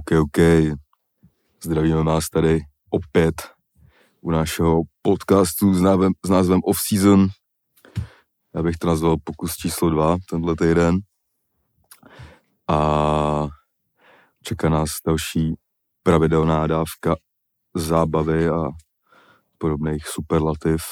OK. Zdravíme vás tady opět u našeho podcastu s názvem Off Season. Já bych to nazval pokus číslo 2 tenhle týden. A čeká nás další pravidelná dávka zábavy a podobných superlativ.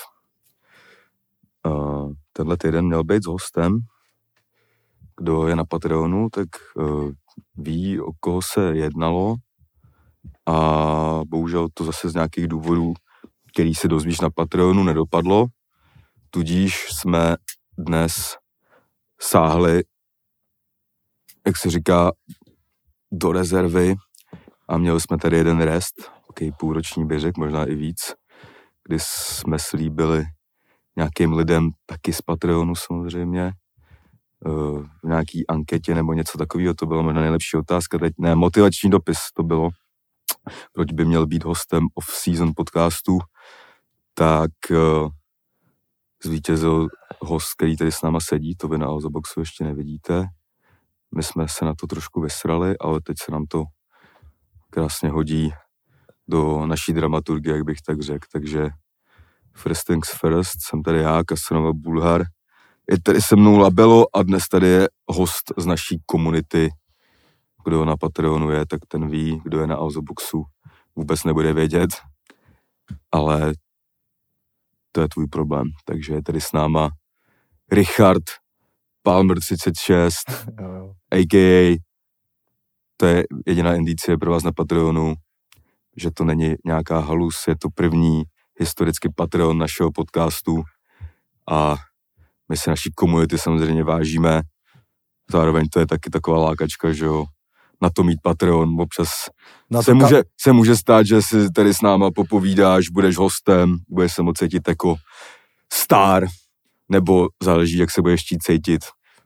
Tenhle týden měl být s hostem. Kdo je na Patreonu, tak ví, o koho se jednalo. A bohužel to zase z nějakých důvodů, který se dozvíš na Patreonu, nedopadlo. Tudíž jsme dnes sáhli, jak se říká, do rezervy a měli jsme tady jeden rest, takový půlroční běžek, možná i víc, kdy jsme slíbili nějakým lidem, taky z Patreonu samozřejmě, v nějaký anketě nebo něco takového, to byla možná nejlepší otázka, teď ne, motivační dopis to bylo, proč by měl být hostem off-season podcastu, tak zvítězil host, který tady s náma sedí, to vy na Alzaboxu ještě nevidíte. My jsme se na to trošku vysrali, ale teď se nám to krásně hodí do naší dramaturgie, jak bych tak řekl. Takže first things first, jsem tady já, Casanova Bulhar, je tady se mnou Labelo a dnes tady je host z naší komunity. Kdo na Patreonu je, tak ten ví, kdo je na Alzaboxu, vůbec nebude vědět, ale to je tvůj problém. Takže je tady s náma Richard Palmer 36, a.k.a. to je jediná indicie pro vás na Patreonu, že to není nějaká halus, je to první historicky Patreon našeho podcastu a my si naší komunity samozřejmě vážíme. Zároveň to je taky taková lákačka, že jo, na to mít Patreon, občas se může stát, že si tady s náma popovídáš, budeš hostem, budeš se moct cítit jako star, nebo záleží, jak se budeš chtít cítit.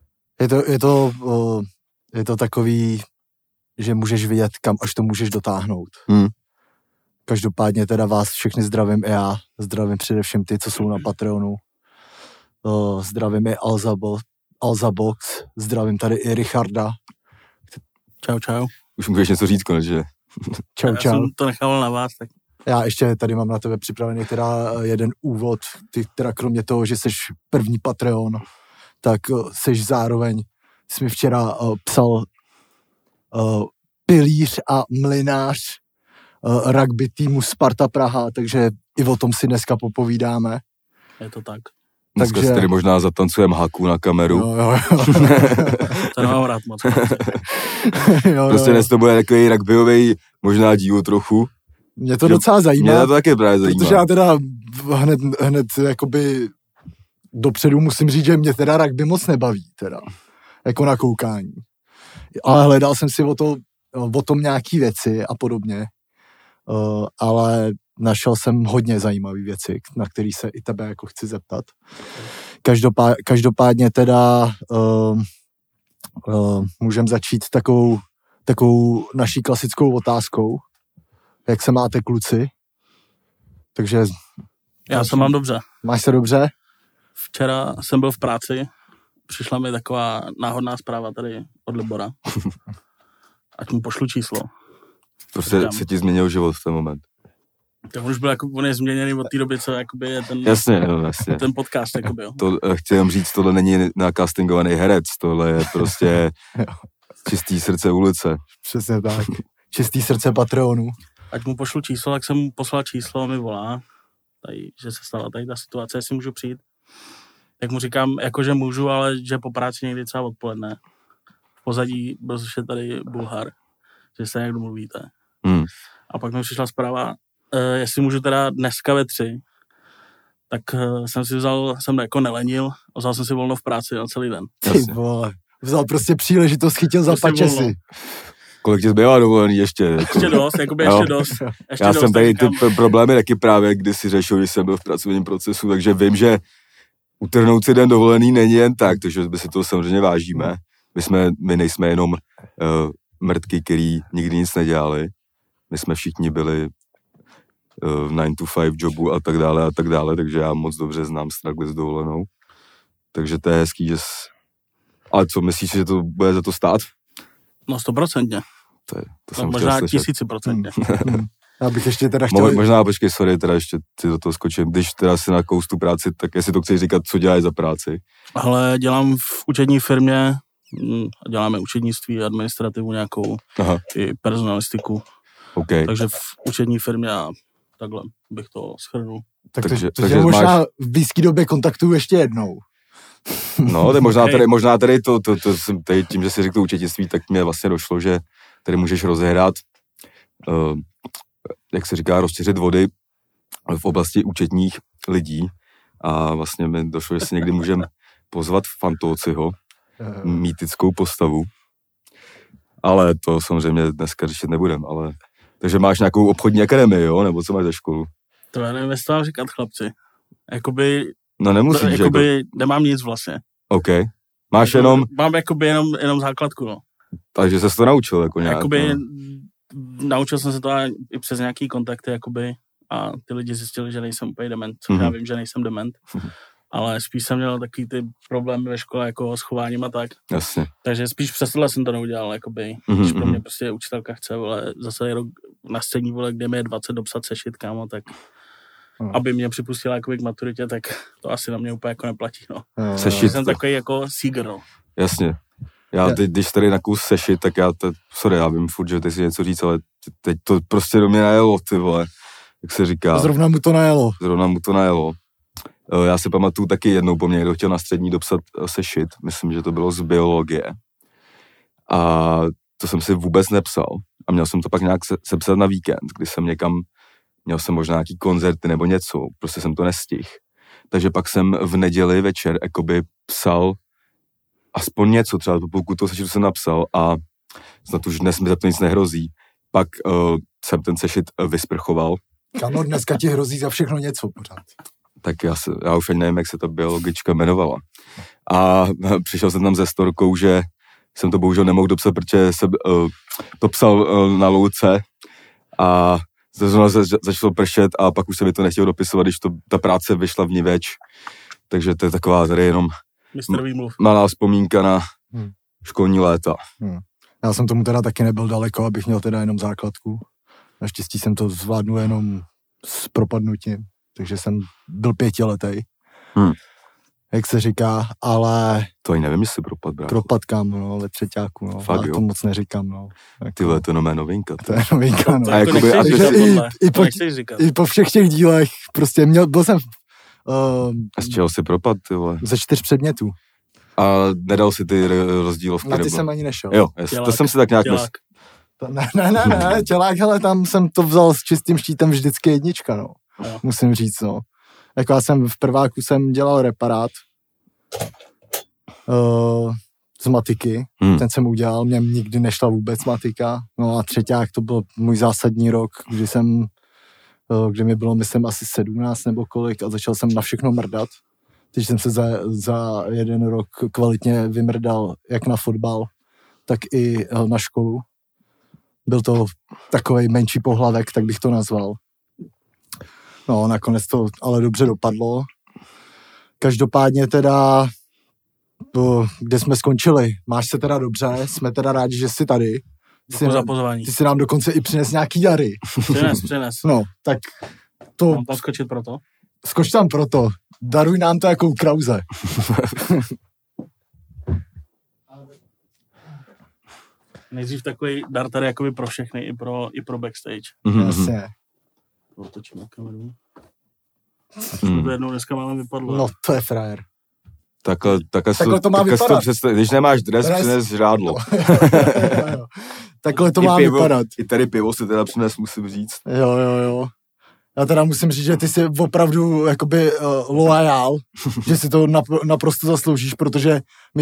Je to takový, že můžeš vidět, kam až to můžeš dotáhnout. Každopádně teda vás všechny zdravím i já, zdravím především ty, co jsou na Patreonu, zdravím i Alzabox, zdravím tady i Richarda. Čau. Už můžeš něco říct konečně. Čau. Já jsem to nechal na vás, tak. Já ještě tady mám na tebe připravený teda jeden úvod, ty teda kromě toho, že jsi první Patreon, tak jsi zároveň, jsi mi včera psal pilíř a mlynář rugby týmu Sparta Praha, takže i o tom si dneska popovídáme. Je to tak. Dneska si tady možná zatancujeme haku na kameru. Jo. To nemám rád moc. Prostě dnes to bude takový rugbyový možná díl trochu. Mě to docela zajímá. Mě to taky právě zajímá. Protože já teda hned jakoby dopředu musím říct, že mě teda rugby moc nebaví teda. Jako na koukání. Ale hledal jsem si o tom nějaký věci a podobně. Ale našel jsem hodně zajímavé věci, na které se i tebe jako chci zeptat. Každopádně teda můžeme začít takovou naší klasickou otázkou. Jak se máte, kluci? Takže... Já se mám dobře. Máš se dobře? Včera jsem byl v práci, přišla mi taková náhodná zpráva tady od Libora. Ať mu pošlu číslo. Prostě se ti změnil život v ten moment. To už byl jako, on je změněný od té doby, co jakoby je ten, jasně. ten podcast. Jakoby, jo. To chci jenom říct, tohle není nakastingovaný herec, tohle je prostě čistý srdce ulice. Přesně tak. Čistý srdce Patreonu. Ať mu pošlu číslo, tak jsem mu poslal číslo a mi volá, tady, že se stala tady ta situace, jestli můžu přijít. Tak mu říkám, jako že můžu, ale že po práci někdy třeba odpoledne. V pozadí byl slyšet tady Bulhar, že se nějak domluvíte. A pak mi přišla zpráva, jestli můžu teda dneska ve 3, tak jsem jako nelenil, vzal jsem si volno v práci na celý den. Ty vole, vzal prostě příležitost, chytil za pačesy. Kolik ti zbývá dovolený ještě? Ještě dost, jakoby ještě dost. Já jsem tady ty problémy taky právě, když si řešil, když jsem byl v pracovním procesu, takže vím, že utrhnout si den dovolený není jen tak, takže my si to samozřejmě vážíme. My nejsme jenom mrtky, který nikdy nic nedělali. My jsme všichni byli v 9 to 5 jobu a tak dále, takže já moc dobře znám struggle s dovolenou. Takže to je hezký, že... Ale co, myslíš, že to bude za to stát? No 100%. To jsem možná chtěl slyšet. 1000%. Já bych ještě teda chtěl... Možná, počkej, sorry, teda ještě si do toho skočím. Když teda si na tu práci, tak jestli to chceš říkat, co děláš za práci? Ale dělám v účetní firmě, děláme účetnictví, administrativu nějakou, i personalistiku. Okay. Takže v účetní firmě a takhle bych to shrnul. Takže možná v blízké době kontaktuju ještě jednou. No, možná tady tady tím, že jsi řekl účetnictví, tak mě vlastně došlo, že tady můžeš rozehrát, jak se říká, rozčeřit vody v oblasti účetních lidí a vlastně mi došlo, že si někdy můžeme pozvat Fantociho, mýtickou postavu, ale to samozřejmě dneska řešit nebudem, ale... Takže máš nějakou obchodní akademii, jo? Nebo co máš za školu? To já nevím, jestli to mám říkat, chlapci. Jakoby... No nemusíš, jakoby nemám nic vlastně. OK. Máš jenom... Mám jakoby jenom základku, no. Takže ses to naučil jako nějak, jakoby no. Naučil jsem se to i přes nějaký kontakty, jakoby, a ty lidi zjistili, že nejsem úplně dement, což já vím, že nejsem dement. Ale spíš jsem měl takový ty problémy ve škole, jako s chováním a tak. Jasně. Takže spíš přes tohle jsem to neudělal, jakoby, když pro mě prostě učitelka chce, vole, za celý rok na střední, vole, kde mi je 20 dopsat sešit, kámo, tak aby mě připustila jakoby k maturitě, tak to asi na mě úplně jako neplatí, no. Sešit. Jsem takový jako seeger, no. Jasně. Já teď, když tady na kus sešit, tak já vím furt, že ty si něco říct, ale teď to prostě do mě najelo, ty vole, jak se říká. Zrovna mu to najelo. Já si pamatuju taky jednou po mně, kdo chtěl na střední dopsat sešit, myslím, že to bylo z biologie. A to jsem si vůbec nepsal. A měl jsem to pak nějak sepsat na víkend, kdy jsem někam, měl jsem možná nějaký koncerty nebo něco, prostě jsem to nestihl. Takže pak jsem v neděli večer jakoby psal aspoň něco, třeba pokud to sešitu jsem napsal a snad už dnes mi za to nic nehrozí. Pak jsem ten sešit vysprchoval. Kamo, dneska ti hrozí za všechno něco pořád. Tak já už ani nevím, jak se ta biologička jmenovala. A přišel jsem tam se storkou, že jsem to bohužel nemohl dopsat, protože jsem to psal na louce a začalo pršet a pak už se mi to nechtělo dopisovat, když ta práce vyšla vniveč. Takže to je taková tady jenom malá vzpomínka na školní léta. Já jsem tomu teda taky nebyl daleko, abych měl teda jenom základku. Naštěstí jsem to zvládnul jenom s propadnutím. Takže jsem byl 5letej, jak se říká, ale... To ani nevím, jestli propad, brácho. Propadkám, no, ve třeťáku, no. Fakt, já to moc neříkám, no. Jako... Tyhle, to je novinka. To je novinka, no. A jakoby, i po všech těch dílech, prostě byl jsem... A z čeho jsi propad, ty vole? Ze 4 předmětů. A nedal si ty rozdílovky? Na ty jsem ani nešel. Jo, to jsem si tak nějak... Ne, tělák, ale tam jsem to vzal s čistým štítem vždycky 1, no. Musím říct, no. Jako já jsem v prváku jsem dělal reparát z matiky, ten jsem udělal, mě nikdy nešla vůbec matika, no a třeťák to byl můj zásadní rok, kdy mi bylo, myslím, asi 17 nebo kolik a začal jsem na všechno mrdat. Teď jsem se za 1 rok kvalitně vymrdal jak na fotbal, tak i na školu. Byl to takovej menší pohlavek, tak bych to nazval. No, nakonec to ale dobře dopadlo. Každopádně teda, kde jsme skončili? Máš se teda dobře, jsme teda rádi, že jsi tady. Za pozvání. Ty si nám dokonce i přines nějaký dary. Přines. No, tak to... Mám tam skočit proto? Skoč tam proto. Daruj nám to jako u Krause. Nejdřív takový dar tady jakoby pro všechny, i pro backstage. Jasně. Otočím na kameru. To jednou dneska máme vypadlo. No, to je frajer. Takhle to má vypadat. Když nemáš dres, přines žrádlo. Takhle to má vypadat. I tady pivo si teda přines, musím říct. Jo. Já teda musím říct, že ty jsi opravdu jakoby loajál, že si to naprosto zasloužíš, protože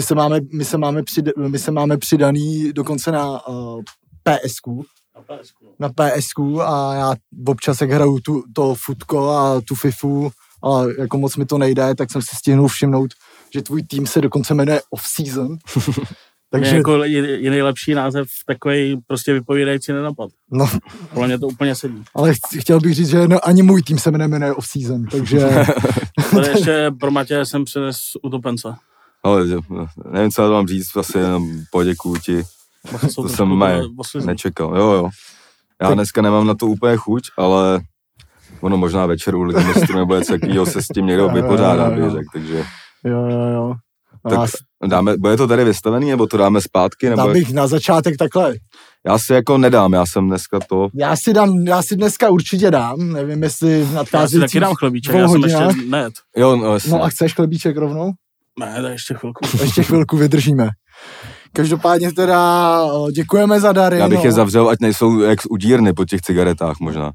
my se máme přidaný dokonce na PSku. Na PSku a já občas, jak hraju to futko a tu fifu, ale jako moc mi to nejde, tak jsem si stihnul všimnout, že tvůj tým se dokonce jmenuje Off-Season. Takže jako je nejlepší název takový prostě vypovídající nenapad. No. Podle mě to úplně sedí. Ale chtěl bych říct, že ani můj tým se jmenuje Off-Season, takže... Tady ještě pro Matěje jsem přines utopence. Ale nevím, co já mám říct, vlastně jenom poděkuju ti To jsem nečekal, jo. Já dneska nemám na to úplně chuť, ale ono možná večer u Ligy mistrů nebo něco takového se s tím někdo vypořádá, takže... Jo. Tak bude to tady vystavený, nebo to dáme zpátky? Nebo... Dám bych na začátek takhle. Já si jako nedám, já jsem dneska to... Já si dneska určitě dám, nevím, jestli v nadcházejících já si taky dám chlebíček, já jsem ještě net. Jo, no a chceš chlebíček rovnou? Ne, to ještě chvilku. Ještě chvilku vydržíme. Každopádně teda děkujeme za dary. Já bych je zavřel, ať nejsou jak z udírny po těch cigaretách možná.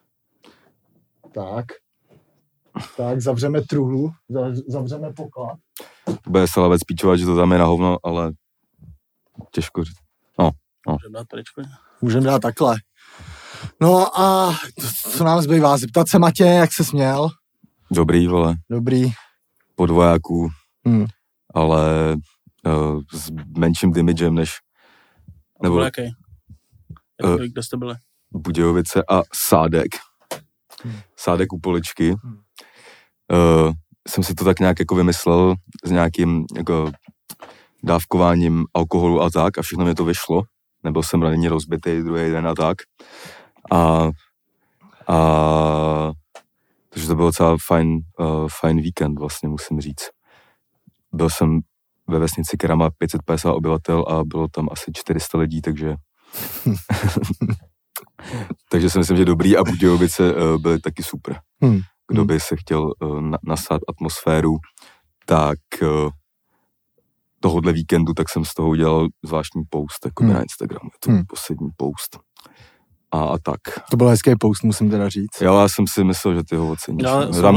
Tak, zavřeme truhlu, zavřeme poklad. Bude se Lavec píčovat, že to tam je na hovno, ale těžko říct. No. Můžeme dát pryčku. Můžeme dát takhle. No a co nám zbývá? Zeptat se Matě, jak se směl? Dobrý, vole. Dobrý. Po dvojáku, ale s menším damagem než... Nebo jaký? Kde jste byli? Budějovice a Sádek. Sádek u Poličky. Jsem si to tak nějak jako vymyslel s nějakým jako dávkováním alkoholu a tak a všechno mi to vyšlo. Nebyl jsem ranění rozbitý druhý den a tak. A takže to byl docela fajn víkend vlastně, musím říct. Byl jsem ve vesnici, která má 550 obyvatel a bylo tam asi 400 lidí, takže takže si myslím, že dobrý a Budějovice byly taky super. Kdo by se chtěl nasát atmosféru, tak tohohle víkendu, tak jsem z toho udělal zvláštní post jako na Instagramu. To byl poslední post. A tak. To byl hezký post, musím teda říct. Jo, já jsem si myslel, že ty ho oceníš.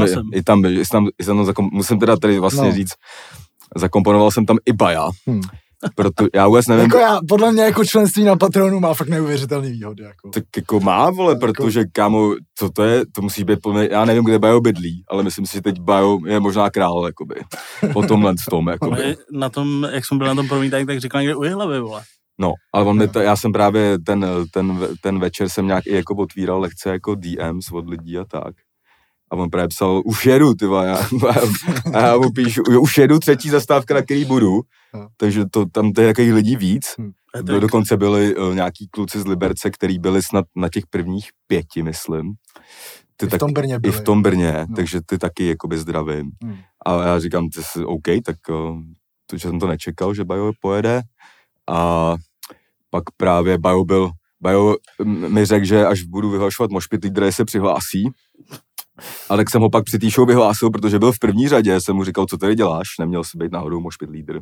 Musím teda tady vlastně říct, zakomponoval jsem tam i Baja. Proto já vůbec nevím. Podle mě jako členství na Patronu má fakt neuvěřitelný výhody. Jako. Tak jako má, vole, protože kámo, co to je, to musí být plně, já nevím, kde Bajo bydlí, ale myslím si, že teď Bajo je možná král, jakoby, po tomhle tom, jakoby. Na tom, jak jsem byl na tom promítání, tak říkal někde u Jihlavy, vole. No, ale já jsem právě ten večer jsem nějak i jako otvíral lehce jako DMs od lidí a tak. A on právě psal, už jedu, tyva, já mu píšu, už jedu, 3. zastávka, na který budu, takže tam je takových lidí víc. Dokonce byli nějaký kluci z Liberce, který byli snad na těch prvních 5, myslím. I v tom Brně byli. I v tom Brně, takže ty taky jakoby zdravím. A já říkám, OK, tak že jsem to nečekal, že Bajo pojede. A pak právě Bajo mi řekl, že až budu vyhlašovat mošpit, lidé se přihlásí. A tak jsem ho pak při té show vyhlásil, protože byl v první řadě, jsem mu říkal, co tady děláš, neměl si být náhodou mošpit lídr.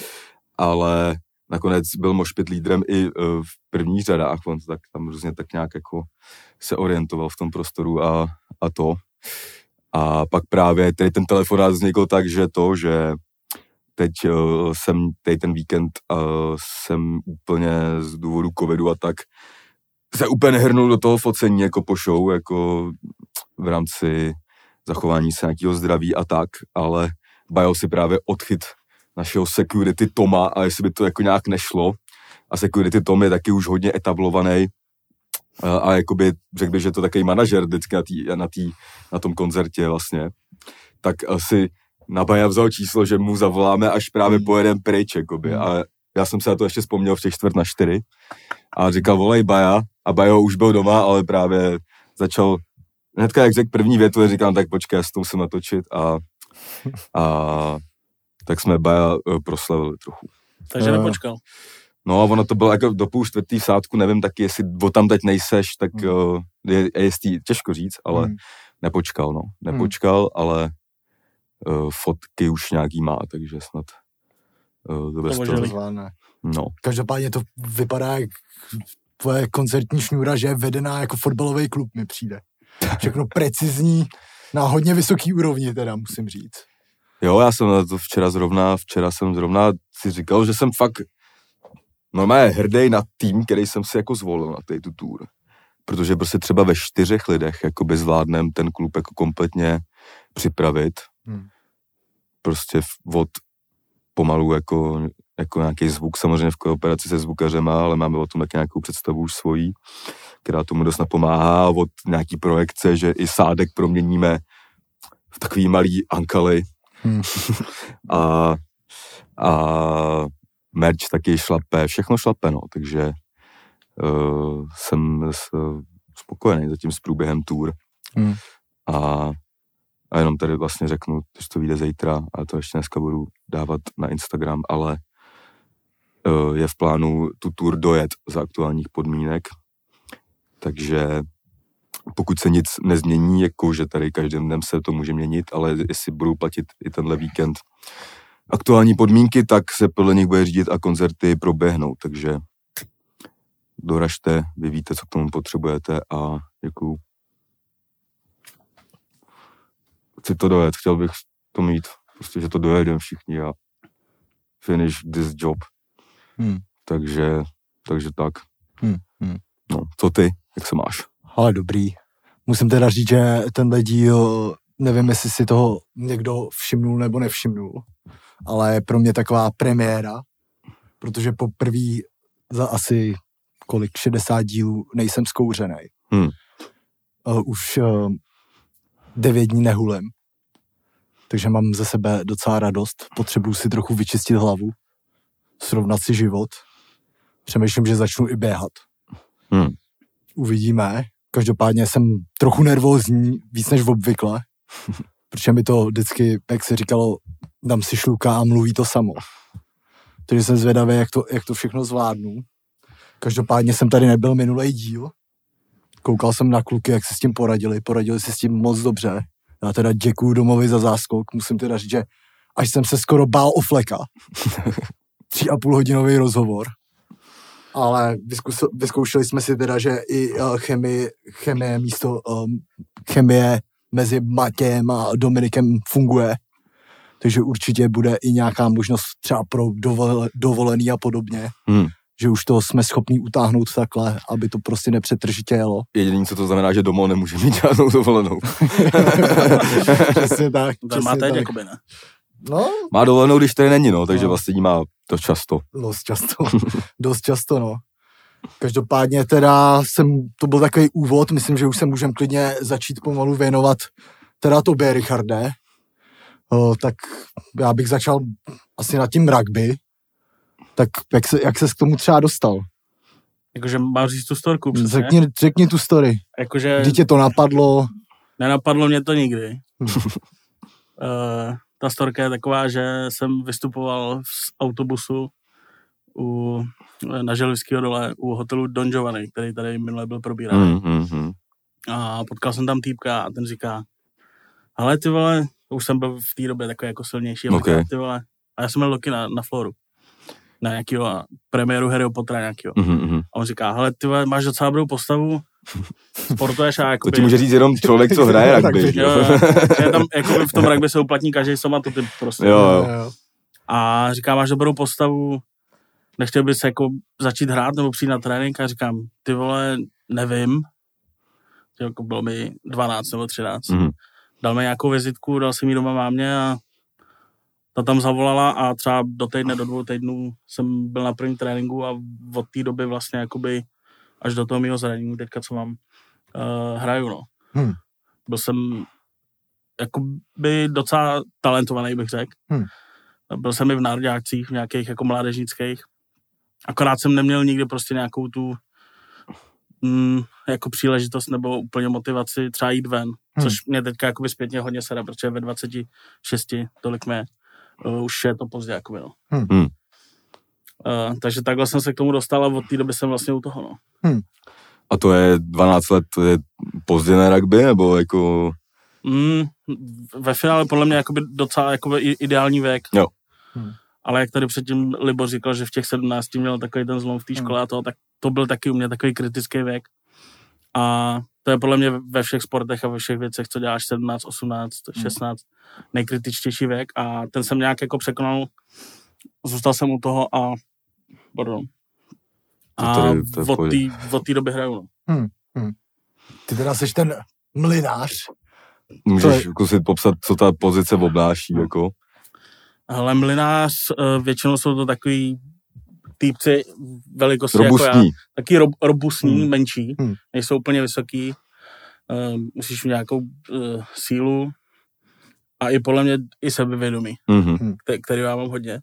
Ale nakonec byl mošpit lídrem i v prvních řadách, on tak tam různě tak nějak jako se orientoval v tom prostoru a to. A pak právě tady ten telefonát vznikl tak, že teď jsem ten víkend jsem úplně z důvodu covidu a tak se úplně nehrnul do toho focení jako po show, jako v rámci zachování se nějakého zdraví a tak, ale Bajo si právě odchyt našeho security Toma a jestli by to jako nějak nešlo a security Tom je taky už hodně etablovaný a jakoby řekl bych, že to takový manažer vždycky na tom koncertě vlastně, tak asi na Baja vzal číslo, že mu zavoláme, až právě pojedeme pryč, jakoby. A já jsem se na to ještě vzpomněl v těch 3:45 a říkal, volej Baja a Bajo už byl doma, ale právě začal, hnedka jak řekl první větu, říkám, tak počkej, já s tom musím natočit a tak jsme Baja proslavili trochu. Takže nepočkal. No a ono to bylo jako do 3:30 v Sádku, nevím taky, jestli tam teď nejseš, tak je těžko říct, ale nepočkal, ale fotky už nějaký má, takže snad to bez toho. No. Každopádně to vypadá jak tvoje koncertní šňůra, že je vedená jako fotbalový klub, mi přijde. Všechno precizní, na hodně vysoký úrovni teda, musím říct. Jo, já jsem na to včera jsem zrovna si říkal, že jsem fakt normálně hrdý na tým, který jsem si jako zvolil na této tour. Protože prostě třeba ve 4 lidech jako zvládnem ten klub jako kompletně připravit. Prostě od pomalu jako nějaký zvuk, samozřejmě v kooperaci se zvukařema, ale máme o tom taky nějakou představu už svojí, která tomu dost napomáhá, od nějaký projekce, že i Sádek proměníme v takový malý ankaly. merch taky šlape, všechno šlape, no, takže jsem spokojený zatím s průběhem tour. A jenom tady vlastně řeknu, že to vyjde zítra, a to ještě dneska budu dávat na Instagram, ale je v plánu tu tour dojet za aktuálních podmínek, takže pokud se nic nezmění, jako že tady každým dnem se to může měnit, ale jestli budou platit i tenhle víkend aktuální podmínky, tak se podle nich bude řídit a koncerty proběhnou, takže doražte, vy víte, co k tomu potřebujete a děkuju. Chci to dojet, chtěl bych to mít, prostě, že to dojedeme všichni a finish this job. Takže tak. No, co ty, jak se máš? Ale dobrý. Musím teda říct, že tenhle díl, nevím, jestli si toho někdo všimnul nebo nevšimnul, ale je pro mě taková premiéra, protože poprvé za asi 60 dílů nejsem zkouřenej. Už 9 dní nehulem. Takže mám ze sebe docela radost. Potřebuji si trochu vyčistit hlavu, srovnat si život. Přemýšlím, že začnu i běhat. Uvidíme. Každopádně jsem trochu nervózní, víc než obvykle, protože mi to vždycky, jak se říkalo, dám si šluka a mluví to samo. Takže jsem zvědavý, jak to všechno zvládnu. Každopádně jsem tady nebyl minulý díl. Koukal jsem na kluky, jak se s tím poradili si s tím moc dobře. Já teda děkuju domovi za záskok, musím teda říct, že až jsem se skoro bál o fleka. 3,5 hodinový rozhovor. Ale vyzkoušeli jsme si teda, že i chemie místo chemie mezi Matějem a Dominikem funguje. Takže určitě bude i nějaká možnost třeba pro dovolený a podobně. Že už to jsme schopní utáhnout takhle, aby to prostě nepřetržitě jelo. Jediný, co to znamená, že domů nemůže mít žádnou dovolenou. Přesně tak. To má teď, jakoby, ne? No. Má dovolenou, když tady není, no, takže vlastně má to často. Dost často, no. Každopádně teda to byl takový úvod, myslím, že už se můžeme klidně začít pomalu věnovat teda tobě, Richarde. Tak já bych začal asi nad tím rugby. Tak jak ses k tomu třeba dostal? Jakože mám říct tu storku, přesně? Řekni tu story. Jakože... Kdy tě to napadlo? Nenapadlo mě to nikdy. Ta storka je taková, že jsem vystupoval z autobusu na Želivského dole u hotelu Don Giovanni, který tady minule byl probíraný. A potkal jsem tam týpka a ten říká, ale ty vole, už jsem byl v té době takový jako silnější. Okay. Ty vole, a já jsem měl loky na floru. Na nějakýho premiéru Harryho Pottera nějakýho. A on říká, hele, ty vole, máš docela dobrou postavu, sportuješ a jakoby... To ti může říct jenom člověk, co hraje rugby. Jo, tam jakoby v tom rugby se uplatní každý somatotyp prostě. Jo. A říká, máš dobrou postavu, nechtěl bys jako začít hrát nebo přijít na trénink a říkám, ty vole, nevím. Jako bylo mi 12 nebo 13. Dal mi nějakou vizitku, dal jsem jí doma mámě a ta tam zavolala a třeba do týdne, do 2 týdnů jsem byl na prvním tréninku a od té doby vlastně jakoby až do toho mýho zranění, teďka co mám, hraju, no. Byl jsem jakoby docela talentovaný, bych řekl. Byl jsem i v nároďákcích, v nějakých jako mládežnických. Akorát jsem neměl nikdy prostě nějakou tu jako příležitost nebo úplně motivaci třeba jít ven, což mě teďka jakoby zpětně hodně sere, protože ve 26 tolik mě už je to pozdě, jakoby, no. Takže takhle jsem se k tomu dostal a od té doby jsem vlastně u toho, no. A to je 12 let, to je pozdě na rugby, nebo jako... Ve finále podle mě jakoby docela jakoby ideální věk. Jo. Ale jak tady předtím Libor říkal, že v těch 17 měl takový ten zlom v té škole a toho, tak to byl taky u mě takový kritický věk. A to je podle mě ve všech sportech a ve všech věcech, co děláš 17, 18, 16, nejkritičtější věk a ten jsem nějak jako překonal, zůstal jsem u toho a od té doby hraju, no. Ty teda seš ten mlynář. Můžeš zkusit popsat, co ta pozice obnáší, jako? Hele, mlynář, většinou jsou to takový týpci velikosti robustní. Jako já, taky robustní, menší, nejsou úplně vysoký, musíš mít nějakou sílu a i podle mě i sebevědomí, který já mám hodně.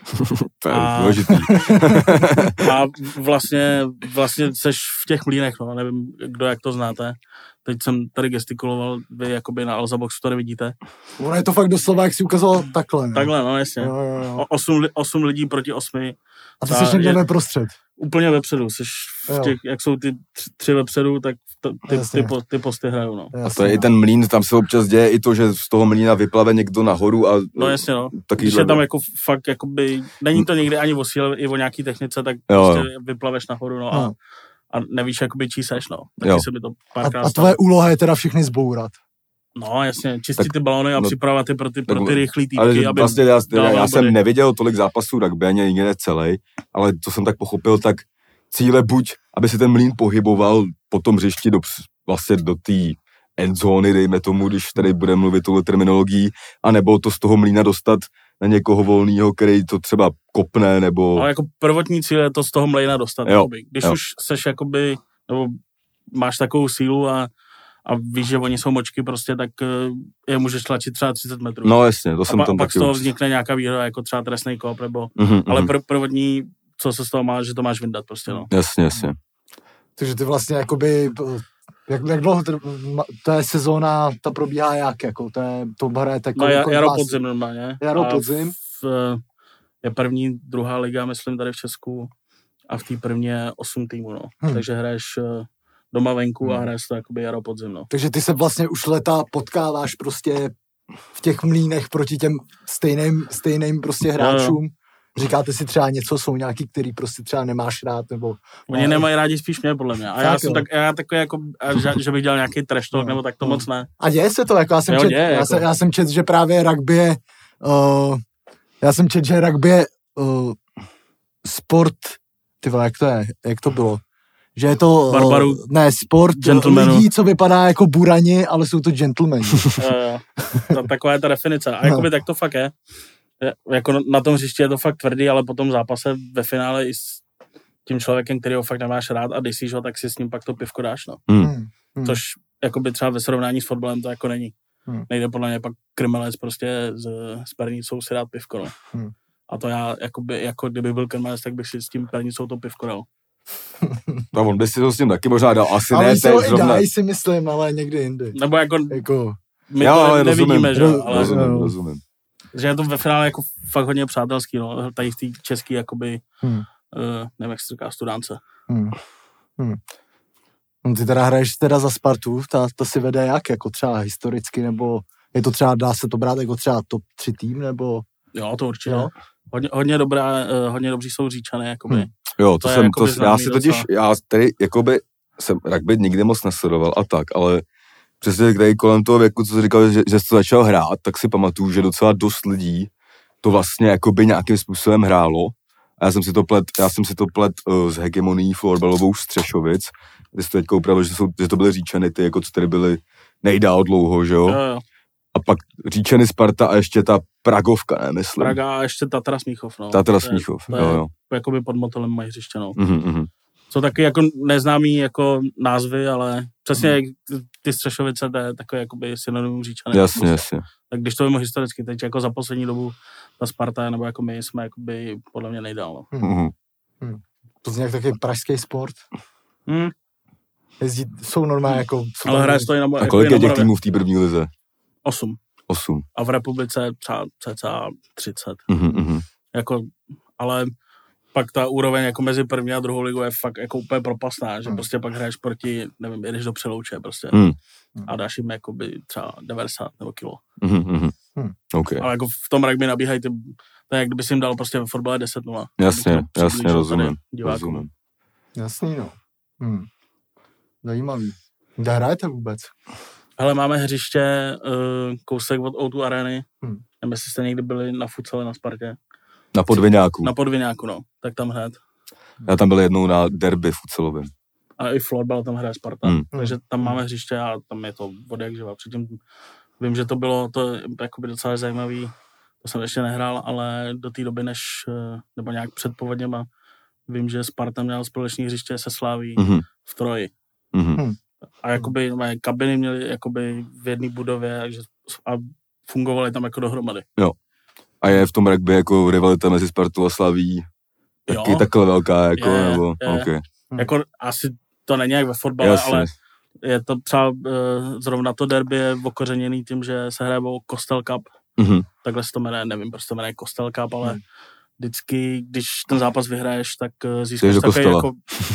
To je A- důležitý. A vlastně seš v těch mlýnech, no, nevím, kdo jak to znáte. Teď jsem tady gestikuloval, vy jakoby na Alza Boxu to nevidíte. Ono je to fakt doslova, jak si ukazoval, takhle. Ne? Takhle, no, jasně. Jo. 8 lidí proti 8. A ty jsi někde veprostřed. Úplně vepředu, seš v těch, jak jsou ty 3 vepředu, tak ty posty hrajou, no. A to je i ten mlýn, tam se občas děje i to, že z toho mlýna vyplave někdo nahoru a... No jasně, no. Taky Když je tam jako fakt, jakoby, není to někdy ani o síle, i o nějaký technice, tak prostě vyplaveš nahoru, no a nevíš, jakoby, čí seš, no. Taky se mi to párkrát a tvoje úloha je teda všechny zbourat. No jasně, čistit ty balony a připravovat je pro ty rychlý týpky, ale aby... vlastně já jsem neviděl tolik zápasů rugby, ani nikdy ne celý, ale co jsem tak pochopil, tak cíle buď, aby se ten mlýn pohyboval po tom hřišti vlastně do té endzóny, dejme tomu, když tady budeme mluvit touhle terminologií, anebo to z toho mlýna dostat na někoho volného, který to třeba kopne, nebo... Ale jako prvotní cíl je to z toho mlýna dostat. Když už seš jakoby, nebo máš takovou sílu a víš, že oni jsou močky prostě, tak je můžeš tlačit třeba 30 metrů. No jasně, to jsem tam pak taky... z toho vznikne nějaká výhoda, jako třeba trestný kop, nebo... Ale prvotní, co se z toho má, že to máš vyndat prostě, no. Jasně. Takže ty vlastně jakoby... Jak dlouho to je sezóna, ta probíhá jak, jako, to hrajete... No jaro podzim normálně. Jaro podzim. Je první, druhá liga, myslím, tady v Česku a v té první je 8 týmů, no. Takže hraješ doma venku a hraješ to jakoby jaro podzim, no. Takže ty se vlastně už leta potkáváš prostě v těch mlýnech proti těm stejným prostě hráčům. No. Říkáte si třeba něco, jsou nějaký, který prostě třeba nemáš rád, nebo... Oni nemají rádi spíš mě, podle mě. A já takový jako, že bych dělal nějaký trash talk, nebo tak to moc ne. A děje se to, jako já jsem čet, že právě rugby je... že rugby je sport... Ty vole, jak to bylo? Že je to... sport lidí, co vypadá jako burani, ale jsou to gentlemani. Taková je ta definice. A jakoby tak to fakt je. Jako na tom hřišti je to fakt tvrdý, ale po tom zápase ve finále i s tím člověkem, který ho fakt nemáš rád a když ho, tak si s ním pak to pivko dáš, no. Což jakoby třeba ve srovnání s fotbalem to jako není. Nejde podle mě pak krmelec prostě s pernicou si dát pivko, no. A to já, jakoby, jako kdyby byl krmelec, tak bych si s tím pernicou to pivko dal. No on by si to s tím taky možná dal, asi ale ne. Ale si ho dají, si myslím, ale někdy jindy. Nebo jako my to nevidíme, že? Rozumím. Že je to ve finále jako fakt hodně přátelský, no, tady v té české, jakoby, nevím, jak se říká, studánce. No, ty teda hraješ teda za Spartu, ta si vede jak, jako třeba historicky, nebo je to třeba, dá se to brát jako třeba top 3 tým, nebo... Jo, to určitě. Jo. Hodně dobří jsou Říčané, jakoby. Jo, já tady, jakoby, jsem rugby nikdy moc nesledoval a tak, ale přesně tady kolem toho věku, co jsi říkal, že jsi to začal hrát, tak si pamatuju, že docela dost lidí to vlastně jakoby nějakým způsobem hrálo. A já jsem si to plet s hegemonií florbalovou Střešovic, kde jsi to teďka upravil, že to byly Říčany, ty jako co tady byly nejdál dlouho, že jo? Jo. A pak Říčany, Sparta a ještě ta Pragovka, ne, myslím. Praga a ještě Tatra Smíchov, no. Tatra Smíchov, jo. Jakoby pod Motolem mají hřiště, no. Jsou taky jako neznámý jako názvy, ale přesně ty Střešovice, to je takový jakoby synonymum Říčany. Jasně. Tak když to vím historicky, teď jako za poslední dobu ta Sparta, nebo jako my jsme jakoby podle mě nejdál, no. To zní jak takový pražský sport. Jezdí, jsou normálně jako... Ale hraje to i na... A kolik je těch týmů v té první lize? 8. A v republice třeba cca 30. Jako, ale pak ta úroveň jako mezi první a druhou ligou je fakt jako úplně propastná, že prostě pak hraješ proti, nevím, jedeš do Přelouče prostě a dáš jim jakoby třeba 90 nebo kilo. Okay. Ale jako v tom rugby nabíhají ty, to je jak kdyby si jim dal prostě ve fotbale 10-0. Jasně, rozumím. Jasný, no. Zajímavý. Kde hrajete vůbec? Hele, máme hřiště kousek od O2 Areny. Nevím, jestli jste někdy byli na futsale na Spartě. Na Podviňáku. Na Podviňáku, no. Tak tam hned. Já tam byl jednou na derby futsalovém. A i florbal tam hraje Sparta. Takže tam máme hřiště a tam je to od jak živa. Předtím vím, že to bylo jakoby docela zajímavý. To jsem ještě nehrál, ale do té doby, nebo nějak před povodněma, vím, že Sparta měl společné hřiště se Slaví v Troji. A jakoby kabiny měly jakoby v jedné budově a fungovaly tam jako dohromady. Jo. A je v tom rugby jako rivalita mezi Spartou a Slaví taky takhle velká, jako, nebo? Okay. Jako asi to není jak ve fotbale, Jasně. ale je to třeba zrovna to derby je okořeněný tím, že se hraje o Kostel Cup. Takhle se to jmenuje, nevím, proč se to jmenuje Kostel Cup, ale vždycky, když ten zápas vyhraješ, tak získáš takový jako...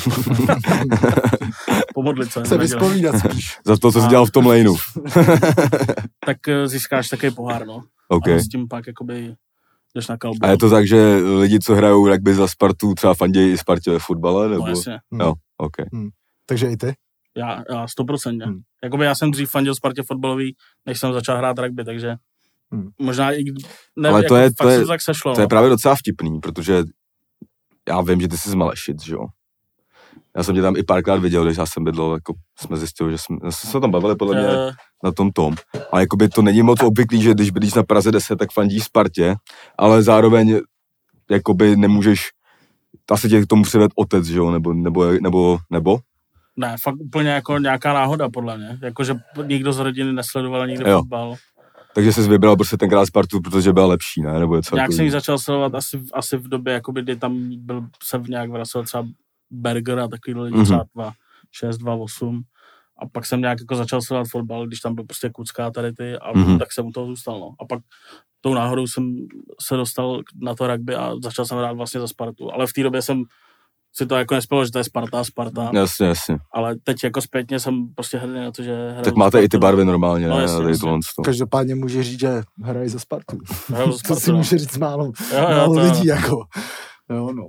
Pomodlit se. Se vyspovídat spíš. Za to, co jsi dělal v tom laneu. Tak získáš takový pohár, no. Okay. A s tím pak jakoby jdeš na kalbu. A je to tak, že lidi, co hrajou rugby za Spartu, třeba fandějí i Spartě ve fotbale? Nebo? No jasně. Jo, okay. Takže i ty? Já 100%. Jakoby já jsem dřív fandil Spartě fotbalový, než jsem začal hrát rugby, takže možná i nevím, ale to jako je, fakt se tak sešlo. To je právě docela vtipný, protože já vím, že ty jsi z Malešic, že jo? Já jsem tě tam i párkrát viděl, když já jsem bydlel, jako jsme zjistili, že jsme se tam bavili podle mě na tom. A jakoby to není moc obvyklý, že když bydlíš na Praze 10, tak fandíš Spartě, ale zároveň jakoby nemůžeš, asi tě k tomu přived otec, že jo? Nebo? Ne, fakt úplně jako nějaká náhoda, podle mě. Jakože nikdo z rodiny nesledoval nikdy fotbal. Takže jsi vybral prostě tenkrát Spartu, protože byla lepší, ne? Nebo nějak jsem ji začal sledovat asi v době, jakoby, kdy tam se nějak vracel třeba Berger a takový lidi, třeba 2-6, 2-8. A pak jsem nějak jako začal sledovat fotbal, když tam byl prostě Kucka tady ty a tak jsem u toho zůstal, no. A pak tou náhodou jsem se dostal na to rugby a začal jsem hrát vlastně za Spartu. Ale v té době jsem si to jako nespělo, že to je Sparta. Jasně. Ale teď jako zpětně jsem prostě hrdý na to, že hraju. Tak máte Spartu, i ty barvy normálně, no, ne? Jasně. Každopádně může říct, že hrají za Spartu. To si no. může říct málo lidí, jako. Jo, no.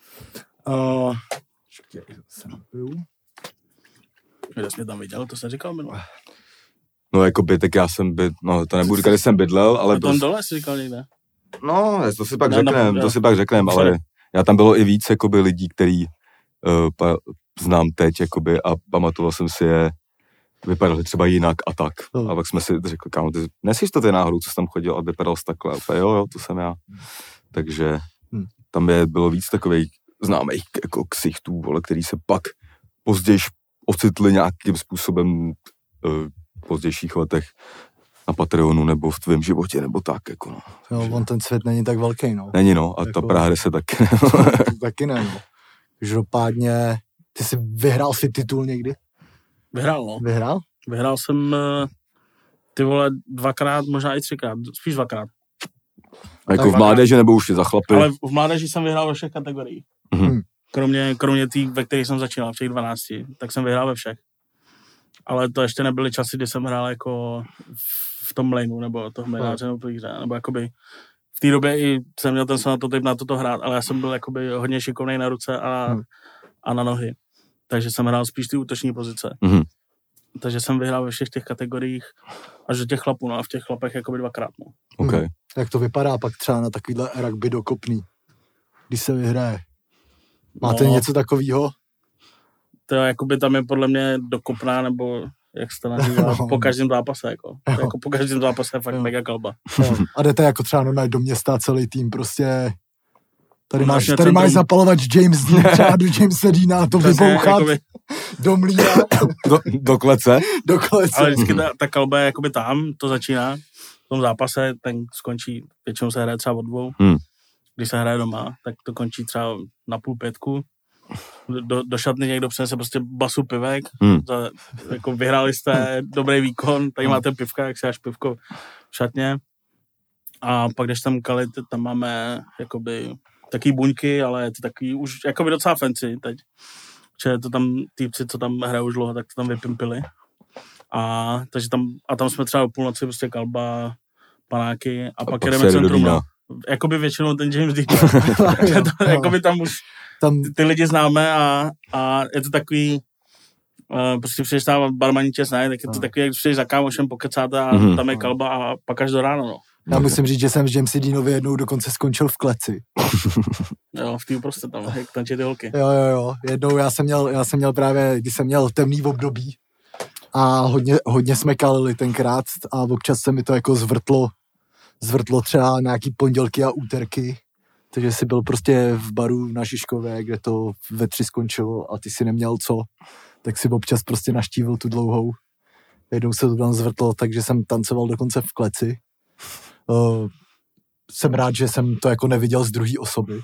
Kde jsi mě tam viděl, to jsem říkal minule. No jako by, tak já jsem to nebudu říkat, že jsem bydlel, ale... Tam dole jsi říkal někde. No, to si pak řekneme, ale já tam bylo i víc jakoby lidí, který znám teď, jakoby, a pamatoval jsem si je, vypadali třeba jinak a tak. A pak jsme si řekli, kámo, ty nesíš to ty náhodou, co jsi tam chodil a vypadal jsi takhle. A jo, to jsem já. Takže tam bylo víc takových známých jako ksichtů, který se pak později ocitli nějakým způsobem v pozdějších letech na Patreonu nebo v tvém životě, nebo tak, jako no. Jo, on ten svět není tak velký, no. Není, no, a jako, ta Praha se taky ne. Taky ne, no. Každopádně, ty jsi vyhrál si titul někdy? Vyhrál, no. Vyhrál? Vyhrál jsem, ty vole, 2krát, možná i 3krát, spíš 2krát. A jako v mládeži nebo už za chlapy? Ale v mládeži jsem vyhrál ve všech kategoriích. Kromě tý, ve kterých jsem začínal, v těch 12, tak jsem vyhrál ve všech. Ale to ještě nebyly časy, kdy jsem hrál jako v tom laneu, nebo toho mlináře, nebo plíře, nebo jakoby v té době i jsem měl ten typ na toto hrát, ale já jsem byl jakoby hodně šikovnej na ruce a na nohy. Takže jsem hrál spíš ty útoční pozice. Takže jsem vyhrál ve všech těch kategoriích až do těch chlapů, no a v těch chlapech jakoby 2krát, no. Okay. Jak to vypadá pak třeba na takovýhle rugby dokopný, když se vyhraje? Máte něco takového? To jakoby tam je podle mě dokopná, nebo jak se to nazývá, po každém zápase, jako. Jako po každém zápase je fakt mega kalba. A jdete jako třeba normálně do města celý tým, prostě tady máš zapalovat James Dean, třeba do Jamesa Deana, to vybouchat jakoby... do mlýna. do klece. Do klece. Ale vždycky ta kalba je jakoby tam, to začíná. V tom zápase ten skončí, většinou se hraje třeba od 2. Když se hraje doma, tak to končí třeba na 4:30. Do šatny někdo přinese prostě basu pivek, jako vyhráli jste dobrý výkon, tady máte pivka, jak si dáš pivko v šatně. A pak když tam kalit, tam máme jakoby taky buňky, ale je to takový už jakoby docela fancy teď. Že to tam týpci, co tam hrajou už dlouho, tak to tam vypimpili. Takže tam jsme třeba o půlnoci prostě kalba, panáky a pak jdeme centrum. Jakoby většinou ten James Dean. Jakoby tam už ty lidi známe a je to takový, prostě přijdeš tam barmaní tě znají, tak je to takový, jak přijdeš za kámošem, pokecáte a tam je kalba a pak až do rána, no. Já musím říct, že jsem s Jamesi Deanovi jednou dokonce skončil v kleci. Jo, v tým prostě tam, jak tančí ty holky. Jo. Jednou já jsem měl právě, když jsem měl temný období a hodně jsme kalili tenkrát a občas se mi to jako zvrtlo třeba nějaký pondělky a úterky. Takže jsi byl prostě v baru na Žižkově, kde to ve 3 skončilo a ty si neměl co, tak si občas prostě naštívil tu dlouhou. Jednou se to tam zvrtlo, takže jsem tancoval dokonce v kleci. jsem rád, že jsem to jako neviděl z druhé osoby.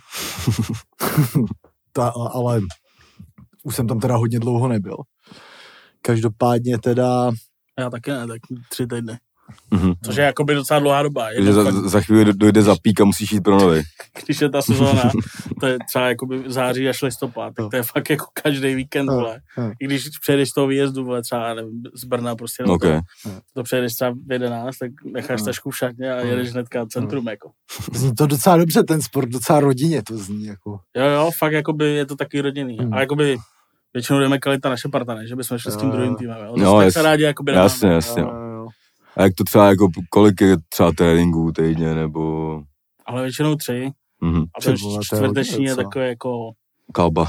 Ale už jsem tam teda hodně dlouho nebyl. Každopádně teda... Já taky ne, tak 3 týdny. Mhm. Což je jakoby docela dlouhá doba. Takže za chvíli dojde zapík a musíš jít pro nový. Když je ta sezóna, to je třeba jakoby září až listopad, tak to je fakt jako každý víkend, vole. I když přejdeš z toho výjezdu, vole, třeba nevím, z Brna prostě, to přejdeš třeba v 11, tak necháš tašku v šatně a jedeš hnedka centrum, jako. Zní to docela dobře, ten sport, docela rodině to zní, jako. Jo, fakt jakoby je to taky rodinný. A jakoby většinou jdeme kalita naše parta, ne? Že bychom šli s tím druhým týmem, jo. No, se rádi jakoby jasně. A jak to třeba, jako, kolik je třeba tréninků týdně, nebo... Ale většinou 3. A ten čtvrteční je takový jako... Kalba.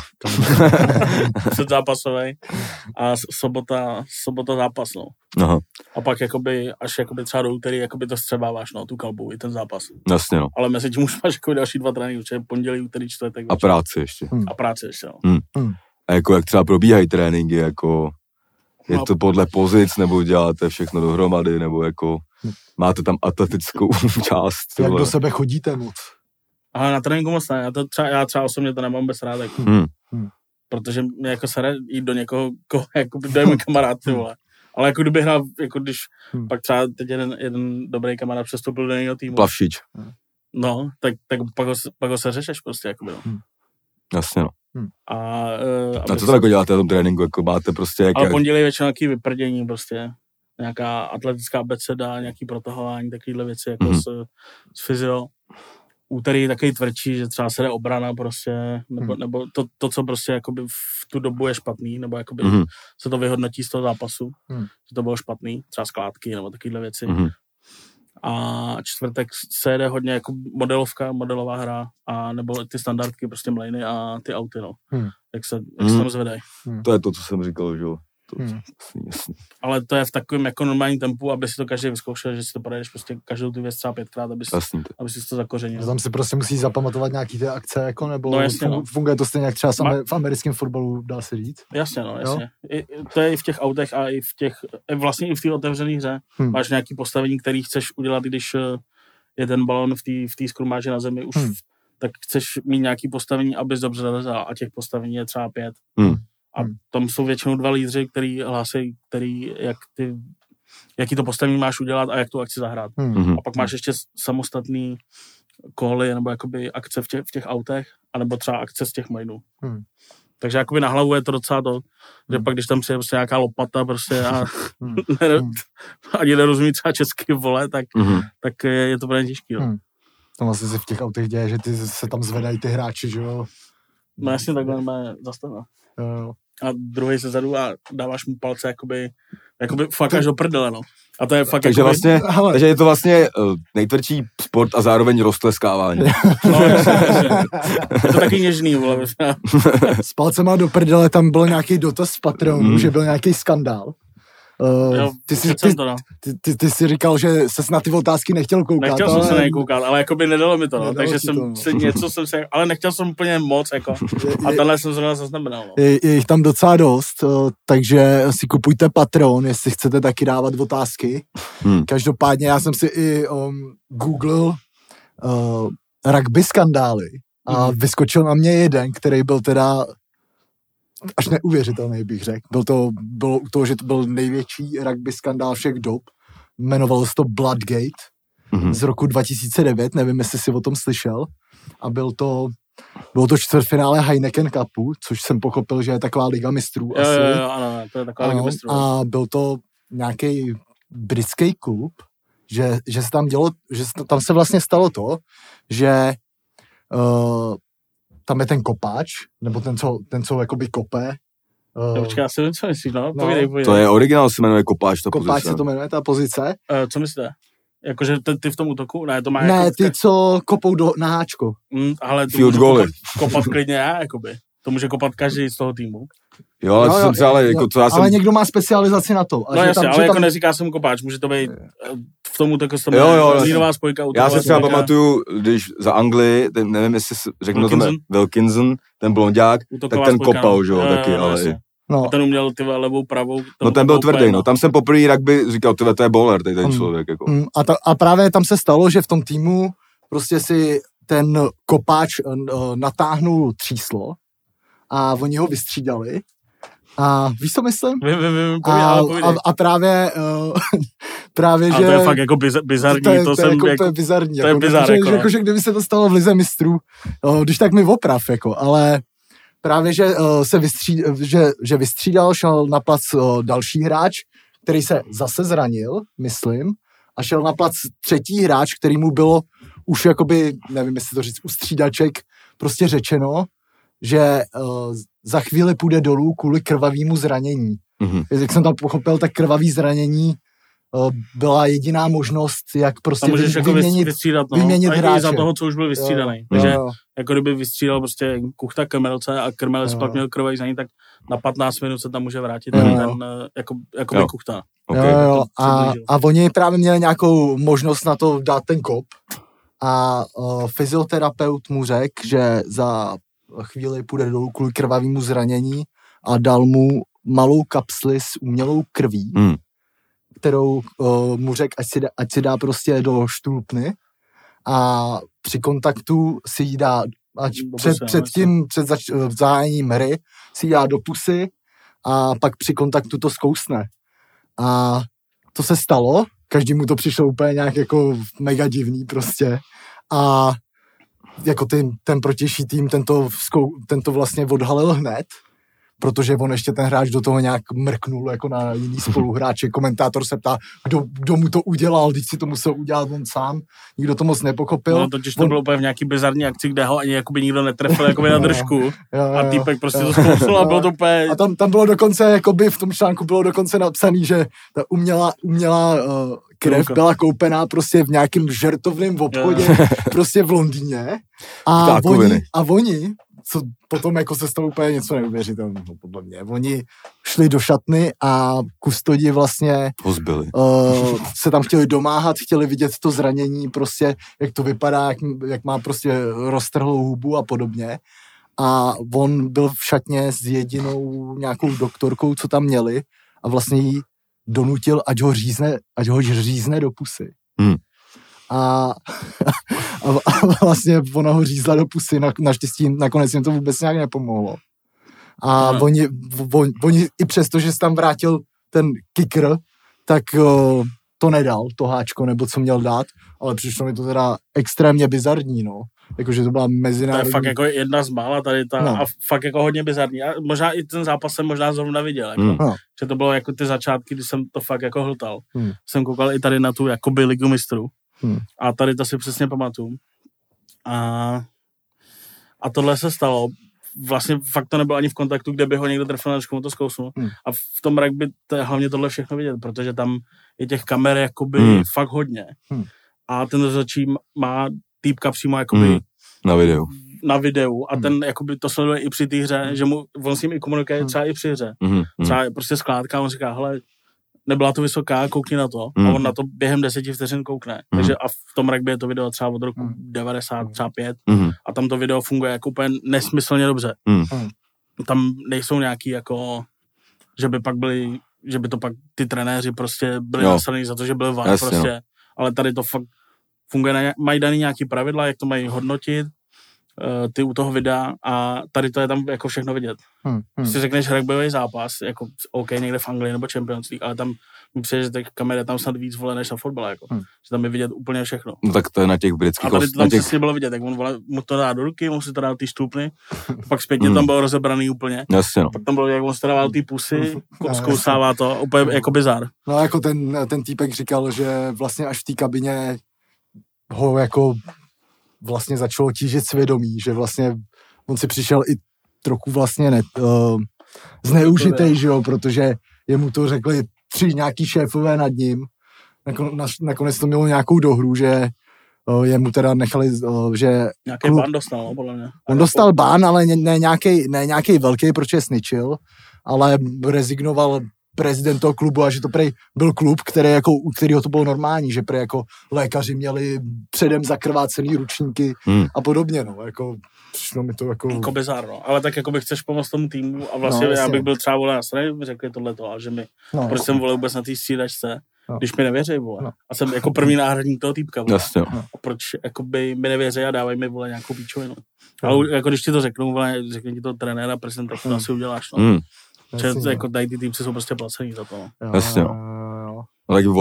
Předzápasový. A sobota zápas, no. Aha. A pak jakoby, až jakoby třeba do úterý, jakoby to střebáváš, no, tu kalbu, i ten zápas. Jasně, no. Ale mezi tím už máš jako další 2 tréninky, určitě pondělí, úterý, čtvrtek. A práci ještě. A práci ještě, no. A jako jak třeba probíhají tréninky, jako... Je to podle pozic, nebo děláte všechno dohromady, nebo jako máte tam atletickou část. Jak do sebe chodíte moc? Ale na tréninku moc ne, já třeba osobně to nemám bez rádek. Protože mě jako se jít do někoho, jako do je můj kamarád, ty vole. Ale jako kdyby hrál, jako když pak třeba teď jeden dobrý kamarád přestoupil do jiného týmu. Plavšič. No, tak pak ho se řešeš prostě, jakoby, no. Jasně, no. A co to jako děláte na tom tréninku, jako máte prostě... Ale pondělí většinou nějaký vyprdění prostě, nějaká atletická beseda, nějaký protahování, takovýhle věci jako s fyzio. Úterý takový tvrdší, že třeba se jde obrana prostě, nebo to, co prostě jakoby v tu dobu je špatný, nebo jakoby se to vyhodnotí z toho zápasu, že to bylo špatný, třeba skládky nebo takovýhle věci. A čtvrtek se jede hodně jako modelová hra, a nebo ty standardky, prostě mlejny a ty auty, no. Jak se tam zvedají. To je to, co jsem říkal, že jo. Jasný. Ale to je v takovém jako normálním tempu, aby si to každý vyzkoušel, že si to projedeš prostě každou tu věc třeba 5krát, aby si to zakořenil. Tam si prostě musí zapamatovat nějaký ty akce, jako, nebo funguje to stejně jak třeba v americkém fotbalu, dá se říct? Jasně, no, jasně. To je i v těch autech a i v těch, vlastně i v té otevřené hře. Máš nějaký postavení, který chceš udělat, když je ten balon v té skrumáži na zemi už, tak chceš mít nějaký postavení, abys dobře nalezal, a těch postavení je třeba 5. A tam jsou většinou 2 lídři, který hlásí, jaký to postavení máš udělat a jak tu akci zahrát. A pak máš ještě samostatný koly nebo jakoby akce v těch autech, anebo třeba akce z těch majdů. Takže jakoby na hlavu je to docela to, že pak když tam přijde prostě nějaká lopata prostě a ani nerozumí třeba česky, vole, tak je to velmi těžký. No. To vlastně se v těch autech děje, že ty se tam zvedají ty hráči, že jo? No jasně, takhle máme zastaveno. A druhý se zadu a dáváš mu palce jakoby fakáš do prdele, no. A to je fakt takže jakoby... vlastně, takže je to vlastně nejtvrdší sport a zároveň roztleskávání. No, jasně. Je to taky něžný, vole. S palcema do prdele tam byl nějaký dotaz z Patreonu, že byl nějaký skandál. Ty jsi říkal, že ses na ty otázky nechtěl koukat. Nechtěl jsem se nekoukat, ale jakoby nedalo mi to, no. Takže ale nechtěl jsem úplně moc, jako. A tenhle jsem zrovna zaznamenal, no. Je jich tam docela dost, takže si kupujte Patreon, jestli chcete taky dávat otázky. Každopádně já jsem si i googlil rugby skandály a vyskočil na mě jeden, který byl teda až neuvěřitelný, bych řekl. Bylo u toho, že to byl největší rugby skandál všech dob. Jmenovalo se to Bloodgate z roku 2009, nevím, jestli jsi o tom slyšel. A bylo to čtvrtfinále Heineken Cupu, což jsem pochopil, že je taková liga mistrů. Jo, ano, to je taková liga mistrů. A byl to nějaký britský klub, že se tam dělo, že tam se vlastně stalo to, že tam je ten kopáč, nebo ten, co jakoby kope. Počkej, já si vím, co myslíš, no. Povídej. To je originál, se jmenuje kopáč, ta kopáč pozice. Se to jmenuje, ta pozice. Co myslíte? Jakože ty v tom útoku? Ne, to má ne, ty, co kopou na háčko. Ale to field goaly. Kopat klidně já, jakoby. To může kopat každý z toho týmu. Jo, ale někdo má specializaci na to. No jasně, ale jako neříká se mu kopáč, může to být v tomu tak se to línová spojka. Já si třeba pamatuju, když za Anglii, nevím, jestli řeknu to Wilkinson, ten blonďák, tak ten kopal, že jo, taky, ale... No. A ten uměl levou, pravou. No ten byl tvrdý, no. Tam jsem poprvé rugby říkal, to je bowler, ten člověk, jako. A právě tam se stalo, že v tom týmu prostě si ten kopáč natáhnul tříslo a oni ho vystřídali. A víš, co myslím? A právě, a že... to je fakt jako bizarní. To je bizarní. To je bizar, jako, že kdyby se to stalo v lize mistrů, když tak mi oprav, jako, ale právě, že že vystřídal, šel na plac další hráč, který se zase zranil, myslím, a šel na plac třetí hráč, který mu bylo už jakoby, nevím, jestli to říct, u střídaček prostě řečeno, že za chvíli půjde dolů kvůli krvavému zranění. Mhm. Jak jsem tam pochopil, tak krvavý zranění byla jediná možnost, jak prostě vyměnit hráče. I za toho, co už byl vystřídaný. Takže jako kdyby vystřídal prostě Kuchta Krmelce a Krmelec pak měl krvavý zranění, tak na 15 minut se tam může vrátit ten jako Kuchta. Okay. Jo. A oni právě měli nějakou možnost na to dát ten kop a fyzioterapeut mu řekl, že za chvíli půjde dolů kvůli krvavému zranění a dal mu malou kapsli s umělou krví, kterou mu řekl, ať si dá prostě do štulpny a při kontaktu si ji dá, před zahájením hry si ji dá do pusy a pak při kontaktu to zkousne. A to se stalo, každému to přišlo úplně nějak jako mega divný prostě a jako ten protější tým tento vlastně odhalil hned, protože on ještě ten hráč do toho nějak mrknul jako na jiný spoluhráče. Komentátor se ptá, kdo mu to udělal, když si to musel udělat on sám. Nikdo to moc nepochopil. No, totiž to bylo úplně v nějaký bizarní akci, kde ho ani jakoby nikdo netrefil jakoby na držku. A týpek prostě to zkousnul a bylo to úplně... A tam bylo dokonce, jakoby v tom článku bylo dokonce napsaný, že ta umělá krev byla koupená prostě v nějakém žertovném obchodě prostě v Londýně. A oni co potom jako se stalo úplně něco neuvěřitelného, podle mě. Oni šli do šatny a kustodi vlastně se tam chtěli domáhat, chtěli vidět to zranění, prostě jak to vypadá, jak má prostě roztrhlou hubu a podobně. A on byl v šatně s jedinou nějakou doktorkou, co tam měli a vlastně jí donutil, ať ho řízne do pusy. A vlastně ona ho řízla do pusy, naštěstí nakonec jim to vůbec nějak nepomohlo. A oni i přesto, že se tam vrátil ten kicker, tak to nedal, to háčko, nebo co měl dát, ale přišlo mi to teda extrémně bizarní, no. Jakože to byla mezinárodní... To je fakt jako jedna z mála tady a fakt jako hodně bizarní. A možná i ten zápas jsem možná zrovna viděl, jako, že to bylo jako ty začátky, kdy jsem to fakt jako hltal. Jsem koukal i tady na tu jakoby ligu mistrů. A tady to si přesně pamatuju. A tohle se stalo. Vlastně fakt to nebylo ani v kontaktu, kde by ho někdo trefil na držku, to zkousnul. A v tom rugby to je hlavně tohle všechno vidět, protože tam je těch kamer jakoby fakt hodně. A ten rozhodčí má týpka přímo jakoby na videu a ten jakoby to sleduje i při té hře, že on s ním i komunikuje třeba i při hře. Třeba prostě skládka, on říká, hele, nebyla to vysoká, koukni na to. A on na to během 10 vteřin koukne. Takže a v tom rugby je to video třeba od roku 95 a tam to video funguje jako úplně nesmyslně dobře. Tam nejsou nějaký jako, že by to pak ty trenéři prostě byli nastavený za to, že byl van prostě. Ale tady to fakt funguje, mají daný nějaký pravidla, jak to mají hodnotit, ty u toho videa a tady to je tam jako všechno vidět. Si řekneš rugbyový zápas, jako OK, někde v Anglii nebo Champions League, ale tam mi přijde, že těch kamer je tam snad víc vole než na fotbale, jako. Že tam je vidět úplně všechno. No tak to je na těch britských... A tady to tam přesně bylo vidět, jak on mu to dá do ruky, mu si to dá ty štůpny, pak zpětně tam bylo rozebraný úplně. Jasně, no. Pak tam bylo, jak on stával ty pusy, zkousává to, úplně jako bizar. No jako ten týpek říkal, že vlastně až v té kabině ho jako vlastně začalo tížit svědomí, že vlastně on si přišel i trochu vlastně zneužitej, že jo, protože jemu to řekli 3 nějaký šéfové nad ním. Nakonec to mělo nějakou dohru, že jemu teda nechali, že... Nějaký ban dostal, no, podle mě. On dostal ban, ale ne nějaký velký, protože sničil, ale rezignoval prezident toho klubu a že to prej byl klub, u kterého to bylo normální, že prej jako lékaři měli předem zakrvácený ručníky a podobně, no, jako přišlo mi to jako bizár, no, ale tak jako bych chceš pomoct tomu týmu a vlastně já bych byl třeba vole na straně, řekli tohleto a že mi, proč jsem volil vůbec na té střídačce když mi nevěří, vole. No. A jsem jako první náhradník toho týpka, vole. Jasně. A proč jakoby mi nevěří a dávají mi, vole, nějakou píčovinu. Ale jako když ti to řeknou, vole, řekne ti to trenér a prezident, tak to asi uděláš, no. Že jako tady ty týpci jsou prostě placený za to, no. Jasně. No, tak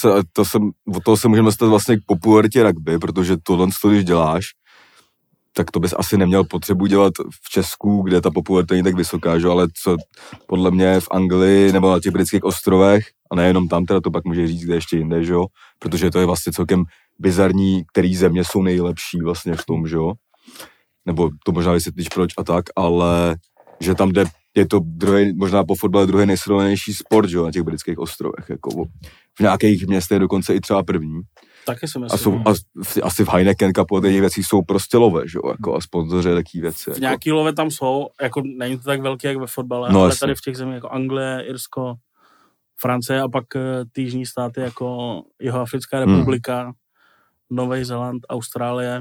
od toho se můžeme stát vlastně k popularitě rugby, protože tohle, když děláš, tak to bys asi neměl potřebu dělat v Česku, kde ta popularita není tak vysoká, že? Ale co podle mě v Anglii nebo na těch britských ostrovech, a nejenom tam, teda to pak může říct, kde ještě jinde, že jo? Protože to je vlastně celkem bizarní, který země jsou nejlepší vlastně v tom, že jo? Nebo to možná vysvětlíš proč a tak, ale že tam je to druhý, možná po fotbale druhý nejsledovanější sport, že jo, na těch britských ostrovech, jako v nějakých městech dokonce i třeba první. Taky si myslím. Asi v Heineken Cupu a těch věcí jsou prostě love, že jo, jako a sponzoři taký věci. V nějaký love tam jsou, jako není to tak velký, jak ve fotbale, no, ale jasně. tady v těch zemích jako Anglie, Irsko, Francie a pak ty jižní státy jako Jihoafrická republika, Nový Zéland, Austrálie,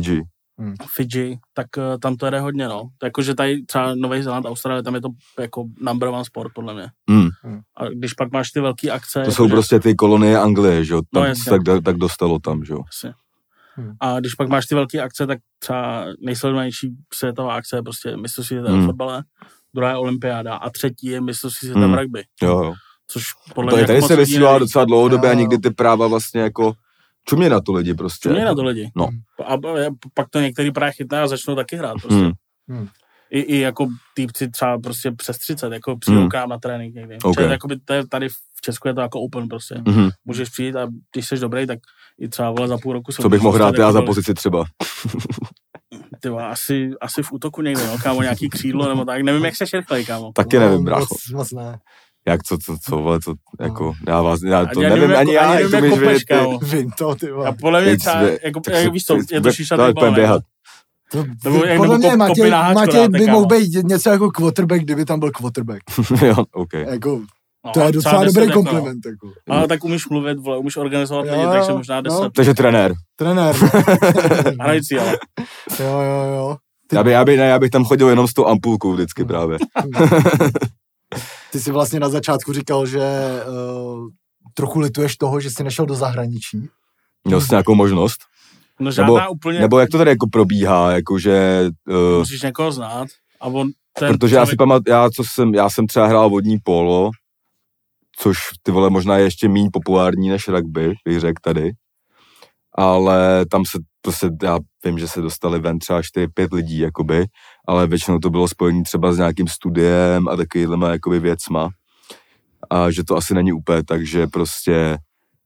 Fidži, tak tam to jde hodně, no. Jakože tady třeba Nový Zéland, Austrálie, tam je to jako number one sport, podle mě. A když pak máš ty velký akce... To jsou prostě ty kolonie Anglie, že jo? No, tak dostalo tam, že jo? A když pak máš ty velké akce, tak třeba nejsledovanější světová akce je prostě mistrovství světa v fotbale, druhá je olympiáda a třetí je mistrovství světa v rugby. Jo. Což podle mě... Tady se vysílá docela dlouhodobě a nikdy ty práva vlastně jako... Čumě na to lidi prostě. Čumě na to lidi. No. A pak to některý právě chytne a začnou taky hrát prostě. I jako týpci třeba prostě přes 30, jako přijdou k nám na trénink někdy. Okay. Jakoby tady v Česku je to jako open prostě. Můžeš přijít a když jsi dobrý, tak i třeba vole za půl roku... Co bych mohl hrát já za pozici třeba? Tyva, asi v útoku někde, no, kámo, nějaký křídlo nebo tak. Nevím, jak se šerchlej, kámo. Taky nevím, brácho. Moc ne. Jak vole, to jako, já to nevím, ani já, jak to můžeš vědět, kámo. Vím to, ty vole. A podle mě třeba, jako víš co, je to šišatý balon. běhat. Podle mě Matěj by mohl být něco jako quarterback, kdyby tam byl quarterback. Jo, OK. Jako, to je docela dobrý kompliment. Jako. Ale tak umíš mluvit, vole, umíš organizovat lidi, takže možná 10. No. Takže trenér. Hrající, ale. Jo. Já bych tam chodil jenom s tou ampulkou vždycky právě. Ty jsi vlastně na začátku říkal, že trochu lituješ toho, že jsi nešel do zahraničí. Měl jsi nějakou možnost? No žádná úplně... Nebo jak to tady jako probíhá, jakože... Musíš někoho znát a on... Protože já si pamatuju, já jsem třeba hrál vodní polo, což ty vole možná je ještě méně populární než rugby, bych řekl tady. Ale tam já vím, že se dostali ven třeba 4-5 lidí, jakoby, ale většinou to bylo spojení třeba s nějakým studiem a takovýhlema jakoby věcma. A že to asi není úplně tak, že prostě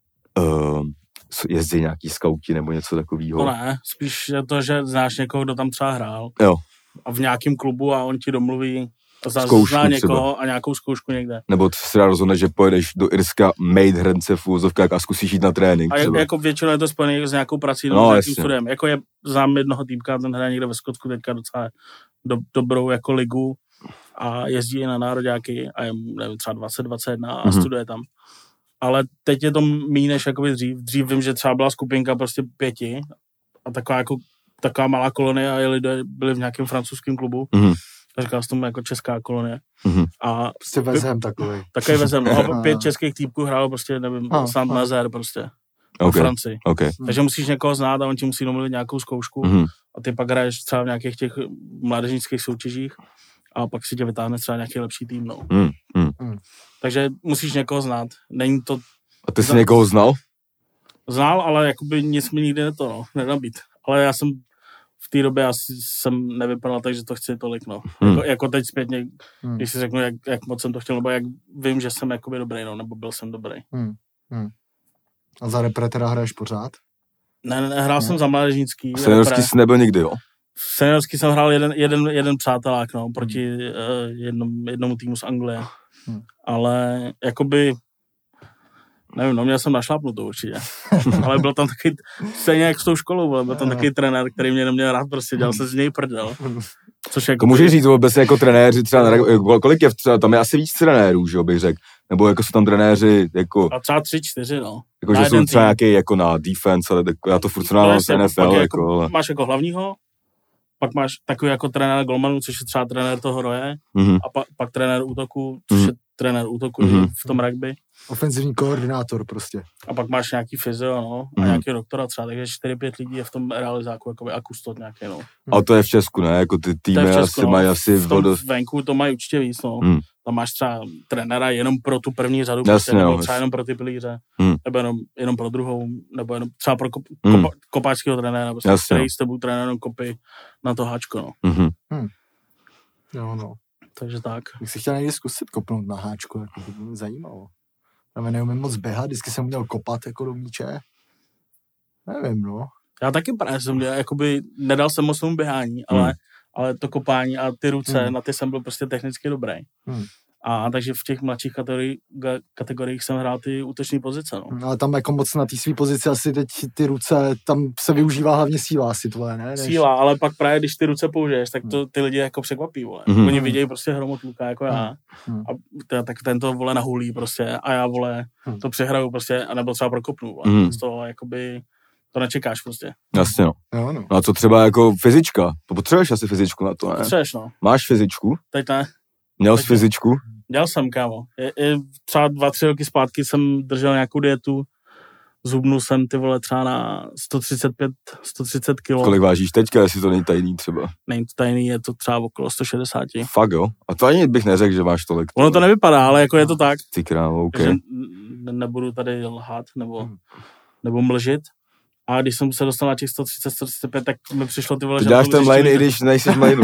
jezdí nějaký skauti nebo něco takového. To ne, spíš je to, že znáš někoho, kdo tam třeba hrál. Jo. A v nějakém klubu a on ti domluví zná někoho a nějakou zkoušku někde. Nebo si rozhodne, že pojedeš do Irska made hrnce v úvozovkách a zkusíš jít na trénink. A jako většinou je to spojené s nějakou prací nebo s nějakým studiem. Jako znám jednoho týpka, ten hraje někde ve Skotsku teďka docela dobrou jako ligu a jezdí i na nároďáky a je nevím, třeba 20-21 a studuje tam. Ale teď je to méně než jakoby dřív. Dřív vím, že třeba byla skupinka prostě 5 a taková malá kolonie a byli v nějakém francouzském klubu. A říkal jsem tomu jako česká kolonie. A prostě vezem takový. Takový vezem. A 5 českých týpků hrálo prostě, nevím, Saint-Nazaire prostě. V Francii. Takže musíš někoho znát a on ti musí domluvit nějakou zkoušku a ty pak hraješ třeba v nějakých těch mládežnických soutěžích a pak si tě vytáhne třeba nějaký lepší tým, no. Takže musíš někoho znát. Není to... A ty jsi někoho znal? Znal, ale jakoby nic mi nikdy nenabít. Ale já jsem v té době asi jsem nevypadal tak, že to chci tolik, no. Jako teď zpětně, když si řeknu, jak moc jsem to chtěl, nebo jak vím, že jsem jakoby dobrý, no, nebo byl jsem dobrý. A za repre teda hraješ pořád? Ne, hrál jsem za mládežnický. Seniorský jsi nebyl nikdy, jo? V seniorský jsem hrál jeden přátelák, no, proti jednomu týmu z Anglie. Ale jakoby, nevím, no, měl jsem našlápnutou určitě. Ale byl tam taky, stejně jak s tou školou, byl tam taky trenér, který mě neměl rád, prostě dělal se z něj prdel. Což jako... To můžeš říct vůbec jako trenéři třeba, kolik je třeba, tam je asi víc trenérů, že jo, bych řekl. Nebo jako jsou tam trenéři, jako... A třeba 3-4, no. Jako, že jsou třeba nějaký jako na defense, ale já to furt znám z NFL, jako, ale... Máš jako hlavního, pak máš takový jako trenér golmanů, což je třeba trenér toho roje, a pak trenér útoku, což je trenér útoku v tom rugby. Ofenzivní koordinátor prostě. A pak máš nějaký fyzio, no, a nějaký doktora třeba, takže 4-5 lidí je v tom realizáku, jakoby a kustot nějaký, no. A to je v Česku, ne? Jako ty týmy asi mají asi v tom venku to mají určitě víc, no. Tam máš třeba trenéra jenom pro tu první řadu, jasně, nebo třeba jenom pro ty pilíře, nebo jenom pro druhou, nebo jenom třeba pro kopáčského trenéra, prostě, který s tebou trénuje kopy na to háčko, no. Jo, no. Takže tak. Bych si chtěl někdy zkusit kopnout na háčku, jako by mě zajímalo. Já neumím moc běhat, vždycky jsem měl kopat jako do míče. Nevím, no. Já taky právě jsem dělal, jakoby nedal jsem moc tomu běhání, ale to kopání a ty ruce, na ty jsem byl prostě technicky dobrý. A takže v těch mladších kategoriích jsem hrál ty útoční pozice, no. Ale tam jako moc na té svý pozici asi teď ty ruce, tam se využívá hlavně síla asi tvoje, ne? Síla, ale pak právě když ty ruce použiješ, tak to ty lidi jako překvapí, vole. Oni vidějí prostě hromot luka jako já. A tak tento vole nahulí prostě a já vole to přehraju prostě, anebo třeba prokopnu, vole. Z toho jakoby to nečekáš prostě. Jasně, no. Jo, no. No a co třeba jako fyzička? To potřebuješ asi fyzičku na to, ne? Potřebuješ, no. Máš fyzičku? Teď ne. Měl jsi fyzičku? Dělal jsem, kámo. Třeba 2-3 roky zpátky jsem držel nějakou dietu. Zhubnul jsem ty vole třeba na 135-130 kilo. Kolik vážíš teďka, jestli to není tajný třeba? Není to tajný, je to třeba okolo 160. Fakt jo? A to ani bych neřekl, že máš tolik. Ono to nevypadá, ale jako je to tak. Ty krávo, OK. Takže nebudu tady lhát nebo mlžit. A když jsem se dostal na těch 130-135, tak mi přišlo ty vole, že... Ty dáš ten line, i když nejsi v lineu.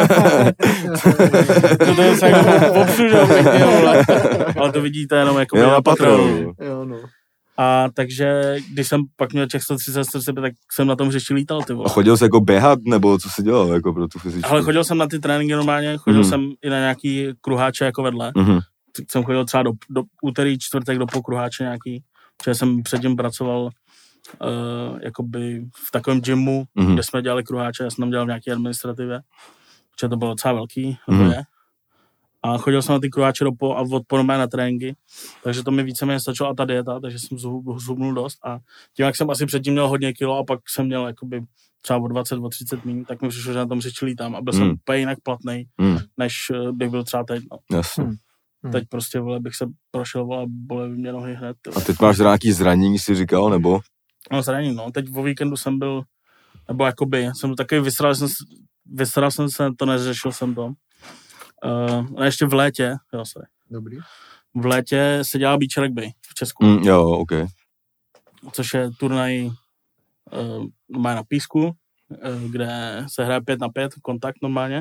To je se jako popřu, že ale to vidíte jenom jako na Patreonu. Jo, no. A takže, když jsem pak měl těch 130-135, tak jsem na tom hřišti lítal, ty vole. A chodil jsi jako běhat, nebo co jsi dělal jako pro tu fyzičku? Ale chodil jsem na ty tréninky normálně, chodil jsem i na nějaký kruháče jako vedle. Jsem chodil třeba do úterý, čtvrtek do pokruháče nějaký, protože jsem předtím pracoval jakoby v takovém gymu, kde jsme dělali kruháče, já jsem tam dělal v nějaké administrativě, protože to bylo docela velký, je. A chodil jsem na ty kruháče a odpor na tréninky, takže to mi víceméně stačilo a ta dieta, takže jsem zhubnul dost a tím, jak jsem asi předtím měl hodně kilo a pak jsem měl jakoby třeba o 20-30 míň, tak mi přišlo, že na tom řeči lítám a byl jsem úplně jinak platnej, než bych byl třeba teď, no. Jasně. Teď prostě, vole, bych se prošel, a bolely mě nohy hned. A teď máš nějaký zranění, jsi říkal, nebo? No zranění, no. Teď o víkendu jsem byl, nebo jakoby, jsem takový vysral jsem se, to neřešil jsem to. A ještě v létě, jo, sorry. Dobrý. V létě se dělá beach rugby v Česku. Jo, OK. Což je turnaj na písku, kde se hraje 5-5, kontakt normálně.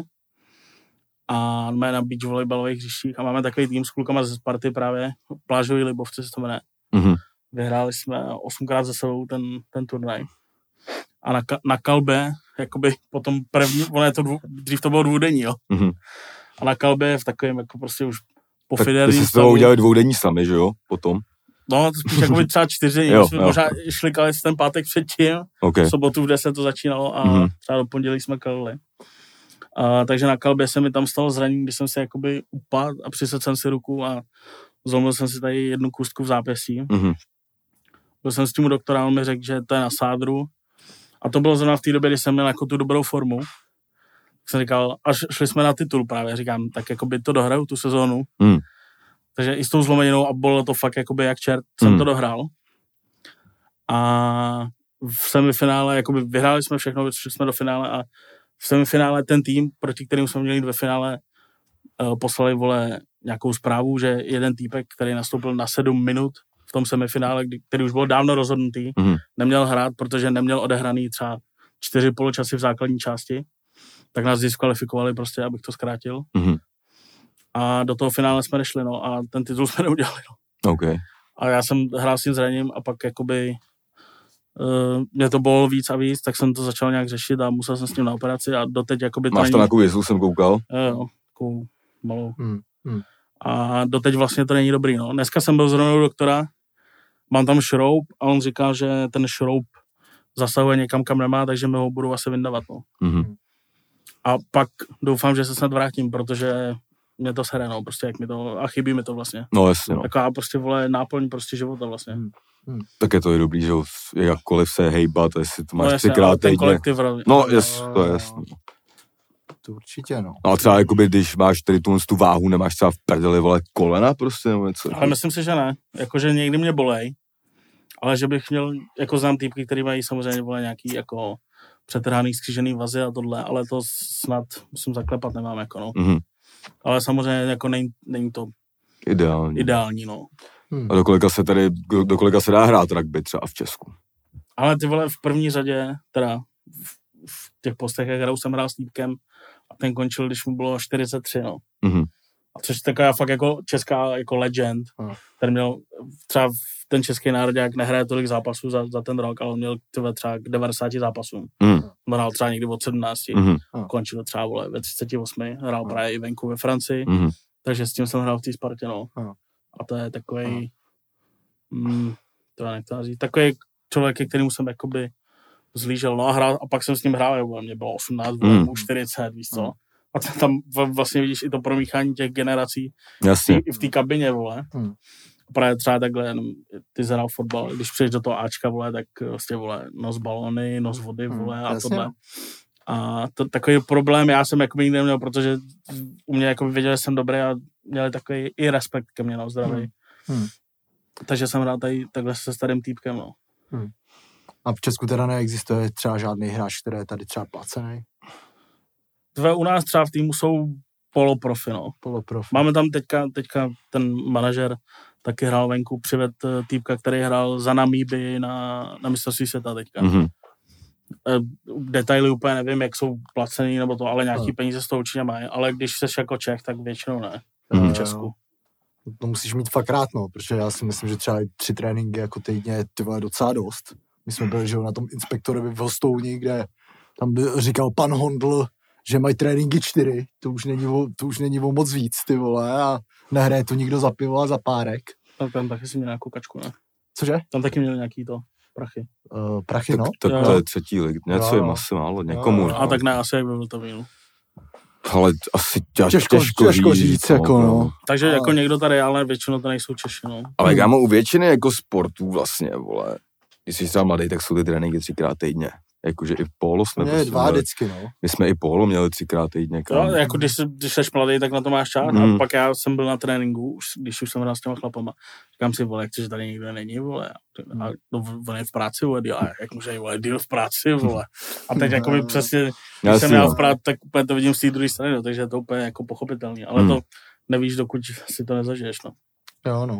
A máme na beach volejbalových hřištích a máme takový tým s klukama ze Sparty právě, plážový Libovci se to jmenuje. Vyhráli jsme 8krát za sebou ten turnaj. A na Kalbě, jakoby potom první, dřív to bylo dvoudenní, jo. A na Kalbě v takovém jako prostě už pofiderní stavu. Ty jsi s toho udělali dvoudenní sami, že jo, potom? No, to spíš jakoby třeba 4 dní. Jsme možná šlikali ten pátek předtím, v sobotu v 10 to začínalo a třeba do pondělí jsme kalili. Takže na Kalbě se mi tam stalo zranění, když jsem se jakoby upadl a přisedl jsem si ruku a zlomil jsem si tady jednu kůstku v zápěstí. Byl jsem s tím doktora, on mi řekl, že to je na sádru. A to bylo zrovna v té době, kdy jsem měl jako tu dobrou formu. Tak jsem říkal, až šli jsme na titul právě, říkám, tak jakoby to dohraju tu sezónu. Takže i s tou zlomeninou a bylo to fakt jakoby jak čert, jsem to dohrál. A v semifinále, jakoby vyhráli jsme všechno, šli jsme do finále a v semifinále ten tým, proti kterým jsme měli ve finále, poslali, vole, nějakou zprávu, že jeden týpek, který nastoupil na 7 minut v tom semifinále, který už byl dávno rozhodnutý, neměl hrát, protože neměl odehraný třeba 4 poločasy v základní části, tak nás diskvalifikovali prostě, abych to zkrátil. A do toho finále jsme nešli, no, a ten titul jsme neudělali, no. Okay. A já jsem hrál s tím zraněním a pak jakoby mě to bolelo víc a víc, tak jsem to začal nějak řešit a musel jsem s ním na operaci a doteď jakoby... Máš to na kůvězlu, jsem koukal? Jo, takovou malou. A doteď vlastně to není dobrý, no. Dneska jsem byl zrovna u doktora, mám tam šroub a on říkal, že ten šroub zasahuje někam, kam nemá, takže mi ho budu asi vyndavat, no. A pak doufám, že se snad vrátím, protože mě to sere, no, prostě jak mi to, a chybí mi to vlastně. No jasně, no. Taková prostě, vole, náplň prostě života vlastně. Tak je to i dobrý, že jakkoliv se hejbat, jestli to máš no, jasně, 3krát týdně. No, to je jasný. To určitě, no. No a třeba jakoby, když máš tady tu váhu, nemáš třeba v prdeli, vole, kolena prostě, nebo něco. Ale myslím si, že ne. Jakože někdy mě bolej, ale že bych měl, jako znám týpky, který mají samozřejmě, vole, nějaký, jako přetrhaný, skřížený vazy a tohle, ale to snad musím zaklepat, nemám, jako, no. Mhm. Ale samozřejmě, jako není to ideální, no. A do kolika se dá hrát rugby třeba v Česku? Ale ty vole, v první řadě, teda v těch postech, kterou jsem hrál s týpkem, a ten končil, když mu bylo 43, no. Mhm. A což taková fakt jako česká jako legend, ten měl třeba ten český národák nehraje tolik zápasů za ten rok, ale měl třeba k 90 zápasům. On hrál třeba někdy od 17, končil třeba, vole, ve 38, hrál právě i venku ve Francii, takže s tím jsem hrál v té Spartě, no. A to je takovej, to nechci říct, takový člověk, kterým jsem jakoby zlížel, no a hrál, a pak jsem s ním hrál, mě bylo 18, bylo 40, víš co. A tam vlastně vidíš i to promíchání těch generací i v té kabině, vole. Právě třeba takhle, ty zahrál fotbal, když přijdeš do toho Ačka, vole, tak vlastně, vole, nos balony, nos vody, vole, a tohle. A to takový problém já jsem jakoby nikdy neměl, protože u mě jakoby věděl, že jsem dobrý a měli takový i respekt ke mně, no, zdravý. Takže jsem hrál tady takhle se starým týpkem, no. A v Česku teda neexistuje třeba žádný hráč, který je tady třeba placený? U nás třeba v týmu jsou poloprofi, no. Máme tam teďka ten manažer taky hrál venku, přived týpka, který hrál za Namíbii na mistrovství světa teďka. Detaily úplně nevím, jak jsou placený nebo to, ale nějaký peníze z toho určitě mají, ale když jsi jako Čech, tak většinou ne. V Česku. To musíš mít fakt rád, no, protože já si myslím, že třeba 3 tréninky jako týdně je docela dost. My jsme byli, že na tom inspektorovi v Hostouni, kde tam říkal pan Hondl, že mají tréninky 4, to už není o moc víc, ty vole, a nehraje to nikdo za pivo a za párek. Tam taky si měl nějakou kačku, ne? Cože? Tam taky měl nějaký to prachy. Prachy, tak, no? Tak to je třetí lig, něco je masy málo, někomu. A tak ne, asi jak by byl to měl. Ale asi těžko říct, jako no. Takže jako někdo tady, ale většinou to nejsou Češi, no. Ale já mám u většiny jako sportů vlastně, vole. Když jsi třeba mladý, tak jsou ty tréninky 3krát týdně. Jakože i v polo jsme... Ne, 2 vždycky, no. My jsme i polo měli 3krát týdně. No, jako když jsi mladý, tak na to máš čas. A pak já jsem byl na tréninku, když už jsem hrál s těma chlapama. Říkám si, vole, že tady nikdo není, vole. A on je v práci, vole, jak může, vole, deal v práci, vole. A teď jako by přesně, když jsem měl v práci, tak úplně to vidím z té druhé strany, no, takže je to úplně jako pochopitelný. Ale to nevíš, dokud si to nezažiješ, no. Jo, no.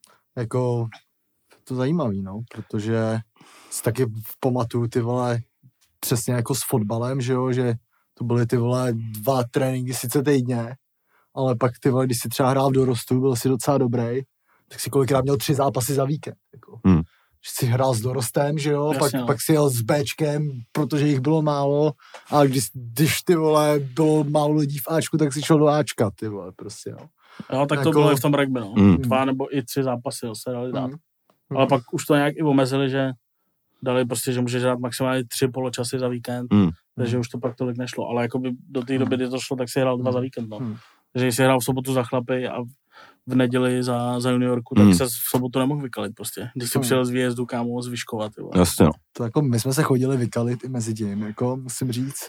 Jako, to zajímavý, no, protože si taky pamatuju, ty vole, přesně jako s fotbalem, že jo, že to byly ty vole 2 tréninky sice týdně, ale pak ty vole, když si třeba hrál v dorostu, byl si docela dobrý, tak si kolikrát měl 3 zápasy za víkend, jako. Že si hrál s dorostem, že jo, pak si jel s Bčkem, protože jich bylo málo, a když ty vole bylo málo lidí v Ačku, tak si šel do Ačka, ty vole, prostě, jo. Jo, tak to jako, bylo i v tom rugby, no. 2 nebo i 3 zápasy, jo, se dali dát. Ale pak už to nějak i omezili, že dali prostě, že můžeš hrát maximálně 3 poločasy za víkend, takže už to pak tolik nešlo, ale jako by do té doby, kdy to šlo, tak si hrál 2 za víkend, no. Takže když si hrál v sobotu za chlapy a v neděli za juniorku, tak se v sobotu nemohl vykalit prostě. Když si přijel z výjezdu, kámo, z Vyškova, ty vole. Jasně, no. To jako my jsme se chodili vykalit i mezi tím, jako musím říct,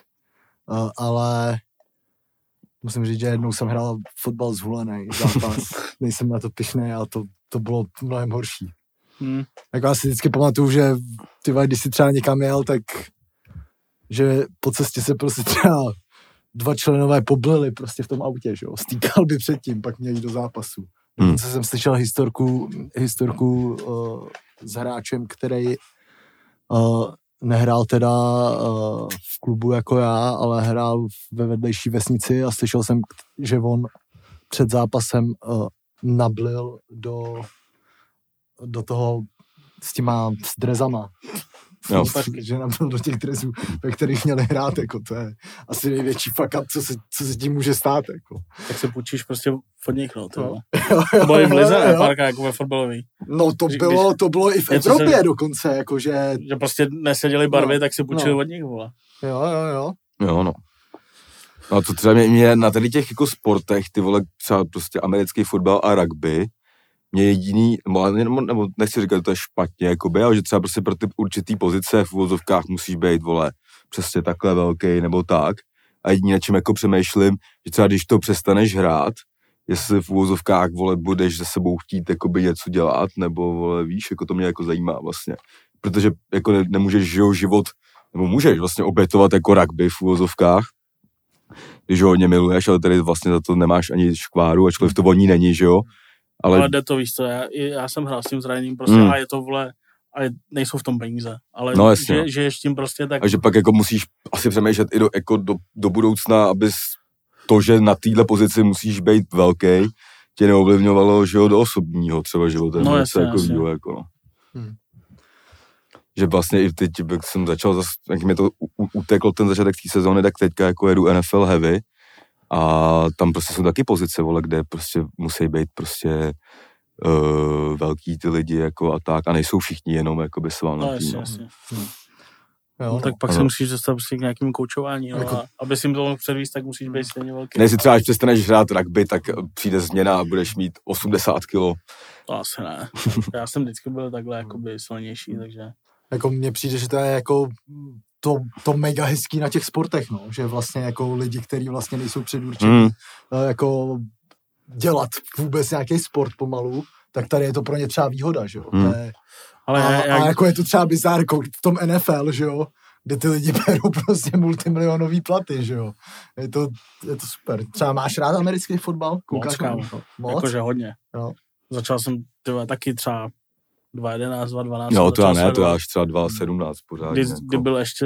ale musím říct, že jednou jsem hrál fotbal zhulený zápas, nejsem na to pyšnej a to bylo mnohem horší. Jako já si vždycky pamatuju, že ty vole, když si třeba někam jel, tak že po cestě se prostě třeba 2 členové poblili prostě v tom autě, že jo, stýkal by předtím, pak měli do zápasu. Dokonce jsem slyšel historku s hráčem, který nehrál teda v klubu jako já, ale hrál ve vedlejší vesnici a slyšel jsem, že on před zápasem nablil do toho s drezama. Jo. Že nabil do těch drezů, ve kterých měli hrát, jako to je asi největší fuck up, co se tím může stát, jako. Tak se půjčíš prostě od nich, no, to bylo i v lize, ne, párka, jako ve fotbalový. No to bylo i v Evropě dokonce, jako že prostě neseděli barvy, tak si půjčili od nich, vole. Jo, no. No to třeba mě na tady těch jako sportech, ty vole, třeba prostě americký fotbal a rugby, mě jediný, nebo nechci říkat, že to je špatně, jakoby, ale že třeba prostě pro ty určitý pozice v uvozovkách musíš být, vole, přesně takhle velký, nebo tak. a jedině čím jako přemýšlím, že třeba když to přestaneš hrát, jestli v úvozovkách, vole, budeš se sebou chtít jakoby něco dělat, nebo, vole, víš, jako to mě jako zajímá vlastně. Protože jako nemůžeš, že jo, život, nebo můžeš vlastně obětovat jako rugby v úvozovkách, když ho hodně miluješ, ale tady vlastně za to nemáš ani škváru, ačkoliv to voní není, že jo. Ale jde to, víš co, já jsem hrál s tím zraněním prostě a je to, vole, a nejsou v tom peníze, ale no, jasně, že ještě tím prostě tak... A že pak jako musíš asi přemýšlet i do budoucna, abys to, že na téhle pozici musíš být velký, tě neovlivňovalo, že jo, do osobního třeba života. No jasně, jako jasně. Výho, jako, no. Že vlastně i teď, jak jsem začal, jak mi to uteklo ten začátek té sezóny, tak teďka jako jedu NFL Heavy a tam prostě jsou taky pozice, vole, kde prostě musí být prostě velký ty lidi jako a tak a nejsou všichni jenom jakoby svalnatý. No, jasně. Jo, tak pak se musíš dostat prostě k nějakému koučování, no, jako... a aby si jim to mohl předvíst, tak musíš být stejně velký. Ne, si třeba, až přestaneš hrát rugby, tak přijde změna a budeš mít 80 kilo. To asi ne. Já jsem vždycky byl takhle jakoby silnější, takže... Jako mně přijde, že to je jako to mega hezký na těch sportech, no, že vlastně jako lidi, kteří vlastně nejsou předurčení jako dělat vůbec nějaký sport pomalu, tak tady je to pro ně třeba výhoda, že jo. Ale a jako je to třeba bizárko v tom NFL, že jo, kde ty lidi berou prostě multimilionový platy, že jo. Je to super. Třeba máš rád americký fotbal? Moc? Jakože hodně. Jo. Začal jsem taky třeba 2011, 2012. No to já ne, to já až třeba 2017 pořád. Kdy byl ještě,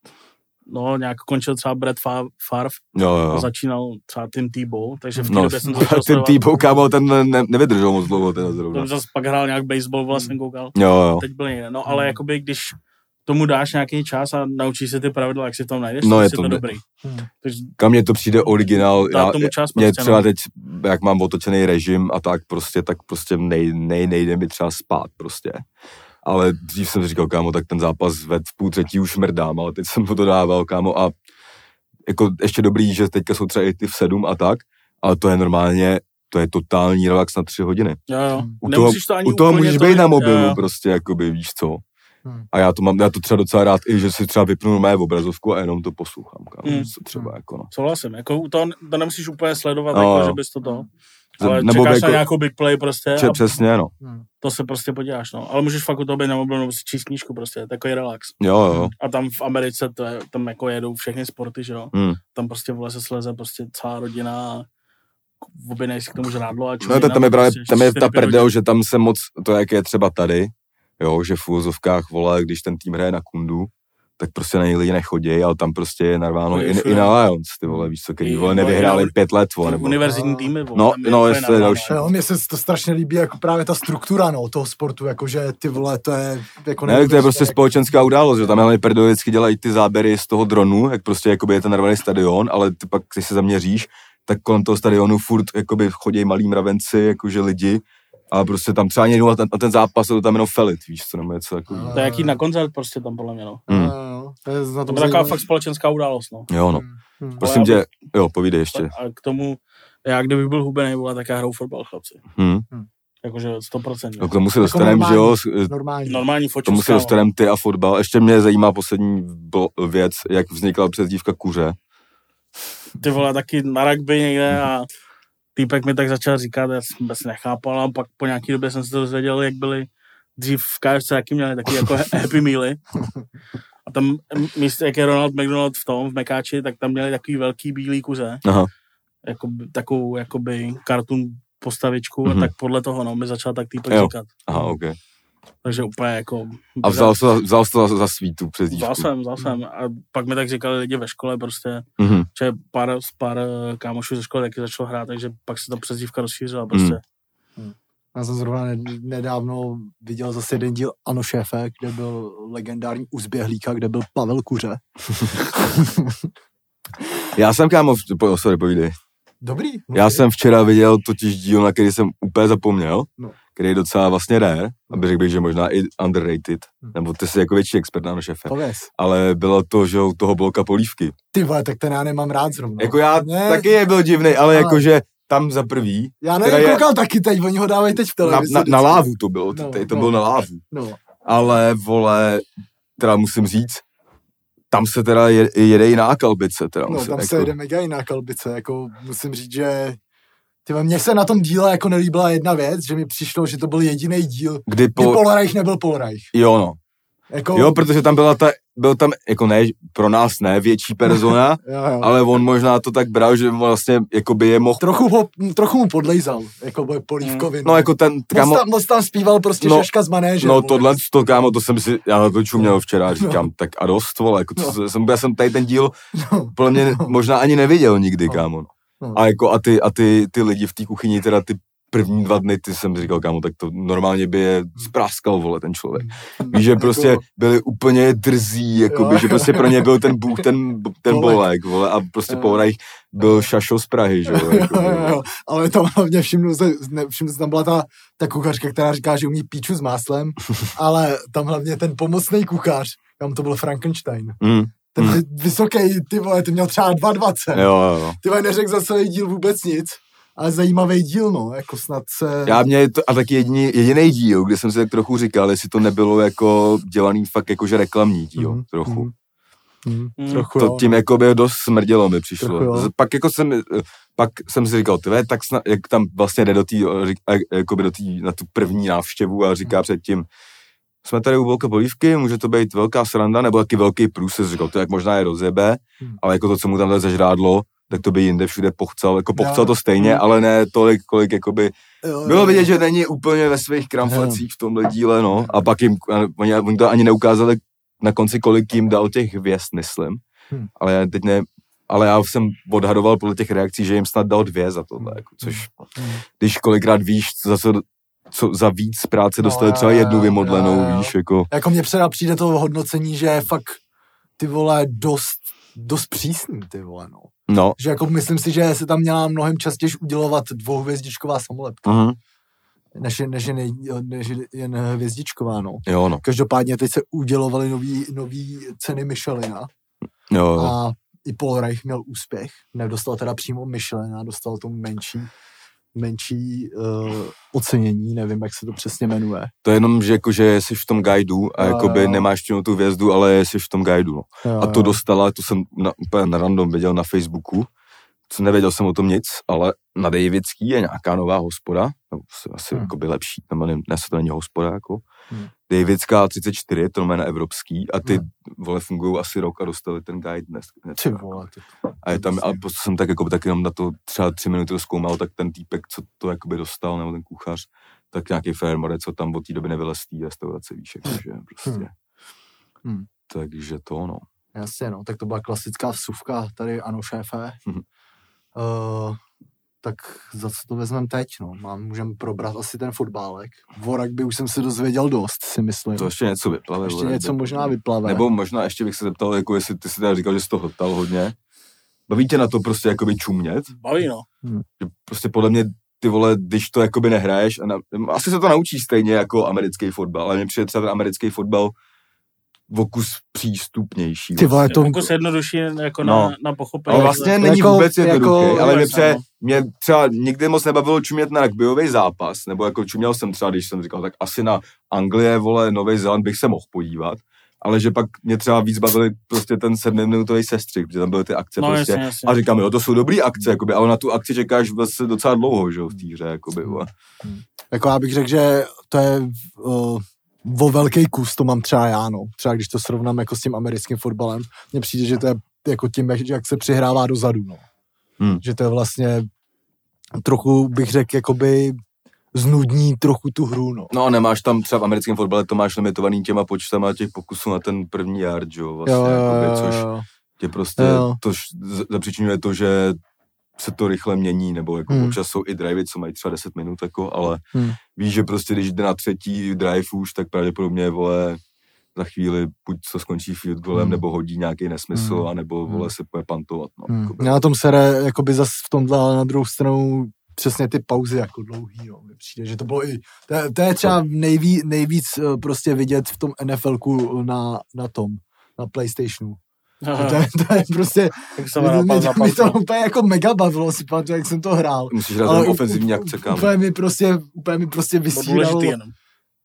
no nějak končil třeba Brett Favre a začínal třeba Tim Tebow, takže v té době jsem začal Tim Tebow, kámo, ten nevydržel moc dlouho teda zrovna. Ten zase pak hrál nějak baseball, vlastně koukal. Jo. Teď byl někde, no ale jakoby když tomu dáš nějaký čas a naučíš se ty pravidla, jak si tam najdeš, no, tak je to dobrý. Kam mně to přijde originál, mě třeba no. teď, jak mám otočený režim a tak prostě nejde mi třeba spát prostě. Ale dřív jsem si říkal, kámo, tak ten zápas ved v 2:30 už mrdám, ale teď jsem to dával, kámo, a jako ještě dobrý, že teďka jsou třeba i ty v 7 a tak, ale to je normálně, to je totální relax na 3 hodiny. Jo. U toho můžeš být na mobilu prostě, jakoby, víš co. A já to třeba docela rád i, že si třeba vypnu mé obrazovku a jenom to poslouchám, kámo, třeba jako no. Souhlasím, jako to nemusíš úplně sledovat, jako, že bys to ale nebo čekáš jako, na nějakou big play prostě. Přesně, no. To se prostě podíváš, no. Ale můžeš fakt u toho být na mobilu, nebo si číst knížku prostě, takový relax. Jo. A tam v Americe tam jako jedou všechny sporty, že jo. Tam prostě vole se sleze prostě celá rodina a objednej si k tomu žrádlo a no, tam je právě, tam je ta prdel, že tam se moc, to jak je třeba tady, jo, že v úvozovkách, vole, když ten tým hraje na kundu, tak prostě na něj lidi nechodí, ale tam prostě je narváno i na Lions, ty vole, víš co, který vole nevyhráli 5 let, vole. Nebo univerzitní týmy, vole. No, jestli je další. Mně se to strašně líbí, jako právě ta struktura, no, toho sportu, jakože ty vole, to je jako... Ne, to je prostě společenská událost, že tam ale vždycky dělají ty záběry z toho dronu, jak prostě jakoby je ten narvaný stadion, ale ty pak, když se zaměříš, tak kolem toho stadionu furt jakoby chodí malí mravenci, jakože lidi, a prostě tam třeba někdo na ten zápas a to tam jenom felit, víš co, nebo něco jako... To je jaký na koncert prostě tam podle mě, no. To je taková fakt společenská událost, no. Jo, no. Prosím tě, jo, povídej ještě. A k tomu, já kdybych byl hubenej, vole, tak já hraju fotbal, chlapci. Jakože 100%. No, k tomu se dostaneme, že jo? Normální fotbal. K tomu se dostaneme ty a fotbal. Ještě mě zajímá poslední věc, jak vznikla přezdívka Kuře. Ty vole, taky na rugby někde a týpek mi tak začal říkat, já jsem vůbec nechápal a pak po nějaký době jsem se to dozvěděl, jak byli dřív v KFC, jaký měli taky jako Happy Mealy. A tam místo, jak je Ronald McDonald v Mekáči, tak tam měli takový velký bílý kuře. Aha. Takovou jakoby kartun postavičku a tak podle toho, no, mi začal tak týpek říkat. Aha, okay. Takže úplně jako... A vzal jsi to za svítu přezdívku? Vzal jsem. A pak mi tak říkali lidi ve škole prostě, že pár kámošů ze školy taky začalo hrát, takže pak se ta přezdívka rozšířila prostě. Já jsem zrovna nedávno viděl zase jeden díl Ano šéfe, kde byl legendární Uzběhlíka, kde byl Pavel Kuře. Já jsem, kámo, povídej. Dobrý. Já jsem včera viděl totiž díl, na který jsem úplně zapomněl, který je docela vlastně rare, aby řekl bych, že možná i underrated, nebo ty jsi jako větší expert na šéfe. Ale bylo to, že u toho bloka polívky. Ty vole, tak ten já nemám rád zrovna. Jako já taky je byl divnej, ale jakože tam za prvý. Já nevím, koukal taky teď, oni ho dávají teď v televizi. Na lávu to bylo, to bylo na lávu. No. Ale vole, teda musím říct, tam se teda jede jiná kalbice. Teda No, tam jako... se jede mega jiná kalbice, jako musím říct, že mně se na tom díle jako nelíbila jedna věc, že mi přišlo, že to byl jediný díl, kdy Polreich nebyl Polreich. Jo, no. Jako... Jo, protože tam byl tam, jako ne, pro nás ne větší persona, jo. Ale on možná to tak bral, že vlastně jako by je mohl... Trochu mu podlejzal, jako by Polívkovi. No jako ten... Moc tam zpíval prostě Šeška z manéže. No tohle, kámo, to jsem si, já na to čuměl včera, říkám, tak a dost, vole, jako já jsem tady ten díl podle mě možná ani neviděl nikdy, kámo. No. A jako a ty lidi v té kuchyni, teda ty první 2 dny, ty jsem říkal, kámo, tak to normálně by je spráskal, vole, ten člověk. Víš, že prostě byli úplně drzí, jakoby, že prostě pro ně byl ten Bůh, ten Bolek, vole, a prostě Polreich byl šašo z Prahy, že jo. Ale tam hlavně všimnu se, tam byla ta kuchařka, která říká, že umí píču s máslem, ale tam hlavně ten pomocný kuchař, tam to byl Frankenstein. Ten vysoký, ty vole, ty měl třeba 2,20. Jo. Ty vole, neřekl za celý díl vůbec nic. Ale zajímavý díl, no, jako snad se... Já mě to, a taky jediný díl, kde jsem si tak trochu říkal, jestli to nebylo jako dělaný fakt jakože reklamní díl, trochu. Trochu, to tím jako by dost smrdělo mi přišlo. Trochu, pak jsem si říkal, tyve, tak snad, jak tam vlastně jde na tu první návštěvu a říká předtím, jsme tady u Velké Polívky, může to být velká sranda, nebo taky velký průses, říkal, to jak možná je rozjebe, ale jako to, co mu tam zažrádlo, tak to by jinde všude pochcal to stejně, ale ne tolik, kolik jakoby bylo vidět, že není úplně ve svých kramflecích v tomhle díle, no, a pak oni to ani neukázali na konci, kolik jim dal těch hvězd, myslím, ale já jsem odhadoval podle těch reakcí, že jim snad dal 2 za tohle, jako, což, když kolikrát víš, co za víc práce dostali třeba 1 vymodlenou, víš, jako. Jako mně přijde to hodnocení, že je fakt, ty vole, dost přísný, ty vole, no. No. Že jako myslím si, že se tam měla mnohem častěji udělovat 2hvězdičková samolepka. Než jen hvězdičková, no. Jo, no. Každopádně teď se udělovaly nový ceny Michelina. Jo. A i Polreich měl úspěch. Nedostal teda přímo Michelina, dostal to menší ocenění, nevím, jak se to přesně jmenuje. To je jenom, že jakože jsi v tom guidu a jakoby nemáš tu hvězdu, ale jsi v tom guidu, no. A to dostala, to jsem úplně na random viděl na Facebooku, co nevěděl jsem o tom nic, ale na Davidský je nějaká nová hospoda, nebo asi jakoby lepší, nebo ne, to není hospoda, jako. Davidská 34, je to jméno evropský a ty vole fungují asi rok a dostali ten guide dnes. Ty vole. A je tam, a prostě jsem tak jenom na to třeba 3 minuty zkoumal, tak ten týpek, co to jakoby dostal, nebo ten kuchař, tak nějaký frajermore, co tam od té doby nevylez z té restaurace, víš, jakože prostě. Takže to, no. Jasně, no, tak to byla klasická vsuvka tady, ano, šéfe. Tak za co to vezmeme teď, no? Můžeme probrat asi ten fotbálek. O rugby už jsem se dozvěděl dost, si myslím. To ještě něco vyplave. Ještě něco možná vyplave. Nebo možná ještě bych se zeptal, jako jestli ty si teda říkal, že jsi to hltal hodně. Baví tě na to prostě jakoby čumět? Baví, no. Že prostě podle mě, ty vole, když to jakoby nehraješ, asi se to naučíš stejně jako americký fotbal, ale mně přijde třeba ten americký fotbal vokus přístupnější. Ty vole, to... Vokus jednodušší jako na pochopení. Ale vlastně není vůbec jednoduchý, ale mě třeba nikdy moc nebavilo čumět na rugbyový zápas, nebo jako čuměl jsem třeba, když jsem říkal, tak asi na Anglie, vole, Nový Zéland bych se mohl podívat, ale že pak mě třeba víc bavili prostě ten 7minutový sestřih, protože tam byly ty akce prostě. Jasně. A říkám, jo, to jsou dobrý akce, jakoby, ale na tu akci čekáš vlastně docela dlouho, že jo, v té hře, jakoby. Jako já bych řekl, že to je... o velký kus to mám třeba já, no. Třeba když to srovnám jako s tím americkým fotbalem, mně přijde, že to je jako tím, jak se přihrává dozadu, no. Že to je vlastně trochu, bych řekl, jakoby znudní trochu tu hru, no. No, nemáš tam třeba v americkém fotbale, to máš limitovaný těma počtama těch pokusů na ten první yard, jo, vlastně, což tě prostě, to zapříčinuje to, že se to rychle mění, nebo jako občas jsou i drivey, co mají třeba 10 minut, jako, ale víš, že prostě, když jde na 3. drive už, tak pravděpodobně, vole, za chvíli buď to skončí field goalem, nebo hodí nějaký nesmysl, anebo, vole, se půjde pantovat, no. Já na tom sere, jakoby zas v tomhle, ale na druhou stranu přesně ty pauzy jako dlouhý, no. Mně přijde, že to bylo i, to je třeba nejvíc prostě vidět v tom NFLku na PlayStationu. To je prostě, mi to úplně jako mega bavilo, si pamatuju, jak jsem to hrál. Musíš hrát ten ofenzivní akce, kámo. Úplně mi prostě vysílalo. No.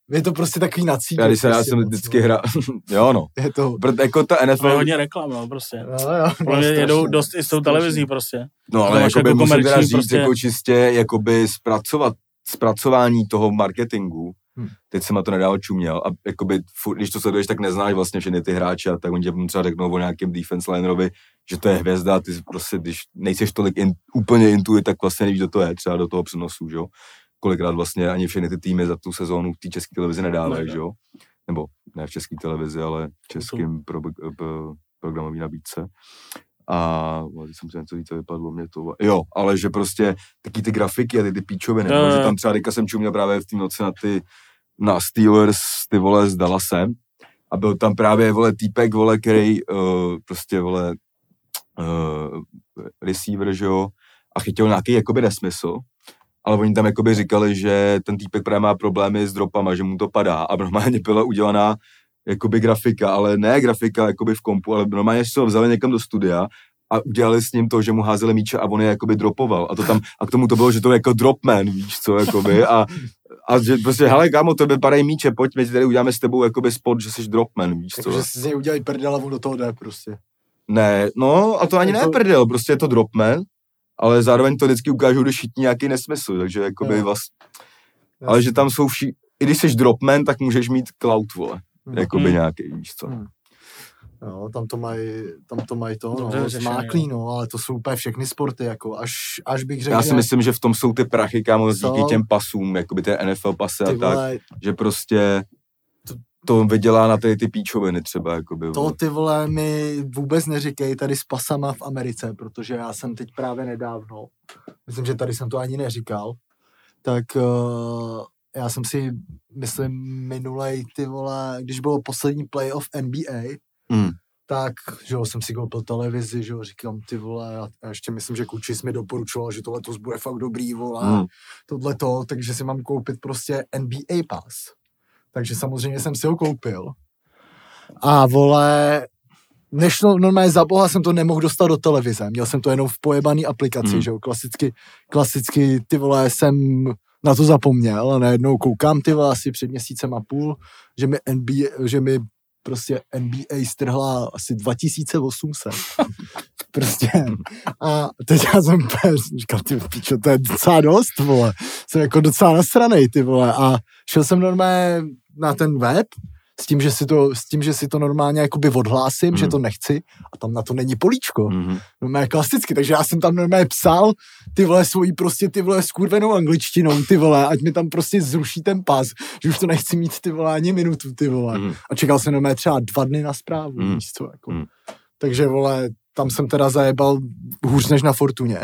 je to prostě takový nacítět. Já jsem vždycky hrál, jo no. Je to... Protože jako ta NFL... To je hodně reklam, no, prostě. No, jedou dost i s tou televizí, prostě. No, ale jakoby jako musím teda říct, prostě... jako čistě, jakoby zpracování toho marketingu, teď jsem na to nedávno čuměl a jakoby, když to sleduješ, tak neznáš vlastně všechny ty hráče a tak oni tě třeba řeknou o nějakém defense linerovi, že to je hvězda a ty prostě, když nejseš tolik úplně intuit, tak vlastně nevíš, kdo to je, třeba do toho přenosu, že jo. Kolikrát vlastně ani všechny ty týmy za tu sezónu v té české televizi nedávají, že jo. Nebo ne v české televizi, ale v českém programové nabídce. A jsem si něco víc, vypadlo mě to. Jo, ale že prostě taky ty grafiky a ty píčoviny, že tam třeba teďka jsem čuměl právě v té noci na Steelers, ty vole, s Dallasem a byl tam právě, vole, týpek, vole, který prostě, vole, receiver, že jo, a chytil nějaký jakoby nesmysl, ale oni tam jakoby říkali, že ten týpek právě má problémy s dropama, že mu to padá a normálně byla udělaná jakoby grafika, ale ne grafika jakoby v kompu, ale normálně se ho vzali někam do studia a udělali s ním to, že mu házeli míče a on je jakoby dropoval. A k tomu to bylo, že to je jako dropman, víš co, jakoby. A že prostě, hele, kámo, tebe padají míče, pojď, my tady uděláme s tebou jakoby spot, že jsi dropman, víš co. Takže si z něj udělají prdel a on do toho jde prostě. Ne, no, a to ani ne prdel, prostě je to dropman, ale zároveň to vždycky ukážou, když chytí nějaký nesmysl, takže jakoby ale že tam jsou i když jsi dropman, tak můžeš mít cloud, vole. Jakoby nějaký, víš co. No, tam to mají zmáklý, no, ale to jsou úplně všechny sporty, jako až bych řekl, já si myslím, že v tom jsou ty prachy, kámo, díky těm pasům, jakoby ty NFL pasy a tak, že prostě to vydělá na ty píčoviny třeba, jakoby. To ty vole mi vůbec neříkej tady s pasama v Americe, protože já jsem teď právě nedávno, myslím, že tady jsem to ani neříkal, tak já jsem si, myslím, minulej, ty vole, když bylo poslední playoff NBA, tak, že jo, jsem si koupil televizi, že jo, říkám, ty vole, a ještě myslím, že Kučis mi doporučoval, že tohle to bude fakt dobrý, vole, tohleto, takže si mám koupit prostě NBA pass. Takže samozřejmě jsem si ho koupil. A vole, než normálně za boha jsem to nemohl dostat do televize, měl jsem to jenom v pojebaný aplikaci, že jo, klasicky, ty vole, jsem na to zapomněl a najednou koukám, ty vole, asi před měsícem a půl, že mi prostě NBA strhla asi 2800. Prostě. A teď já jsem říkal, ty pičo, to je docela dost, vole. Jsem jako docela nasranej, ty vole. A šel jsem normálně na ten web s tím, že si to normálně jakoby odhlásím, že to nechci a tam na to není políčko. Normálně klasicky, takže já jsem tam normálně psal ty vole svojí prostě ty vole skurvenou angličtinou, ty vole, ať mi tam prostě zruší ten pas, že už to nechci mít ty vole ani minutu, ty vole. A čekal jsem normálně třeba 2 dny na zprávu, víš co, jako. Takže vole, tam jsem teda zajebal hůř než na Fortuně.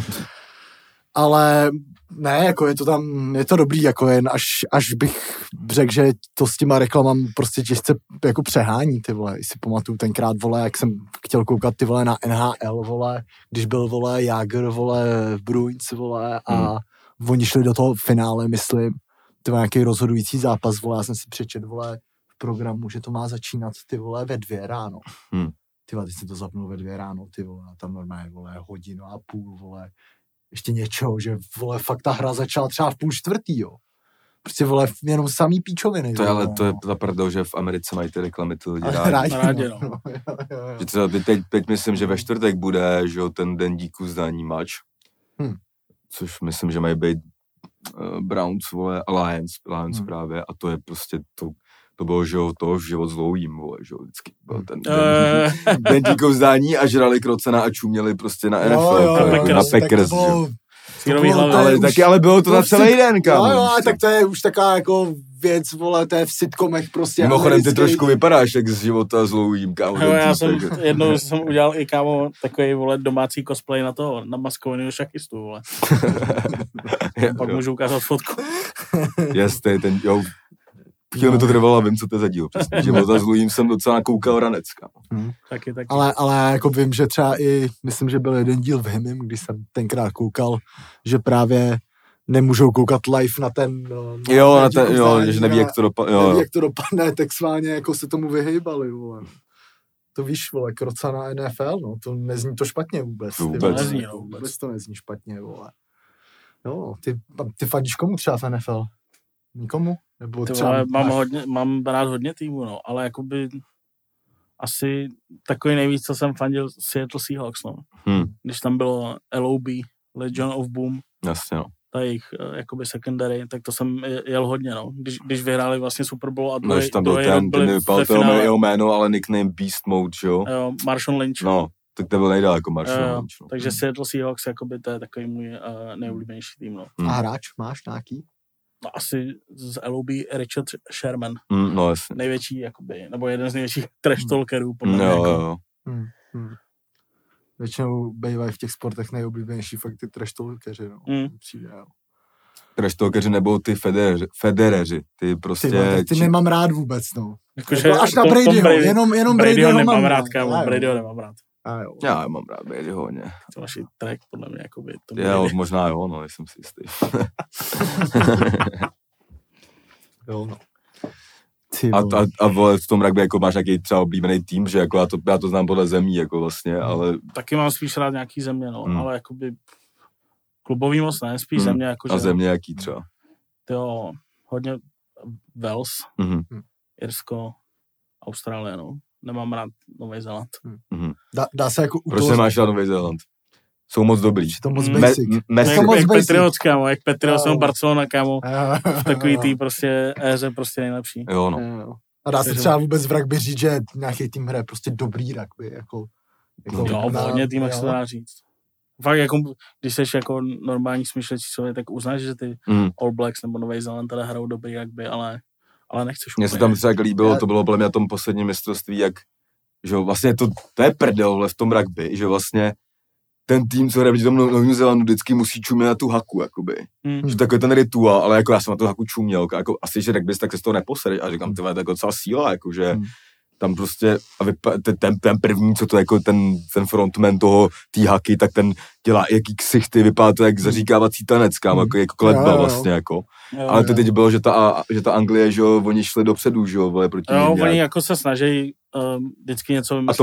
Ale ne, jako je to dobrý, jako jen až bych řekl, že to s těma reklamám prostě těžce jako přehání, ty vole, si pamatuju tenkrát, vole, jak jsem chtěl koukat, ty vole, na NHL, vole, když byl, vole, Jagr, vole, v Bruins, vole, a oni šli do toho finále, myslím, to byl nějaký rozhodující zápas, vole, já jsem si přečet, vole, v programu, že to má začínat, ty vole, ve 2 ráno. Ty vole, teď jsem to zapnul ve 2 ráno, ty vole, a tam normálně, vole, 1.5 hodiny, vole, ještě něčeho, že, vole, fakt ta hra začala třeba v 3:30, jo. Prostě, vole, jenom samý píčoviny. To je za prdel, že v Americe mají ty reklamy ty lidi rádi, no. Že třeba teď myslím, že ve čtvrtek bude, že jo, ten den díku zdání match, což myslím, že mají být Browns, vole, Alliance právě, a to je prostě to bylo, že jo, to život s dlouhým, vole, že jo, vždycky byl ten den díkou zdání a žrali krocena a čuměli prostě na NFL, na Packers, že jo. Ale bylo to na celý den, kámo. Jo, tak to je už taková jako věc, vole, to je v sitcomech prostě. Mimochodem, ty trošku vypadáš jak z života s dlouhým, kámo. Jo, já jsem jednou udělal i, kámo, takový, vole, domácí cosplay na maskovaného šachistu, vole. Pak můžu ukázat fotku. Jasně, jo. Chvíli mi to trvalo a vím, co to je za díl. Přesně, že s dlouhým jsem docela koukal ranec, kámo. Taky. Ale jako vím, že třeba i, myslím, že byl jeden díl v Hymim, když jsem tenkrát koukal, že právě nemůžou koukat live na ten... že neví, jak to dopadne. Neví, jak to dopadne, tak sváně jako se tomu vyhejbali, vole. To víš, vole, kroca na NFL, no, to nezní to špatně vůbec. Vůbec to nezní špatně, vole. Jo, ty fandíš komu třeba v NFL? Nikomu? Nebo Ty třeba vole, mám rád hodně týmů, no, ale jakoby asi takový nejvíc, co jsem fandil, Seattle Seahawks, no. Když tam bylo LOB, Legion of Boom, Jasně, no. ta jejich jakoby secondary, tak to jsem jel hodně, no. Když vyhráli vlastně Super Bowl a No, že tam byl ten nevypadal toho jeho jméno, ale nickname Beast Mode, jo? Jo, Marshawn Lynch. No, tak to byl nejdál jako Marshawn Lynch. No. Takže Seattle Seahawks, jakoby to je takový můj nejoblíbenější tým, no. A hráč máš nějaký? No, asi z LOB Richard Sherman. No, jasně. Největší, jakoby, nebo jeden z největších trash talkerů, podle mě. Jo. Většinou bývají v těch sportech nejoblíbenější fakt ty trash talkeři, no. Přijde, jo. Trash talkeři nebo ty Federeři, ty prostě... Ty nemám rád vůbec, no. Jakože až na Bradyho, jenom Bradyho nemám rád, kámo, Bradyho nemám rád. Jo. Já mám rád Bradyho hodně. To vaši track, podle mě, jakoby. Jo, možná jo, no, jsem si jistý. Jo, no. A vole, v tom rugby jako máš nějaký třeba oblíbený tým, že jako já to znám podle zemí, jako vlastně, ale... Taky mám spíš rád nějaký země, no, ale jakoby klubový moc ne, spíš země, jakože... A země jaký třeba? Jo, hodně Wales, Irsko, Austrálie, no. Nemám rád Nový Zéland. Dá se jako... Proč nemáš rád Nový Zéland? Jsou moc dobrý. To moc basic. Jak Patriots, kámo, jak Patriots jsou Barcelona, kámo. V takový tý prostě éře prostě nejlepší. Jo, no. A dá se třeba vůbec v rugby říct, že nějaký tým hraje prostě dobrý rugby, jako jo, hodně tým, jak se to dá říct. Fakt, jako, když jsi jako normální smýšlející člověk, tak uznáš, že ty All Blacks nebo Nový Zéland teda hrajou dobrý rugby, ale nechceš úplně. Mně se tam třeba líbilo, to bylo podle mě na tom posledním mistrovství, jak, že vlastně to je prdel v tom rugby, že vlastně ten tým, co hraje proti tomu Novým Zélandu, vždycky musí čumět na tu haku, jakoby. Že takový ten rituál, ale jako já jsem na tu haku čuměl, jako asi, že rugby, tak se z toho neposereš a říkám, tyhle, to je jako docela síla, jakože tam prostě, a ten první, co to jako ten frontman toho tý haky, tak ten dělá jaký ksichty, vypadá to jak zaříkávací tanec, jako kletba vlastně, jako. Ale to teď bylo, že ta Anglie, že jo, oni šli dopředu, že jo, proti ním. Oni jako se snaží vždycky něco vymyslet, a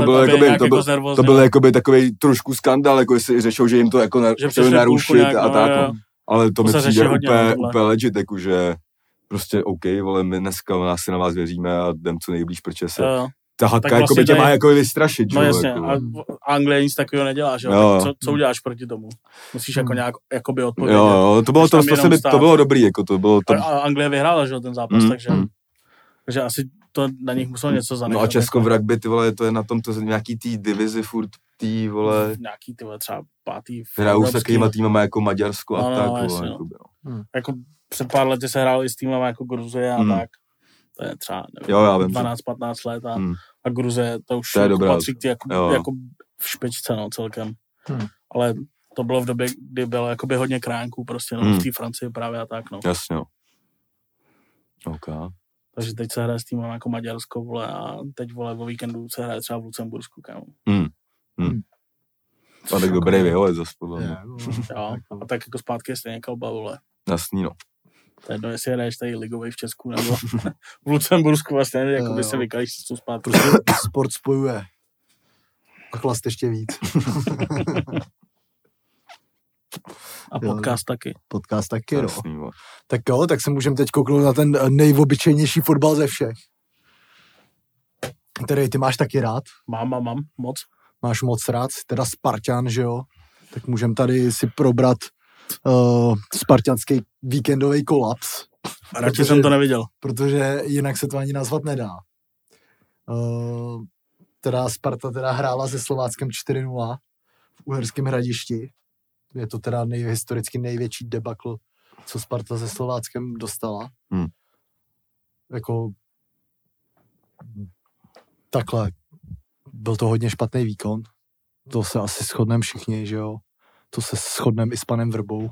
to byl jakoby takovej trošku skandál, jako jestli řešil, že jim to jako chtěli narušit a tak, no. Ale to mi přijde úplně legit, jakože prostě OK, vole, my dneska si na vás věříme a jdem co nejblíž, protože se ta hatka jako by tě má jako vystrašit. No jasně, jako. A Anglie nic takového nedělá, že jo? Co uděláš proti tomu? Musíš jako nějak jakoby odpovědět. Jo, to bylo dobrý, jako to bylo... A Anglie vyhrála, že jo, ten zápas, takže asi to na nich muselo něco zanechat. No a Česko v rugby, ty vole, to je na tom, to nějaký tý divizi furt, tý vole... Nějaký, ty vole, třeba pátý... Hrajou s takovýma týmama jako Maďarsko a tak, vole. Jako před pár lety se hráli s týmama jako Gruzie a tak. To je třeba, nevím, 12-15 let a Gruzie, to už to patří k jako v špičce, no, celkem. Ale to bylo v době, kdy bylo jakoby hodně kránků prostě, no, v té Francii právě a tak, no. Jasně, no. OK. Takže teď se hraje s týmem jako Maďarsko, vole, a teď, vole, o víkendu se hraje třeba v Lucembursku, kámo. A tak dobrý vyhled zase, podle mě. Jo, a tak jako zpátky je stejně kalba, vole. Jasný, no. To je jedno, jestli hraješ tady ligovej v Česku nebo v Lucembursku, vlastně, jako by se vykalíš s tou zpátky. Sport spojuje. A chlast ještě víc. A podcast taky. Podcast taky, jasný, no. Tak jo, tak se můžeme teď kouknout na ten nejobyčejnější fotbal ze všech. Který ty máš taky rád. Mám, moc. Máš moc rád, teda Spartan, že jo? Tak můžeme tady si probrat spartanský víkendový kolaps. Radši jsem to neviděl. Protože jinak se to ani nazvat nedá. Teda Sparta teda hrála se Slováckem 4-0 v Uherském Hradišti. Je to teda historicky největší debakl, co Sparta se Slováckem dostala. Jako takhle. Byl to hodně špatný výkon. To se asi shodneme všichni, že jo? To se shodneme i s panem Vrbou.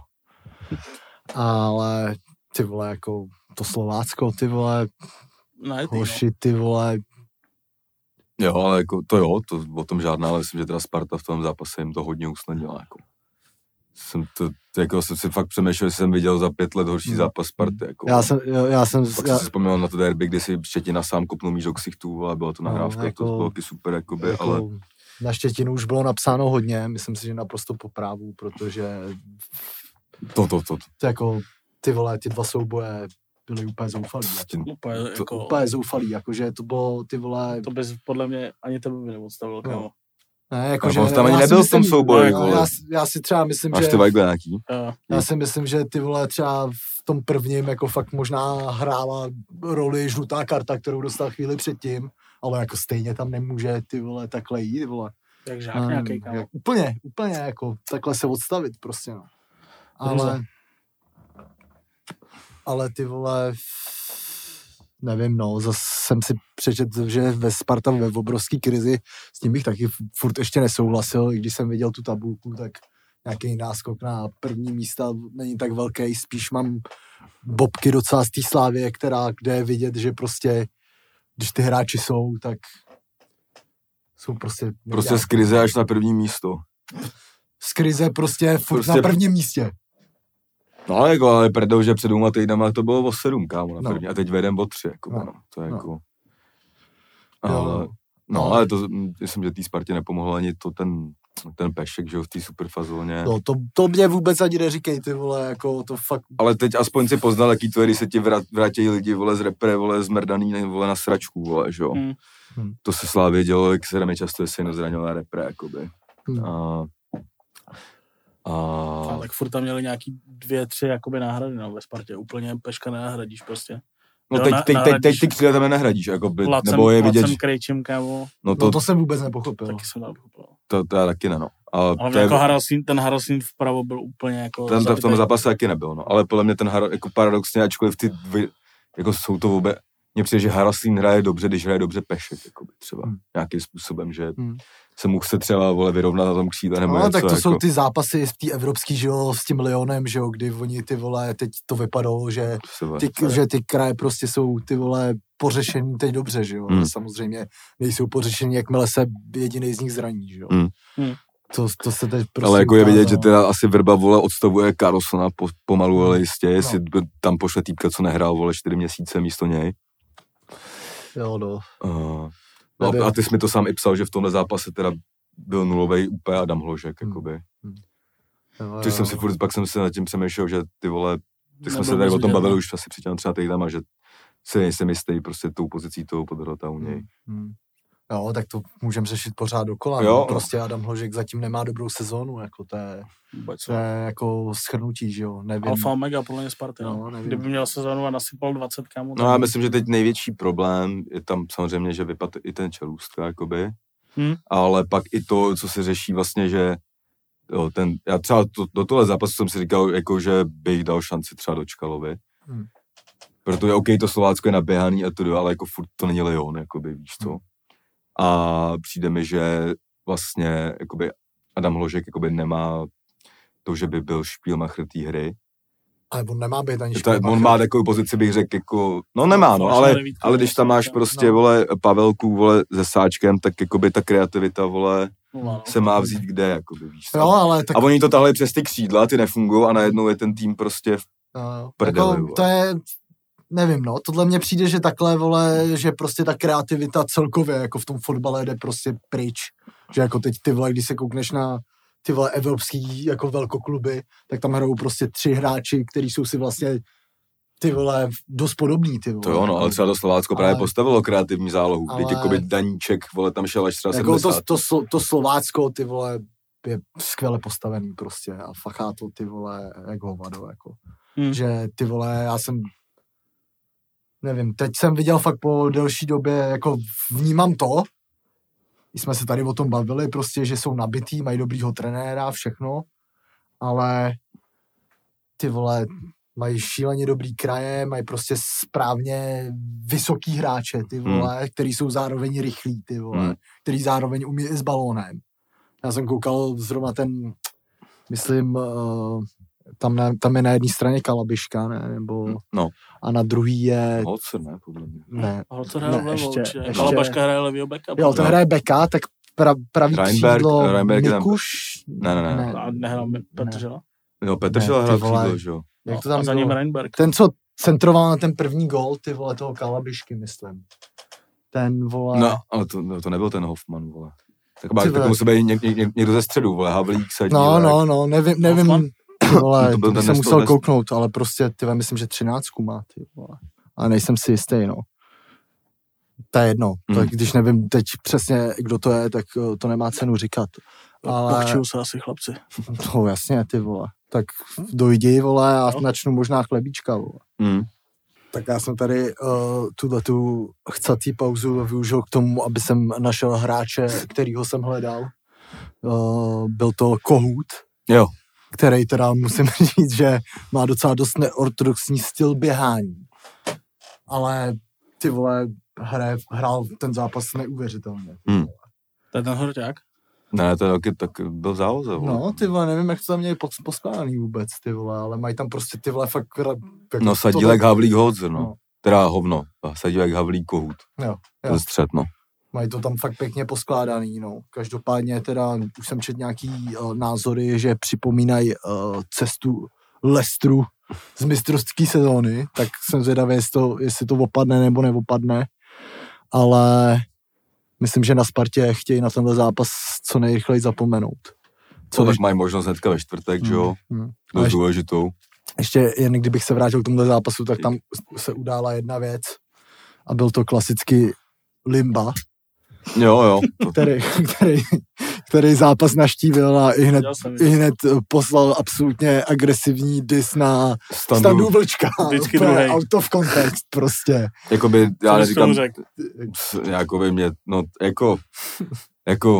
Ale ty vole, jako to Slovácko, ty vole, hoši, ty vole. Jo, ale jako to o tom žádná, ale myslím, že teda Sparta v tom zápase jim to hodně usnadnila, jako. Jsem si fakt přemýšlel, že jsem viděl za 5 let horší zápas Sparty, jako. Já jsem si vzpomněl na to derby, kdy si Štětina sám kopnul míč do ksichtů, ale byla to nahrávka, jako, to bylo taky super, jakoby, jako, ale... Na Štětinu už bylo napsáno hodně, myslím si, že naprosto po právu, protože... To. Jako, ty vole, ty dva souboje, byli úplně zoufalí. Úplně zoufalí, jakože to bylo, ty vole... To bys podle mě ani tebe by neodstavil, kámo. Ne, jakože... On tam ani nebyl v tom souboji, vole. Já si třeba myslím, Máš že... ty Weigl nějaký? Já si myslím, že ty vole třeba v tom prvním jako fakt možná hrála roli žlutá karta, kterou dostal chvíli předtím, ale jako stejně tam nemůže ty vole takhle jít, vole. Jak žák nějaký, kámo. Úplně jako takhle se odstavit prostě, no. Ale ty vole, nevím, no, zase jsem si přečetl, že ve Sparta ve obrovský krizi, s tím bych taky furt ještě nesouhlasil, i když jsem viděl tu tabulku, tak nějaký náskok na první místa není tak velký, spíš mám bobky docela z té Slávie, kde je vidět, že prostě, když ty hráči jsou, tak jsou prostě... Prostě z krize až na první místo. Z krize prostě furt na prvním místě. No ale prdou, že před 2 týdnama to bylo o 7, kámo, na první. A teď vedem o 3, jako, no. To je jako... Ale to, myslím, že té Spartě nepomohlo ani to ten Pešek, že jo, v té superfazóně. No, to mě vůbec ani neříkej, ty vole, jako to fakt... Ale teď aspoň si poznal, jaký to je, když se ti vrátí lidi, vole, z repre, vole, zmrdaný, vole, na sračku, vole, že jo. To se Slávě dělo, jak se mi často se zranil na repre, jakoby. A tak furt tam měli nějaký 2-3 jakoby náhrady, no, ve Spartě. Úplně Peška nenahradíš prostě. No teď ty kříle tam nenahradíš, jakoby, nebo je vidět... Lacem Krejčím, kámo. No to jsem vůbec nepochopil. Taky jsem nepochopil. To já taky ne, no. Ale jako ten Harasín vpravo byl úplně jako... Ten v tom zápase taky nebyl, no. Ale podle mě ten jako paradoxně, ačkoliv ty jako jsou to vůbec... Mně přijde, že Harasín hraje dobře, když hraje dobře Pešek, jakoby třeba. Nějakým způsobem, že se mu chce třeba, vole, vyrovnat na tom křídle, nebo něco, tak to jako... jsou ty zápasy v té evropský, že jo, s tím Lyonem, že jo, kdy oni, ty vole, teď to vypadalo, že ty kraje prostě jsou, ty vole, pořešení teď dobře, že jo, samozřejmě nejsou pořešení, jakmile se jedinej z nich zraní, že jo. To se teď prostě... Ale jako je vidět, že teda asi Vrba, vole, odstavuje Carlsona pomalu, ale jistě, jestli tam pošle týpka, co nehrál, vole, 4 měsíce místo něj. Jo, no. No a ty jsi mi to sám i psal, že v tomhle zápase teda byl nulovej úplně Adam Hložek, jakoby. Což jsem si pak jsem se nad tím přemýšlel, že ty vole, tak jsme se tady o tom bavili už asi před 3 týdnama, že si nejsem jistý prostě tou pozicí toho podhrota u něj. Jo, tak to můžeme řešit pořád dokola. Jo, prostě Adam Hložek zatím nemá dobrou sezónu, jako to je jako shrnutí, že jo, nevím. Alfa Omega podle mě Sparty, no. Kdyby měl sezónu a nasypal 20 kamů. No já myslím, že teď největší problém je tam samozřejmě, že vypadl i ten Čelůstka, jakoby. Ale pak i to, co se řeší vlastně, že jo, já třeba do tohle zápasu jsem si říkal, jako, že bych dal šanci třeba do Čkalovi. Protože OK, to Slovácko je naběhaný a to, ale jako furt to není Lyon, jakoby, víš co. A přijde mi, že vlastně jakoby Adam Hložek jakoby nemá to, že by byl špílmacher té hry. Ale on nemá být ani špílmacher. On má takovou pozici, bych řekl, jako, no nemá, no, ale když tam máš prostě, vole, Pavelku, vole, se sáčkem, tak jakoby ta kreativita, vole, se má vzít kde, jakoby, víš. Jo, ale tak... A oni to tahli přes ty křídla, ty nefungují a najednou je ten tým prostě v prdeli, jako, to je... Nevím, no, tohle mně přijde, že takhle, vole, že prostě ta kreativita celkově, jako v tom fotbale jde prostě pryč. Že jako teď ty vole, když se koukneš na ty vole evropský jako velkokluby, tak tam hrajou prostě 3 hráči, kteří jsou si vlastně ty vole dost podobný, ty vole. To jo, no, ale třeba to Slovácko právě postavilo kreativní zálohu. Teď jakoby Daníček, vole, tam šel až třeba jako 70. To Slovácko, ty vole, je skvěle postavený prostě a fachá to, ty vole, jak hovado, jako. Že ty vole, já jsem nevím, teď jsem viděl fakt po delší době, jako vnímám to, jsme se tady o tom bavili, prostě, že jsou nabitý, mají dobrýho trenéra, všechno, ale ty vole, mají šíleně dobrý kraje, mají prostě správně vysoký hráče, ty vole, který jsou zároveň rychlí, ty vole, který zároveň umí i s balónem. Já jsem koukal zrovna ten, myslím, tam je na jedné straně Kalabiška, ne, nebo... No. A na druhý je... Holcer, ne, podle mě. Ne. Holcer hraje vlevo, Kalabiška hraje levýho beka. Jo, to hraje beka, tak pravý křídlo Mikuš... Ne. A nehrál Petržela? Jo, Petržela hrál křídlo, že jo. Jak to tam a za ním Reinberg. Ten, co centroval na ten první gól, ty vole, toho Kalabišky, myslím. Ten, vole... No, ale to nebyl ten Hoffman, vole. Tak musí být někdo ze středu, vole, Havlík, Sadí. No, nevím. vole, To byl to ten jsem musel Nestor- kouknout, ale prostě, ty vole, myslím, že 13 má, ty vole. Ale nejsem si jistý, no. To je jedno. Tak když nevím teď přesně, kdo to je, tak to nemá cenu říkat. Ale... Pochčuju se asi chlapci. No jasně, ty vole. Tak dojdi, vole, a načnu možná chlebíčka, vole. Tak já jsem tady tu chcatý pauzu využil k tomu, aby jsem našel hráče, kterýho jsem hledal. Byl to Kohout, Jo. který teda musím říct, že má docela dost neortodoxní styl běhání. Ale ty vole, hrál ten zápas neuvěřitelně. To je ten Horťák? Ne, to je tak byl v záloze. Vole. No, ty vole, nevím, jak to tam měli poskládaný vůbec, ty vole, ale mají tam prostě ty vole fakt... Jako No, Sadílek, Havlík, Hodzer, no. Teda hovno. Sadílek, Havlík, Kohout. Jo. Ten střed, no. Mají to tam fakt pěkně poskládaný, no. Každopádně teda už jsem četl nějaký názory, že připomínají cestu Leicesteru z mistrovské sezóny, tak jsem zvědavý, jestli to opadne nebo neopadne, ale myslím, že na Spartě chtějí na tenhle zápas co nejrychleji zapomenout. Tak mají možnost hnedka ve čtvrtek, že jo? Dost důležitou. Ještě jen kdybych se vrátil k tomuhle zápasu, tak tam se udála jedna věc a byl to klasicky Limba, Jo. který zápas naštívil a i hned poslal absolutně agresivní dis na Standu Vlčka. Vždycky druhej. Out of context prostě. Jakoby, já neříkám, řekl? jakoby mě, no, jako,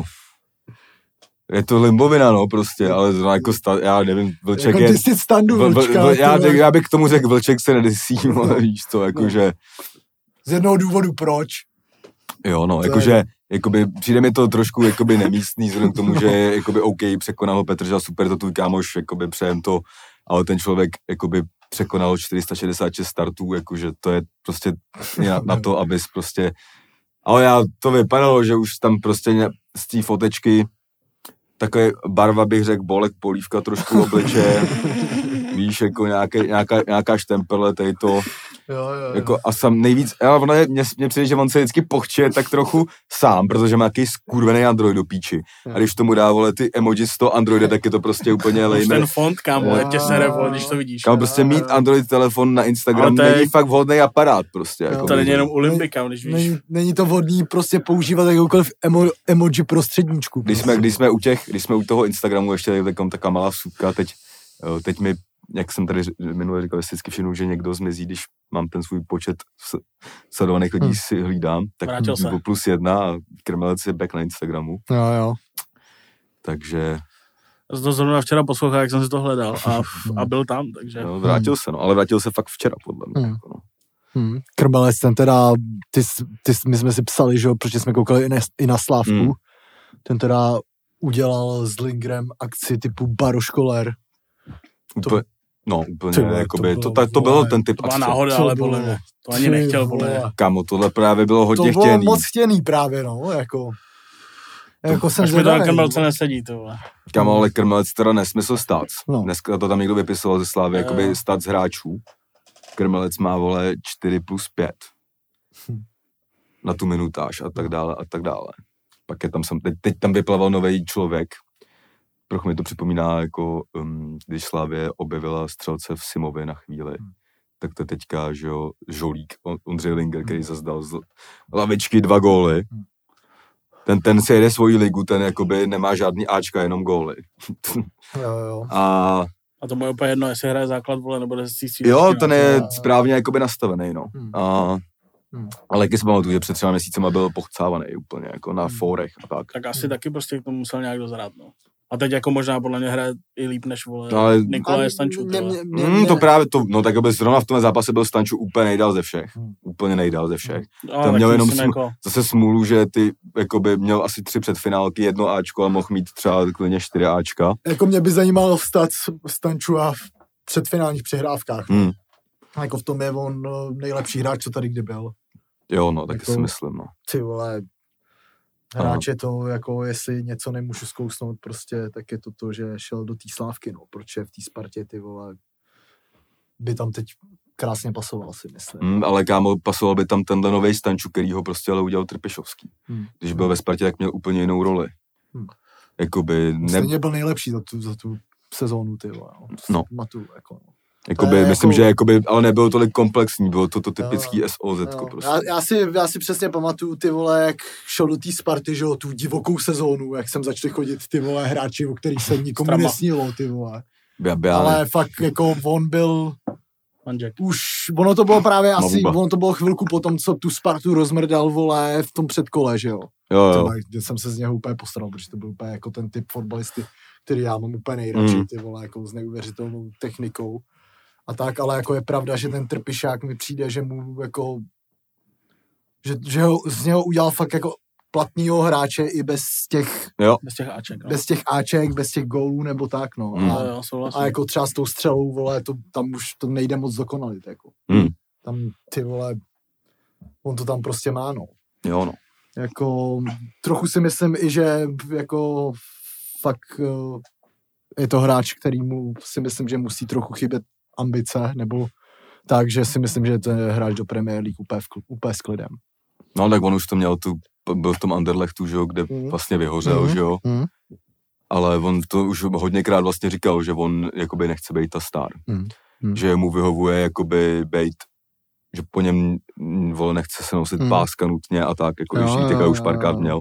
je to limbovina, no, prostě, ale zrovna jako, já nevím, Vlček jako je... Jako Standu Vlčka. Já bych k tomu řekl, Vlček se nedesí, víš to, jakože... Z jednoho důvodu proč. Jo, no, jakože, jakoby, přijde mi to trošku, jakoby, nemístný, vzhledem k tomu, že, jakoby, OK, překonal ho Petrža, super, to tvůj kámoš, jakoby, přejem to, ale ten člověk, jakoby, překonal 466 startů, jakože to je prostě na to, abys prostě... Ale to vypadalo, že už tam prostě z té fotečky takové barva, bych řekl, bolek, polívka, trošku obličeje, víš, jako nějaká štempele, tady to... Jo. Jako a sam nejvíc, mně přijde, že on se vždycky pochče tak trochu sám, protože má nějaký skurvený Android do píči. A když tomu dá, vole, ty emoji z toho Androida, tak je to prostě úplně lejme. Ten font, kámo, jak tě sere, vole, když to vidíš. Kámo, prostě mít Android telefon na Instagram není fakt vhodný aparát, prostě. Jako to není jenom u Limby, kámo, když víš. Není to vhodný prostě používat jakoukoliv emoji prostředníčku. Když jsme u toho Instagramu, ještě taková malá vsupka, teď mi, jak jsem tady minule říkal, vždycky všimnu, že někdo zmizí, když mám ten svůj počet sledovaných lidí si hlídám, tak byl +1 a Krmelec je back na Instagramu. Jo. Takže... To zrovna včera poslouchal, jak jsem si to hledal a byl tam, takže... No, vrátil se, ale vrátil se fakt včera, podle mě. Jako, no. Krmelec, ten teda, my jsme si psali, že jo, protože jsme koukali i na Slávku, ten teda udělal s Lingrem akci typu Baroškoler. Úplně, jakoby, to bylo ten typ. To byla náhoda, ale podle mě. To ani nechtěl, podle mě. Kámo, tohle právě bylo hodně chtěný. To bylo moc chtěný právě, no, jako jsem zvědavý. Až mi to Krmelce nesedí, tohle. Kámo, ale Krmelec teda nesmysl stats. No. Dneska to tam někdo vypisoval ze Slávy, jakoby stats hráčů. Krmelec má, vole, 4+5 na tu minutáž a tak dále. Pak je tam, teď tam vyplaval nový člověk. Trochu mi to připomíná, jako když Slávě objevila střelce v Simovi na chvíli, tak to teďka, že jo, Žolík, Ondřej Linger, který zazdal z lavičky 2 góly. Ten si jede svoji ligu, ten jakoby nemá žádný Ačka, jenom góly. Jo. A to mu je úplně jedno, jestli hraje základ, vole, nebo desící. Jo, ten je správně jakoby nastavený, no. Ale taky si pamatuju, že před 3 měsícema byl pochcávaný úplně, jako na fórech a tak. Tak asi taky prostě k tomu musel nějak dozrát, no. A teď jako možná podle mě hraje i líp než, vole, Nikolaj Stanču. To právě to, no tak aby zrovna v tomhle zápase byl Stanču úplně nejdál ze všech. Úplně nejdál ze všech. Tam měl jenom zase smůlu, že ty jakoby měl asi 3 předfinálky, 1 Ačko a mohl mít třeba klidně 4 Ačka. Jako mě by zajímalo vstat Stanču a v předfinálních přihrávkách. Jako v tom je on nejlepší hráč, co tady kdy byl. Jo, no, taky jako, si myslím, no. Ty vole, hráč je to, jako jestli něco nemůžu zkousnout prostě, tak je to, že šel do té Slávky, no, protože v té Spartě, ty vole, by tam teď krásně pasoval, si myslím. Ale kámo, pasoval by tam tenhle novej Stanču, který ho prostě ale udělal Trpišovský. Když byl ve Spartě, tak měl úplně jinou roli. Jakoby... Stejně byl nejlepší za tu sezónu, ty vole, No. Pamatuju, jako, no. Jakoby, myslím, že jakoby, ale nebylo tolik komplexní, bylo to typický SOZ. Prostě. Já si přesně pamatuju, ty vole, jak šel do té Sparty, že jo, tu divokou sezónu, jak jsem začali chodit, ty vole, hráči, o kterých se nikomu nesnilo, ty vole. Ale fakt, jako, on byl... Už, ono to bylo právě asi, ono to bylo chvilku potom, co tu Spartu rozmrdal, vole, v tom předkole, že jo. Jo. Kde jsem se z něho úplně postaral, protože to byl úplně jako ten typ fotbalisty, který já mám úplně nejradši, ty vole, jako s neuvěřitelnou technikou. A tak, ale jako je pravda, že ten Trpišák mi přijde, že mu jako, že ho, z něho udělal fakt jako platnýho hráče i bez těch Aček, no. Bez těch Aček, bez těch gólů nebo tak, no. A jako třeba s tou střelou, vole, tam už to nejde moc dokonalit, jako. Tam, ty vole, on to tam prostě má, no. Jo, no. Jako, trochu si myslím i, že jako fakt je to hráč, kterýmu si myslím, že musí trochu chybět ambice, nebo tak, že si myslím, že to je hráč do Premier League úplně s klidem. No, tak on už to měl byl v tom Anderlechtu, že jo, kde vlastně vyhořel, že jo. Ale on to už hodněkrát vlastně říkal, že on jakoby nechce být ta star. Že mu vyhovuje jakoby být, že po něm, vole, nechce se nosit páska nutně a tak, jako když Švítek už párkrát měl.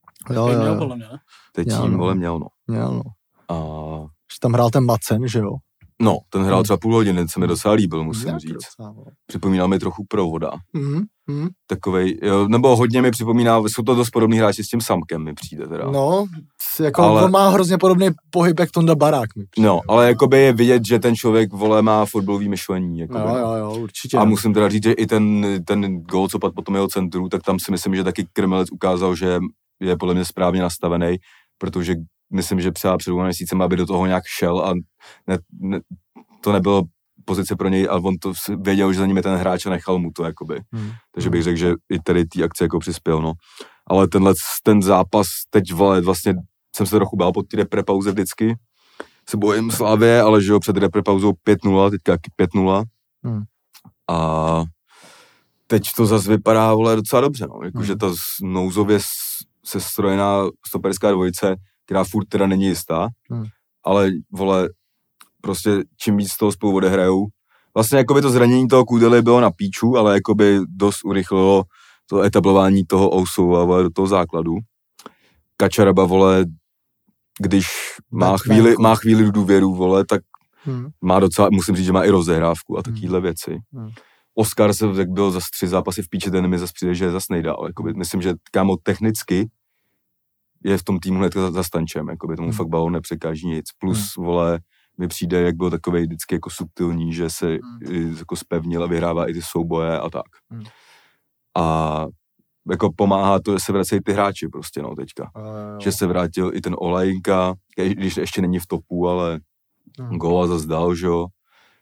Teď tím, vole, měl, no. A... Že tam hrál ten Macen, že jo? No, ten hrál třeba půl hodiny, co mi docela líbil, musím říct. Připomínal mi trochu Provoda. Takovej, jo, nebo hodně mi připomíná, jsou to dost podobný hráči s tím Samkem, mi přijde teda. No, jako ale, on má hrozně podobný pohyb jak Tonda Barák, mi přijde. No, ale jakoby je vidět, že ten člověk, vole, má fotbalový myšlení. Jakoby. Jo, určitě. A musím teda říct, že i ten gól, co padl potom jeho centru, tak tam si myslím, že taky Krmelec ukázal, že je podle mě správně nastavený, protože myslím, že třeba před 2 měsícem, aby do toho nějak šel a to nebylo pozice pro něj, ale on to věděl, že za ním je ten hráč a nechal mu to, jakoby. Takže bych řekl, že i tady té akce jako přispěl, no. Ale ten zápas teď, vole, vlastně jsem se trochu bál pod té reprepauze vždycky. Se bojím Slávě, ale že jo, před reprepauzou 5-0, teďka 5-0. A teď to zase vypadá, vole, docela dobře, no. Jakože ta nouzově sestrojená stoperská dvojice, která furt teda není jistá, ale, vole, prostě čím víc toho spolu odehrajou. Vlastně jakoby to zranění toho Kudely bylo na píču, ale jakoby dost urychlilo to etablování toho Ousova, vole, do toho základu. Kačaraba, vole, když má chvíli důvěru, vole, tak má docela, musím říct, že má i rozehrávku a takovýhle věci. Oskar se byl za 3 zápasy v píči, ten mi zase přijde, že je zase nejdál. Jakoby, myslím, že kámo technicky je v tom týmu hned za Stančem, jakoby tomu fakt balón nepřekáží nic. Plus, vole, mi přijde, jak byl takovej vždycky jako subtilní, že se jako spevnil a vyhrává i ty souboje a tak. A jako pomáhá to, že se vracejí ty hráči prostě, no, teďka. Že se vrátil i ten Olajinka, když ještě není v topu, ale góla zase dal, že jo.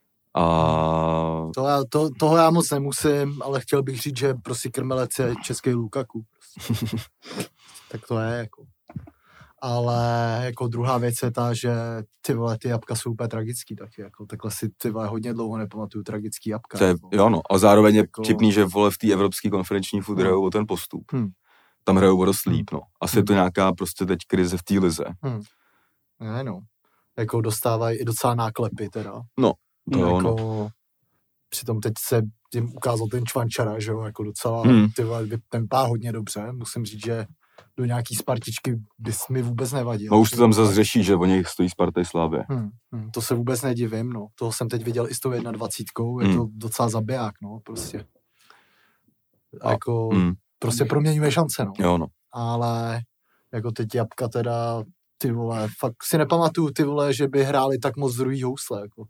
A... Toho já moc nemusím, ale chtěl bych říct, že prostě Krmelec je český Lukaku. Prostě. Tak to je jako. Ale jako druhá věc je ta, že ty vole, ty jabka jsou úplně tragický taky, jako takhle si ty vole hodně dlouho nepamatuju tragický jabka. Jako. Jo no, a zároveň je jako... vtipný, že vole v té evropské konferenční furt hrajou o ten postup. Tam hrajou o dost líp, no. Asi je to nějaká prostě teď krize v té lize. Ne no, jako dostávají i docela náklepy teda. No, to jo, jako... no. Přitom teď se jim ukázal ten Čvančara, že jo, jako docela ty vole vypempá hodně dobře, musím říct, že do nějaký Spartičky bys mi vůbec nevadil. No už to tam zase řeší, že o něj stojí Sparta i Slavia. To se vůbec nedivím, no. Toho jsem teď viděl i s tou 21, je to docela zabiják, no, prostě. Jako, prostě proměňuje šance, no. Jo, no. Ale jako teď jabka teda, ty vole, fakt si nepamatuju, ty vole, že by hráli tak moc druhý housle, jako.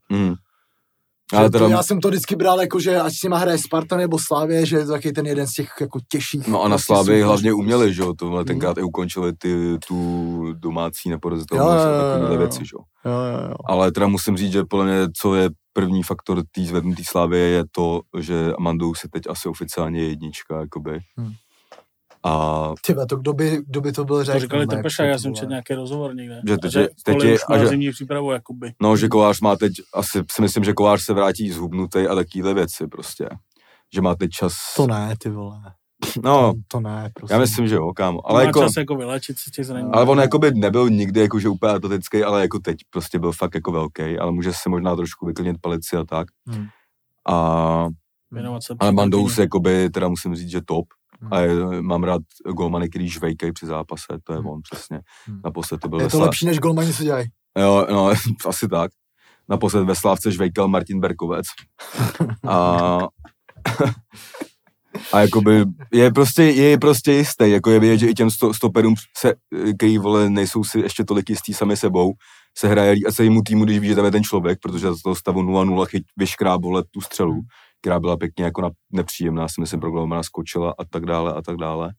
Ale teda... Já jsem to vždycky bral jako, že ať s nima hraje Sparta nebo Slavie, že je to taky ten jeden z těch jako těžších. No a na Slavii hlavně uměli, že jo, tohle tenkrát i ukončili tu domácí neporazitelnost a takové věci, že jo. Ale teda musím říct, že podle mě, co je první faktor té zvednutý Slavie, je to, že Amandou si teď asi oficiálně je jednička, jakoby. A... Tyba, to kdo by to byl řekl? To říkali Trpešák, já jsem četl nějaký rozhovor někde. Že teď je, a že zimní přípravu, jakoby. No, že Kolář má teď, asi si myslím, že Kolář se vrátí zhubnutej a takovýhle věci prostě. Že má teď čas... To ne, ty vole. No, to ne, prostě. já myslím, že jo, kámo. Ale Má jako, čas jako vylečit si těch zranění. ale on jakoby nebyl nikdy jakože úplně atletický, ale jako teď prostě byl fakt jako velký, ale může se možná trošku vyklidnit palici a tak. A ale Mandous jakoby, teda musím říct, že top. A mám rád golmany, který žvejkají při zápase, to je on přesně. Naposled to byl je to lepší, než golmani se dělají. Jo, no, asi tak. Naposled ve Slávce žvejkal Martin Berkovec. A jakoby je prostě jistý, jako je vidět, že i těm stoperům který vole nejsou si ještě tolik jistý sami sebou, se hraje a celému týmu, když ví, že tam je ten člověk, protože z toho stavu 0-0 vyškráb vole tu střelu, která byla pěkně jako nepříjemná, si myslím, pro Golmana skočila a tak dále a tak dále.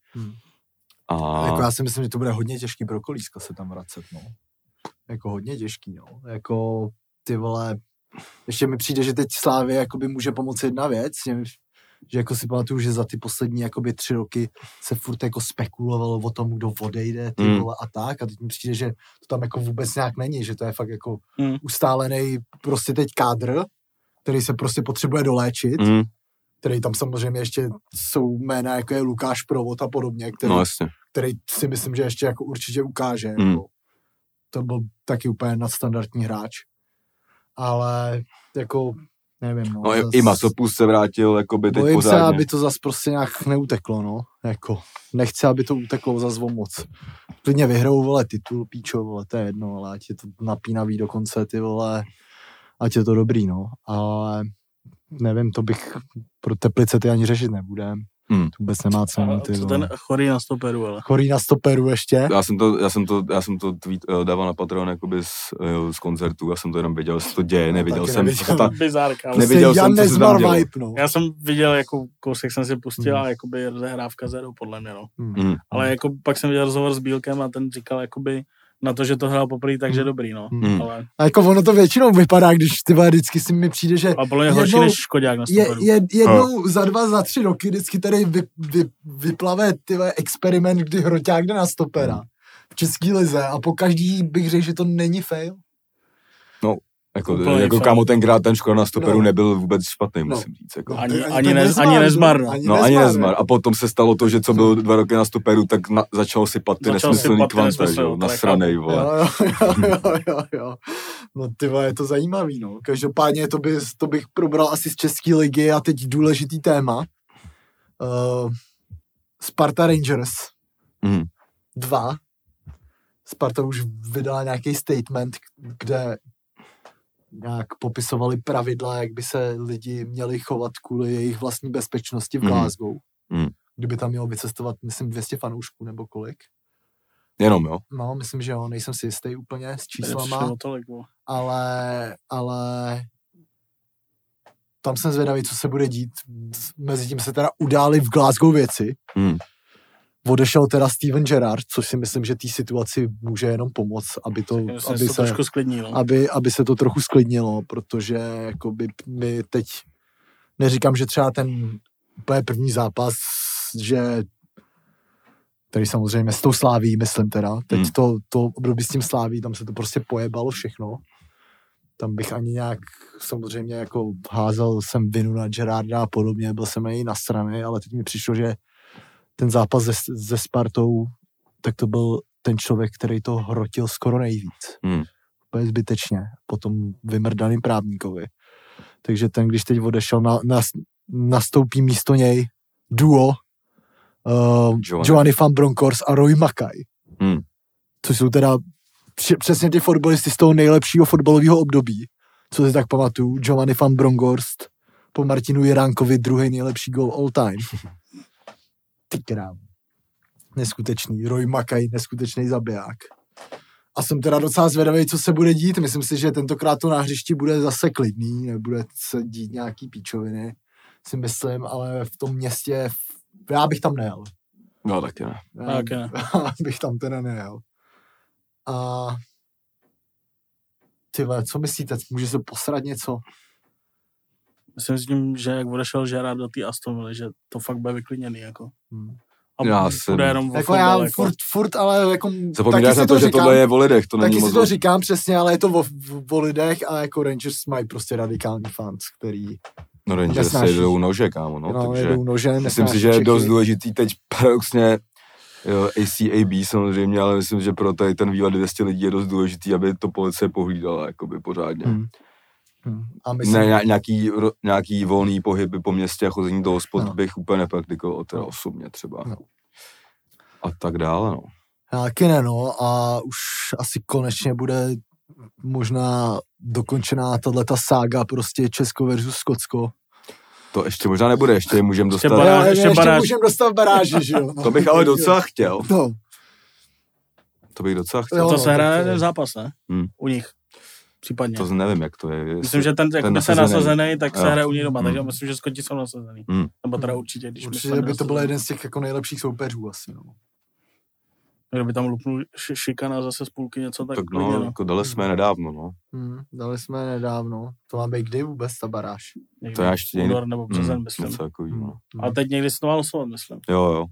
A jako já si myslím, že to bude hodně těžký pro Kolíska se tam vracet, no. Jako hodně těžký, no. Jako ty vole, ještě mi přijde, že teď Slávě jakoby může pomoct jedna věc, že jako si pamatuju, že za ty poslední jakoby 3 roky se furt jako spekulovalo o tom, kdo odejde, ty vole a tak, a teď mi přijde, že to tam jako vůbec nějak není, že to je fakt jako ustálený prostě teď kádr, který se prostě potřebuje doléčit, který tam samozřejmě ještě jsou jména, jako je Lukáš Provod a podobně, který si myslím, že ještě jako určitě ukáže. Jako. To byl taky úplně nadstandardní hráč. Ale jako nevím, no. I Masopust se vrátil, jakoby teď bojím pořádně. se, aby to zas prostě nějak neuteklo, no. Jako, nechci, aby to uteklo zas o moc. Klidně vyhrou, vole, titul, píčo, vole, to je jedno, ale ať je to napínavý dokonce, ty vole, ať je to dobrý, no. Ale nevím, to bych pro Teplice ty ani řešit nebudem. To vůbec nemá cenu, ty co vole. ten chorý na stoperu, ale. Chorý na stoperu ještě? Já jsem to tweet dával na Patreon jakoby z koncertu, já jsem to jenom viděl, jestli to děje, neviděl jsem. Bizárka. Neviděl jsem, co se tam dělo. No. Já jsem viděl, jako kousek jsem si pustil a jakoby rozehrávka 0, podle mě, no. Ale jako pak jsem viděl rozhovor s Bílkem a ten říkal, jakoby na to, že to hrál poprvé, takže dobrý, no. Ale... A jako ono to většinou vypadá, když ty vždycky si mi přijde, že... A podle mě horší než Škodák na stoperu. Jednou za 2, za 3 roky vždycky tady vyplave experiment, kdy Hroťák jde na stopera v český lize a po každý bych řekl, že to není fail. No, jako kámo tenkrát ten Škoda na stoperu nebyl vůbec špatný, musím říct. Jako. Ani Nezmar. Ani Nezmar. A potom se stalo to, že co byl 2 roky na stoperu, tak začal sypat ty nesmyslný kvanta, že jo, nasranej, vole. Jo. No ty vole, je to zajímavý, no. Každopádně to bych probral asi z české ligy a teď důležitý téma. Sparta Rangers 2. Sparta už vydala nějaký statement, kde nějak popisovali pravidla, jak by se lidi měli chovat kvůli jejich vlastní bezpečnosti v Glasgow. Kdyby tam mělo vycestovat, myslím, 200 fanoušků nebo kolik. Jenom, jo? No, myslím, že jo, nejsem si jistý úplně s číslama, ale tam jsem zvědavý, co se bude dít. Mezitím se teda udály v Glasgow věci. Odešel teda Steven Gerrard, což si myslím, že té situaci může jenom pomoct, aby se to trochu sklidnilo, protože jakoby my teď neříkám, že třeba ten úplně první zápas, že tady samozřejmě s tou Sláví, myslím teda, teď to období s tím Sláví, tam se to prostě pojebalo všechno. Tam bych ani nějak samozřejmě jako házel jsem vinu na Gerrarda a podobně, byl jsem i na straně, ale teď mi přišlo, že ten zápas se Spartou, tak to byl ten člověk, který to hrotil skoro nejvíc. Úplně zbytečně. Potom vymrdaným právníkovi. Takže ten, když teď odešel, nastoupí místo něj duo Giovanni Van Bronckhorst a Roy Mackay. Což jsou teda přesně ty fotbalisty z toho nejlepšího fotbalového období. Co si tak pamatuju. Giovanni Van Bronckhorst po Martinu Jiránkovi druhý nejlepší gol all time. Ty krám. Neskutečný. Roy Mackay, neskutečný zabiják. A jsem teda docela zvědavý, co se bude dít. Myslím si, že tentokrát to na hřišti bude zase klidný, nebude se dít nějaký píčoviny, si myslím, ale v tom městě já bych tam nejel. No, taky ne. Já bych tam teda nejel. A tyhle, co myslíte? Může se posrat něco? Myslím s tím, že jak odešel Gerrard do té Aston Villa, že to fakt bude vyklidněný, jako. A já jsem... jenom jako já furt, ale jako... Zapomínáš na to, že tohle je o lidech, to není moc... Taky si to říkám přesně, ale je to o lidech a jako Rangers mají prostě radikální fans, který... No Rangers se jedou nože, kámo, no, takže jedou nože, myslím si, že je dost důležitý teď paradoxně ACAB samozřejmě, ale myslím, že pro tady ten výlet 200 lidí je dost důležitý, aby to policie pohlídala jakoby pořádně. A myslím, nějaký volný pohyby po městě a chození do hospod bych úplně nepraktikoval, teda osobně třeba. No. A tak dále, no. Taky ne, no, a už asi konečně bude možná dokončená tato sága prostě Česko versus Skotsko. To ještě možná nebude, ještě můžeme dostat... Ještě můžeme dostat baráži, že jo. No. To bych ale docela chtěl. No. To bych docela chtěl. Jo, to se hraje ten zápas, ne? U nich. Případně. To nevím, jak to je. Myslím, že ten by se nasazený, tak se hraje u nich doma, takže myslím, že Skoti jsou nasazený. Nebo teda určitě, když určitě by to byl jeden z těch jako nejlepších soupeřů asi, no. Kdyby tam lupnul šikana zase z půlky něco, tak no, no. Jako dali jsme nedávno, no. Dali jsme nedávno. To má být kdy vůbec ta baráž? Někdy to je ještě někdy. Nebo březen, myslím. Takový, no. Ale teď někdy se to má losovat, myslím. Jo.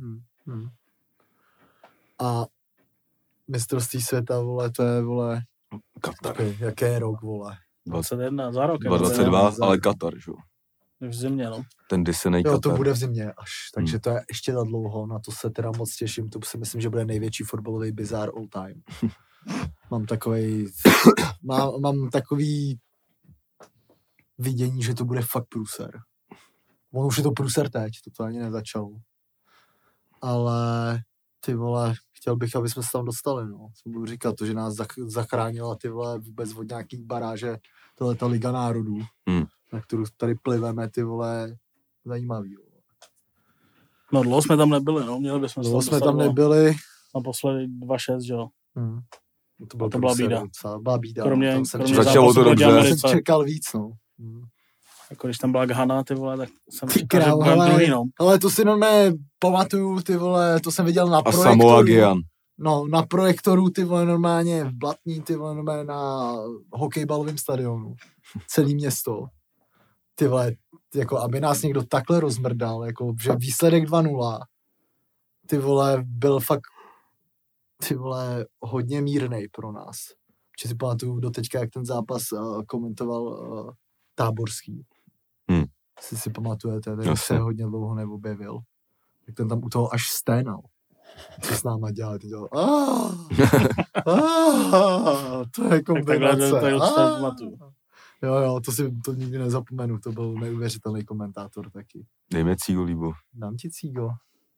A mistrovství světa, vole, to je, vole... Katar. Jaký je rok, vole? 21, za rok. 22, ale Katar, že jo. V zimě, no. Ten dysenej Katar. Jo, to bude v zimě až, takže to je ještě za dlouho, na to se teda moc těším, to si myslím, že bude největší fotbalový bizár all time. Mám takový vidění, že to bude fakt průser. On už je to průser teď, to ani nezačalo. Ale ty vole, chtěl bych, aby jsme se tam dostali, no. Co budu říkat, to, že nás zachránila ty vole vůbec od nějaký baráže, ta Liga národů, na kterou tady pliveme, ty vole, zajímavý. Vole. No dlouho jsme tam nebyli, no, měli bychom se tam jsme tam nebyli. Naposledy 2-6, jo. To byla bída. Byla bída. Kromě začalo to dobře. Já jsem čekal víc, no. Jako když tam byla Ghana, ty vole, tak jsem čekal, že budem druhý, no. Ale to si normálně pamatuju, ty vole, to jsem viděl na projektoru. A Samoa Gyan. No, na projektoru, ty vole, normálně v Blatní, ty vole, normálně na hokejbalovém stadionu. Celý město. Ty vole, jako aby nás někdo takhle rozmrdal, jako, že výsledek 2-0, ty vole, byl fakt, ty vole, hodně mírnej pro nás. Či si pamatuju do teďka, jak ten zápas komentoval Táborský. Si pamatujete, ten se hodně dlouho neobjevil. Jak ten tam u toho až sténal. Co s náma dělá? Ty dělal, to je kombinace. Jo, to nikdy nezapomenu, to byl neuvěřitelný komentátor taky. Dejme Cígo, Líbo. Dám ti Cígo.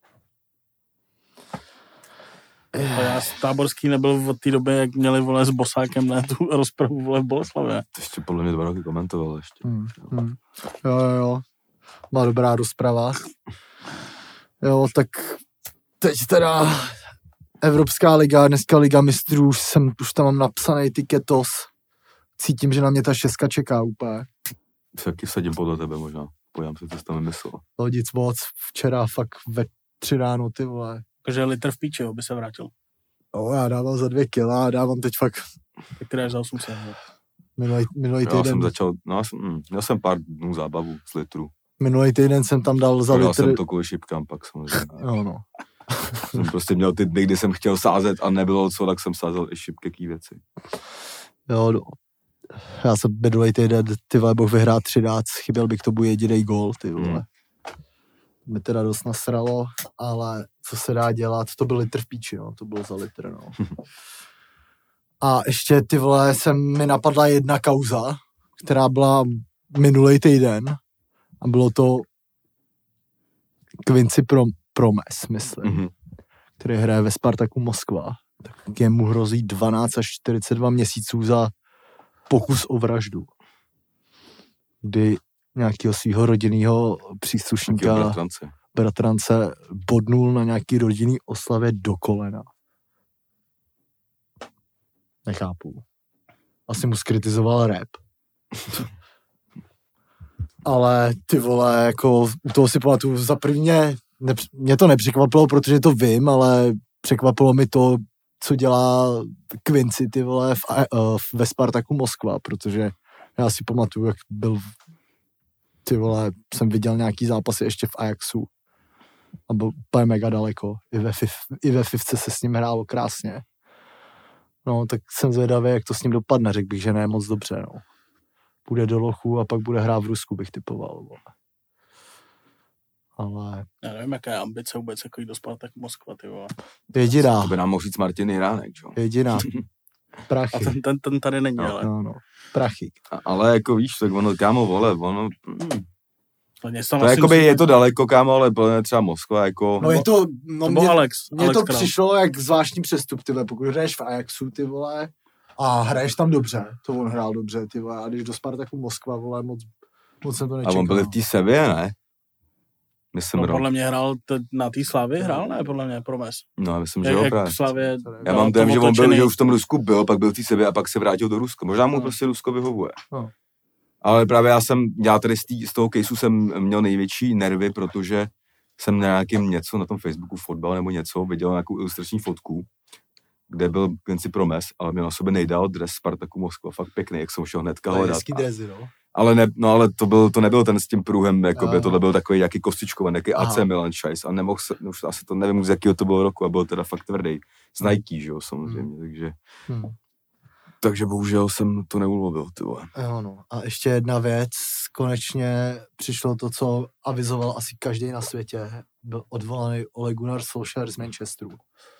Já Táborský nebyl od té doby, jak měli, vole, s Bosákem na tu rozpravu, vole, v Boleslavě. To ještě podle mě 2 roky komentoval ještě. Jo. Má dobrá rozprava. Jo, tak teď teda Evropská liga, dneska Liga mistrů, už tam mám napsaný tiketos. Cítím, že na mě ta 6 čeká úplně. Taky sedím podle tebe možná. Pojďám se, co jsi tam vymyslel. To nic moc. Včera fakt ve 3 ráno, ty vole. Takže litr v píči, by se vrátil. No, já dávám za 2 kila a dávám teď fakt... Tak ty dáš za 800. Minulý týden... Já jsem začal, měl jsem pár dnů zábavu z litru. Minulý týden jsem tam dal za litr... Já jsem to kvůli šipkám pak samozřejmě. No. Jsem prostě měl ty dny, kdy jsem chtěl sázet a nebylo co, tak jsem sázel i šipky ký věci. Jo, no. Já jsem minulý týden, ty vole, mohl vyhrát 13, chyběl by k tomu jedinej gól, ty vole. Mě teda dost nasralo, ale co se dá dělat, to byl litr v píči, no, to bylo za litr, no. A ještě, ty vole, mi napadla jedna kauza, která byla minulý týden a bylo to Quincy Promes, myslím, který hraje ve Spartaku Moskva, tak jemu hrozí 12 až 42 měsíců za pokus o vraždu, kdy nějakého svého rodinného příslušníka bratrance bodnul na nějaký rodinný oslavě do kolena. Nechápu. Asi mu skritizoval rap. Ale ty vole, jako u toho si pamatuju, za prvně mě to nepřekvapilo, protože to vím, ale překvapilo mi to, co dělá Quincy, ty vole, ve Spartaku Moskva, protože já si pamatuju, jak byl, ty vole, jsem viděl nějaký zápasy ještě v Ajaxu a byl úplně mega daleko. I ve Fifce se s ním hrálo krásně. No, tak jsem zvědavý, jak to s ním dopadne, řekl bych, že ne moc dobře, no. půjde do lochu a pak bude hrát v Rusku, bych typoval. Ale... Já nevím, jaká je ambice vůbec jako jít do Spartaku Moskva, ty vole. Jediná. To by nám mohl říct Martin Jiránek, jo. Jediná. Prachy. A ten tady není, ale. No. Prachy. Ale jako víš, tak ono, kámo, vole, ono... To je to daleko, kámo, ale třeba Moskva, jako... No je to... No to Alex to Král. přišlo jak zvláštní přestup, ty vole, pokud hraješ v Ajaxu, ty vole, a hraješ tam dobře, to on hrál dobře, ty vole, a když do Spartaku Moskva, vole, moc jsem to nečekal. A on byl v té Sevě, ne? Myslím, podle mě hrál na té Slavii, ne? Podle mě, Promes. No, myslím, že jo, právě. Slavě, já mám dojem, že on byl, že už v tom Rusku byl, pak byl v té Sevě a pak se vrátil do Ruska. Možná mu prostě Rusko vyhovuje. No. Ale právě já tady z toho caseu jsem měl největší nervy, protože jsem na nějakým něco na tom Facebooku fotbal nebo něco, viděl nějakou ilustrační fotku, kde byl Quincy Promes, ale měl na sobě nejdál dres Spartaku Moskva, fakt pěkný, jak jsem šel hnedka hledat. Hezký dresy, no. Ale to nebyl ten s tím pruhem, jakoby, tohle byl takový jaký kostičkovaný, jaký AC Milan šajs a nemohl se, už asi to nevím, z jakého to bylo roku a byl teda fakt tvrdý. Z Nike, že jo, samozřejmě, takže bohužel jsem to neulovil, ty vole. Jo, no. A ještě jedna věc, konečně přišlo to, co avizoval asi každý na světě, byl odvolaný Ole Gunnar Solskjaer z Manchesteru.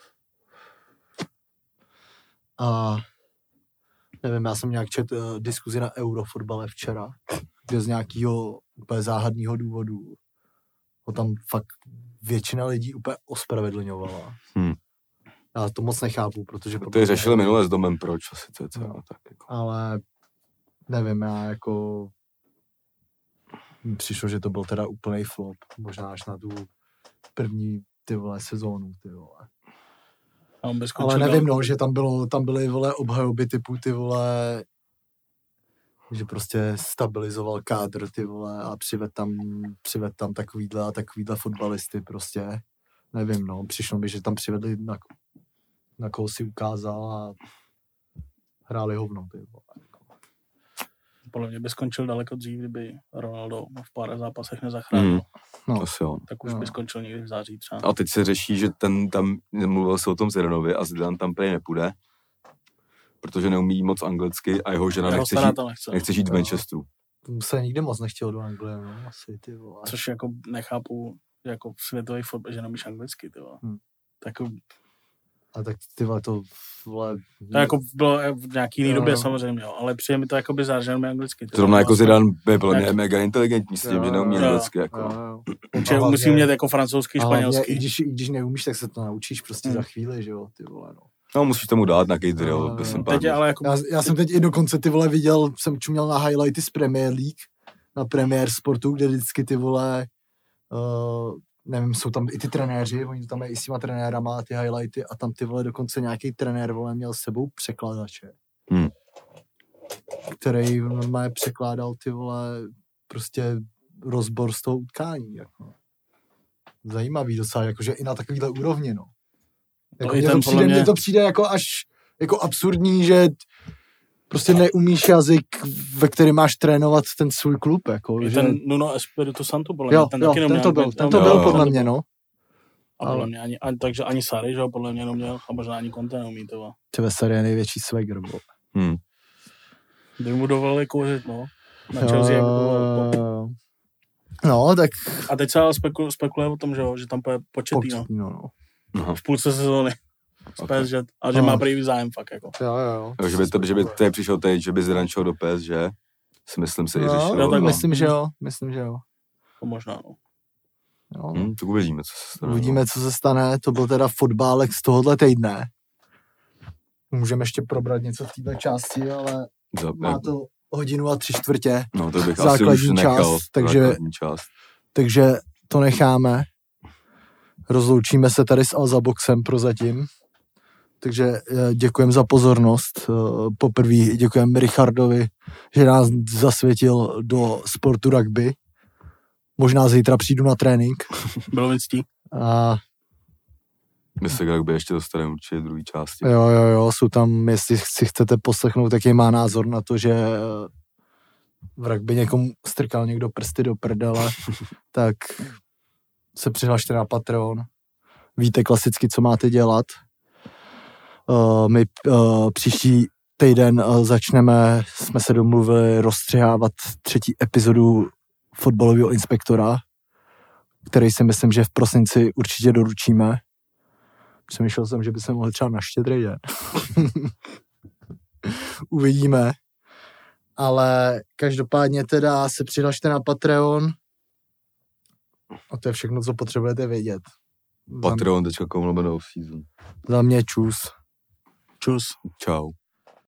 A nevím, já jsem nějak četl diskuzi na Eurofotbale včera, kde z nějakého úplně záhadného důvodu ho tam fakt většina lidí úplně ospravedlňovala. Já to moc nechápu, protože... To řešili minule s Domem, proč asi to je celé tak jako. Ale nevím, já jako... Přišlo, že to byl teda úplnej flop, možná až na tu první, ty vole, sezónu, ty vole. Ale nevím, no, že tam byly, vole, obhajoby typu, ty vole, že prostě stabilizoval kádr, ty vole, a přived tam takovýhle fotbalisty, prostě, nevím, no, přišlo mi, že tam přivedli na koho si ukázal a hráli hovno, ty vole. Podle mě by skončil daleko dřív, kdyby Ronaldo v pár zápasech nezachránil. No. Asi jo. Tak už by skončil někdy v září třeba. A teď se řeší, že ten tam, mluvil se o tom Zidanovi a Zidan tam prej nepůjde, protože neumí moc anglicky a jeho žena nechce žít v Manchesteru. Se nikdy moc nechtěl do Anglie, no, asi, ty vole. Což jako nechápu, jako v světový fotbal, že nemíš anglicky, ty vole. Tak a tak ty vole, to vole... To jako bylo v nějaký jiný době samozřejmě, jo, ale přijde mi to jako bizár, že nemí anglicky. Zrovna jako Zidane by byl mega inteligentní s tím, že neumí anglicky, jako. Určitě musí mít jako francouzský, španělský. I když neumíš, tak se to naučíš prostě za chvíli, že jo, ty vole, no. No, musíš tomu dát nějaký drill, jako... Já jsem teď i dokonce, ty vole, viděl, jsem čuměl na highlighty z Premier League, na Premier Sportu, kde vždycky ty vole, nevím, jsou tam i ty trenéři, oni tam mají i s těma trenérama ty highlighty a tam ty vole dokonce nějaký trenér, vole, měl s sebou překladače, který normálně překládal ty vole, prostě rozbor z toho utkání, jako. Zajímavý docela, jakože i na takovýhle úrovni, no. Jako mně to přijde jako až jako absurdní, že prostě neumíš jazyk, ve kterém máš trénovat ten svůj klub, jako. Že... Ten Nuno Espirito Santo, podle mě, ten to byl podle mě, no. A podle mě takže ani Sarri, že jo, podle mě neměl, a možná ani Conte neumí to. Tebe Sarri je největší swagger, bo. By mu dovolili kouřit, no. Na Chelsea jako no, tak... A teď se ale spekuluje o tom, že tam půjde Pochettino. No. V půlce sezóny. PSG, a že má prý zájem fakt, jako. Jo. Že by tady přišel teď, že by Zidane šel do PSG, si myslím se i řešil. No, myslím, že jo. To možná, no. Tak uvidíme, co se stane. Uvidíme, co se stane. To byl teda fotbálek z tohohle týdne. Můžeme ještě probrat něco v této části, ale má to 1:03. No, to bych asi už nechal. Takže to necháme. Rozloučíme se tady s Alzaboxem prozatím. Takže děkujem za pozornost. Poprvé děkujem Richardovi, že nás zasvětil do sportu rugby. Možná zítra přijdu na trénink. Bylo mi ctí. A... My se k rugby ještě dostaneme určitě v druhé části. Jo, jsou tam, jestli si chcete poslechnout, jaký má názor na to, že v rugby někomu strkal někdo prsty do prdele, tak se přihlašte na Patreon. Víte klasicky, co máte dělat. My příští týden jsme se domluvili rozstřihávat 3. epizodu Fotbalového inspektora, který si myslím, že v prosinci určitě doručíme. Přemýšlel jsem, že by se mohl třeba na Štědrý den. Uvidíme. Ale každopádně teda se přihlašte na Patreon a to je všechno, co potřebujete vědět. Patreon.com/off-season. Za mě čus. Čus. Čau.